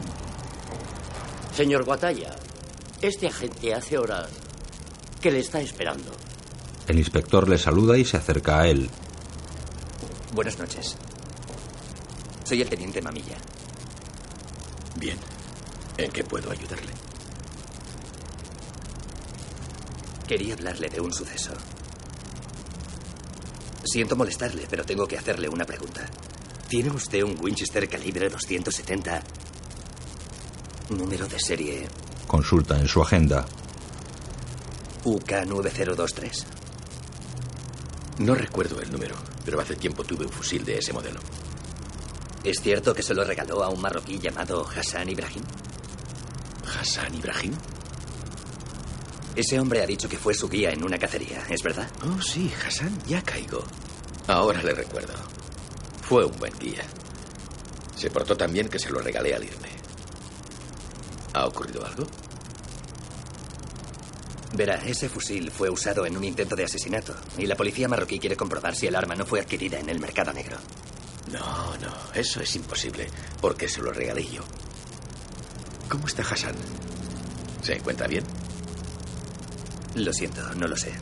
Señor Wataya, este agente hace horas que le está esperando. El inspector le saluda y se acerca a él. Buenas noches. Soy el teniente Mamilla. Bien. ¿En qué puedo ayudarle? Quería hablarle de un suceso. Siento molestarle, pero tengo que hacerle una pregunta. ¿Tiene usted un Winchester calibre 270? Número de serie... Consulta en su agenda. UK9023. No recuerdo el número, pero hace tiempo tuve un fusil de ese modelo. ¿Es cierto que se lo regaló a un marroquí llamado Hassan Ibrahim? ¿Hassan Ibrahim? Ese hombre ha dicho que fue su guía en una cacería, ¿es verdad? Oh, sí, Hassan, ya caigo. Ahora le recuerdo. Fue un buen guía. Se portó tan bien que se lo regalé al irme. ¿Ha ocurrido algo? Verá, ese fusil fue usado en un intento de asesinato y la policía marroquí quiere comprobar si el arma no fue adquirida en el mercado negro. No, eso es imposible, porque se lo regalé yo. ¿Cómo está Hassan? ¿Se encuentra bien? Lo siento, no lo sé.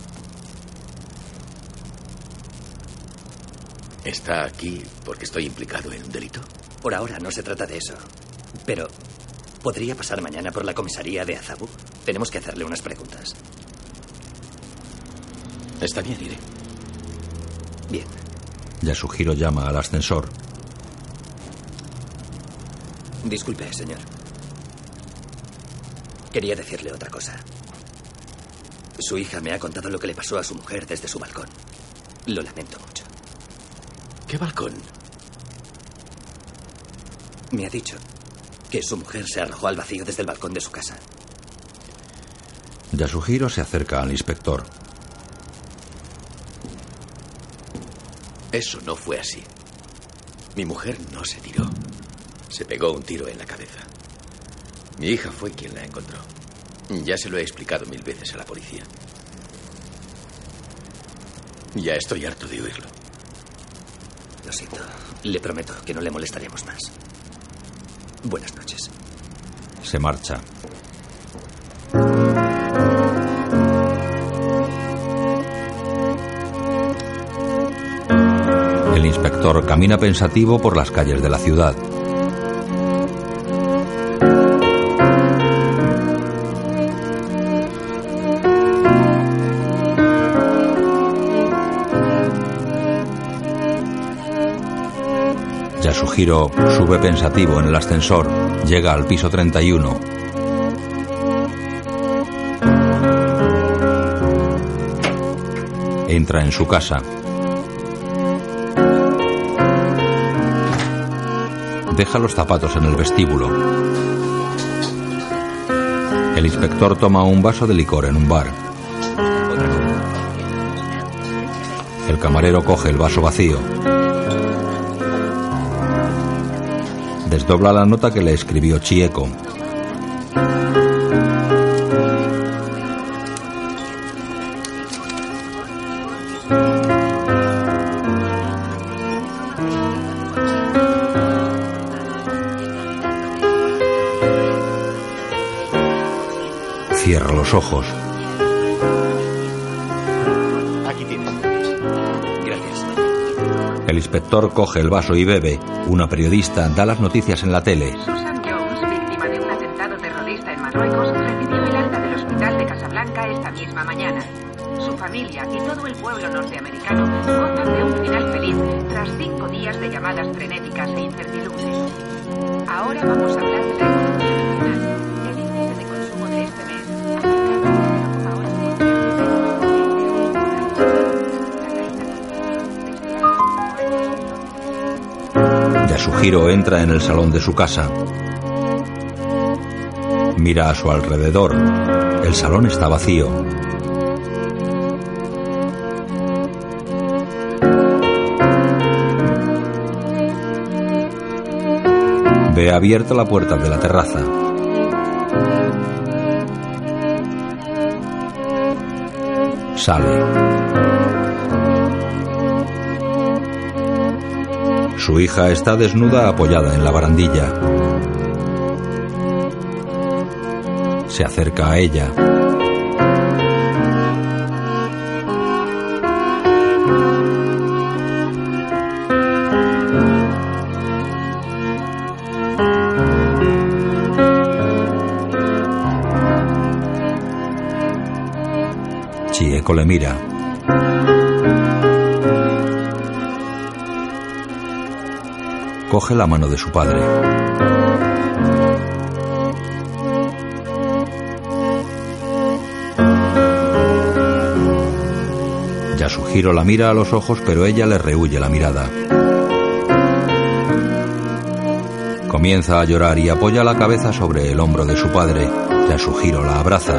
¿Está aquí porque estoy implicado en un delito? Por ahora no se trata de eso. Pero, ¿podría pasar mañana por la comisaría de Azabu? Tenemos que hacerle unas preguntas. Está bien, iré. Bien. Yasuhiro llama al ascensor. Disculpe, señor. Quería decirle otra cosa. Su hija me ha contado lo que le pasó a su mujer desde su balcón. Lo lamento mucho. ¿Qué balcón? Me ha dicho que su mujer se arrojó al vacío desde el balcón de su casa. Yasuhiro se acerca al inspector. Eso no fue así. Mi mujer no se tiró. Se pegó un tiro en la cabeza. Mi hija fue quien la encontró. Ya se lo he explicado 1000 veces a la policía. Ya estoy harto de oírlo. Lo siento. Le prometo que no le molestaremos más. Buenas noches. Se marcha. El inspector camina pensativo por las calles de la ciudad. Yasuhiro sube pensativo en el ascensor. Llega al piso 31. Entra en su casa. Deja los zapatos en el vestíbulo. El inspector toma un vaso de licor en un bar. El camarero coge el vaso vacío. Desdobla la nota que le escribió Chieko. Cierra los ojos. Aquí tienes. Gracias. El inspector coge el vaso y bebe. Una periodista da las noticias en la tele. Susan Jones, víctima de un atentado terrorista en Marruecos, recibió el alta del hospital de Casablanca esta misma mañana. Su familia y todo el pueblo norteamericano gozan de un final feliz tras 5 días de llamadas frenéticas e incertidumbre. Ahora vamos a hablar de la economía nacional. El índice de consumo de este mes Yasuhiro entra en el salón de su casa. Mira a su alrededor. El salón está vacío. Ve abierta la puerta de la terraza. Sale. Su hija está desnuda apoyada en la barandilla. Se acerca a ella. Chieko le mira. Coge la mano de su padre. Yasuhiro la mira a los ojos, pero ella le rehúye la mirada. Comienza a llorar y apoya la cabeza sobre el hombro de su padre. Yasuhiro la abraza.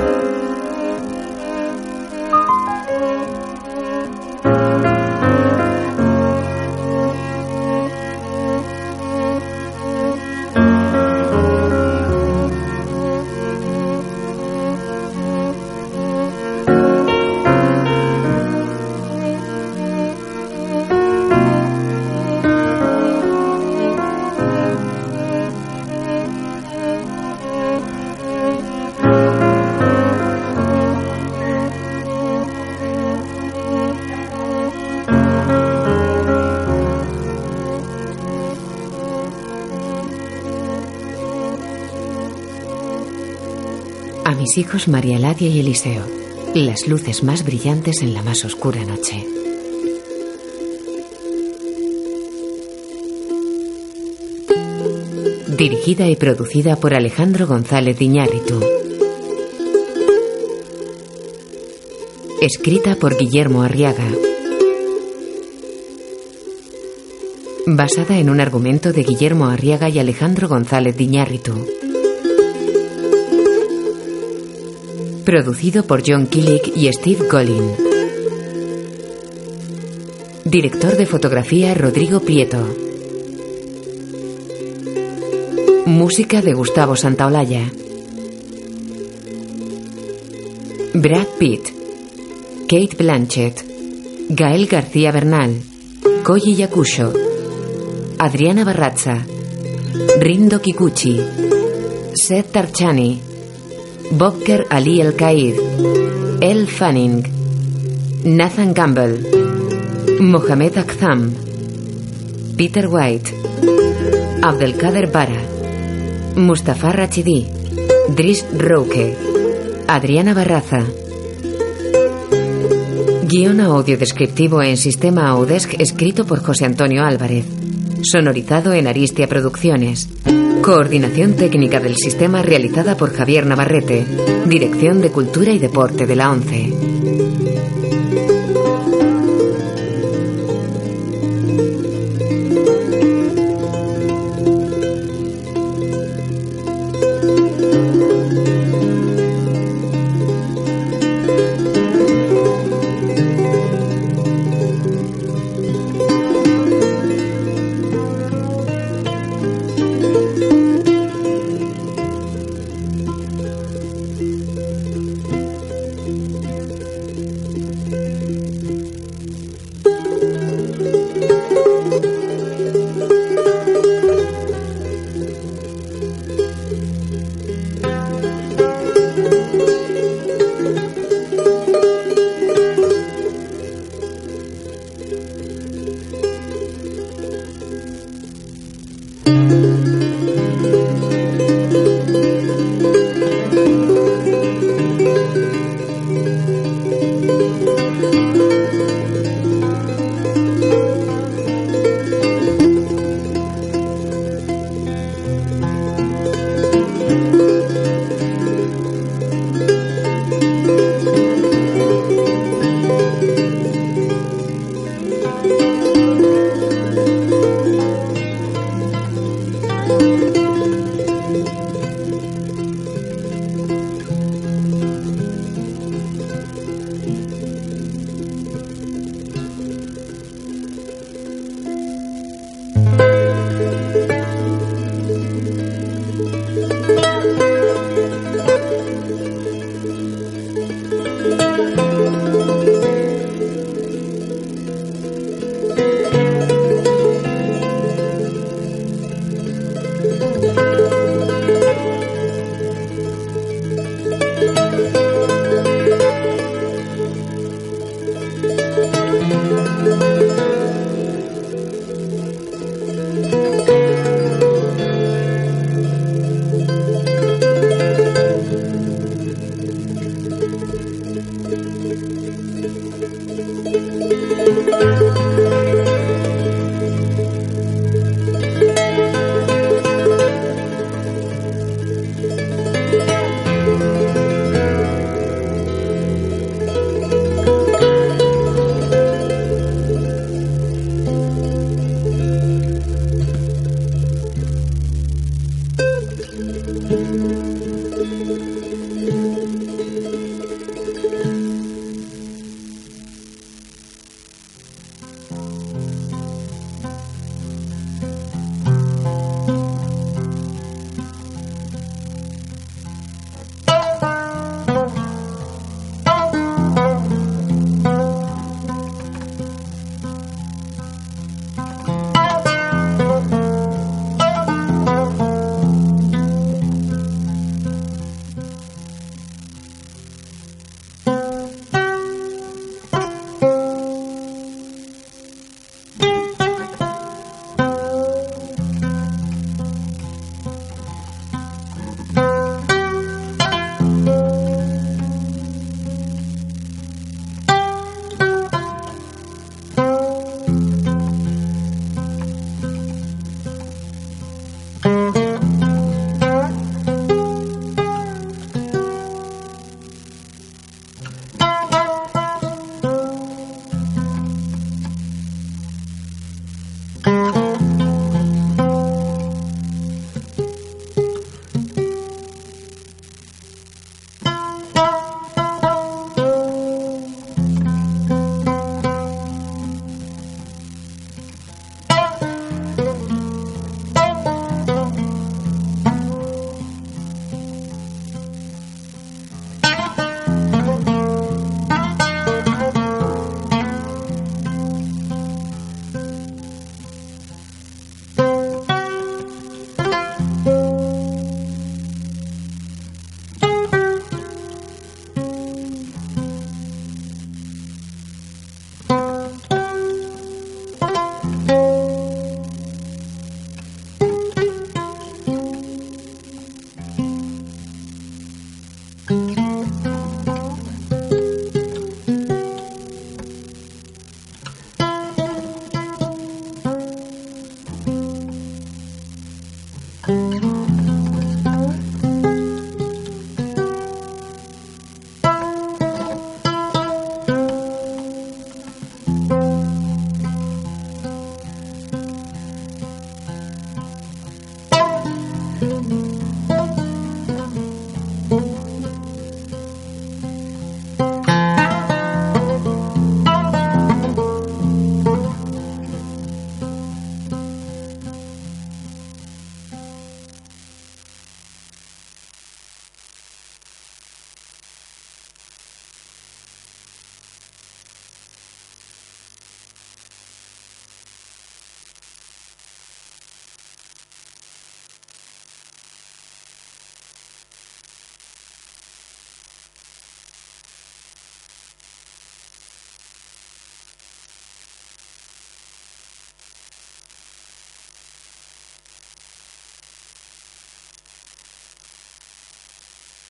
A mis hijos María Ladia y Eliseo, las luces más brillantes en la más oscura noche. Dirigida y producida por Alejandro González Iñárritu. Escrita por Guillermo Arriaga. Basada en un argumento de Guillermo Arriaga y Alejandro González Iñárritu. Producido por John Killick y Steve Golin. Director de fotografía Rodrigo Prieto. Música de Gustavo Santaolalla. Brad Pitt, Kate Blanchett, Gael García Bernal, Koji Yakusho, Adriana Barrazza, Rindo Kikuchi, Seth Tarchani, Bobker Ali El-Qaid, Elle Fanning, Nathan Campbell, Mohamed Aktham, Peter White, Abdelkader Bara, Mustafa Rachidi, Driss Rouke, Adriana Barraza. Guión audio descriptivo en sistema Audesc escrito por José Antonio Álvarez. Sonorizado en Aristia Producciones. Coordinación técnica del sistema realizada por Javier Navarrete. Dirección de Cultura y Deporte de la ONCE.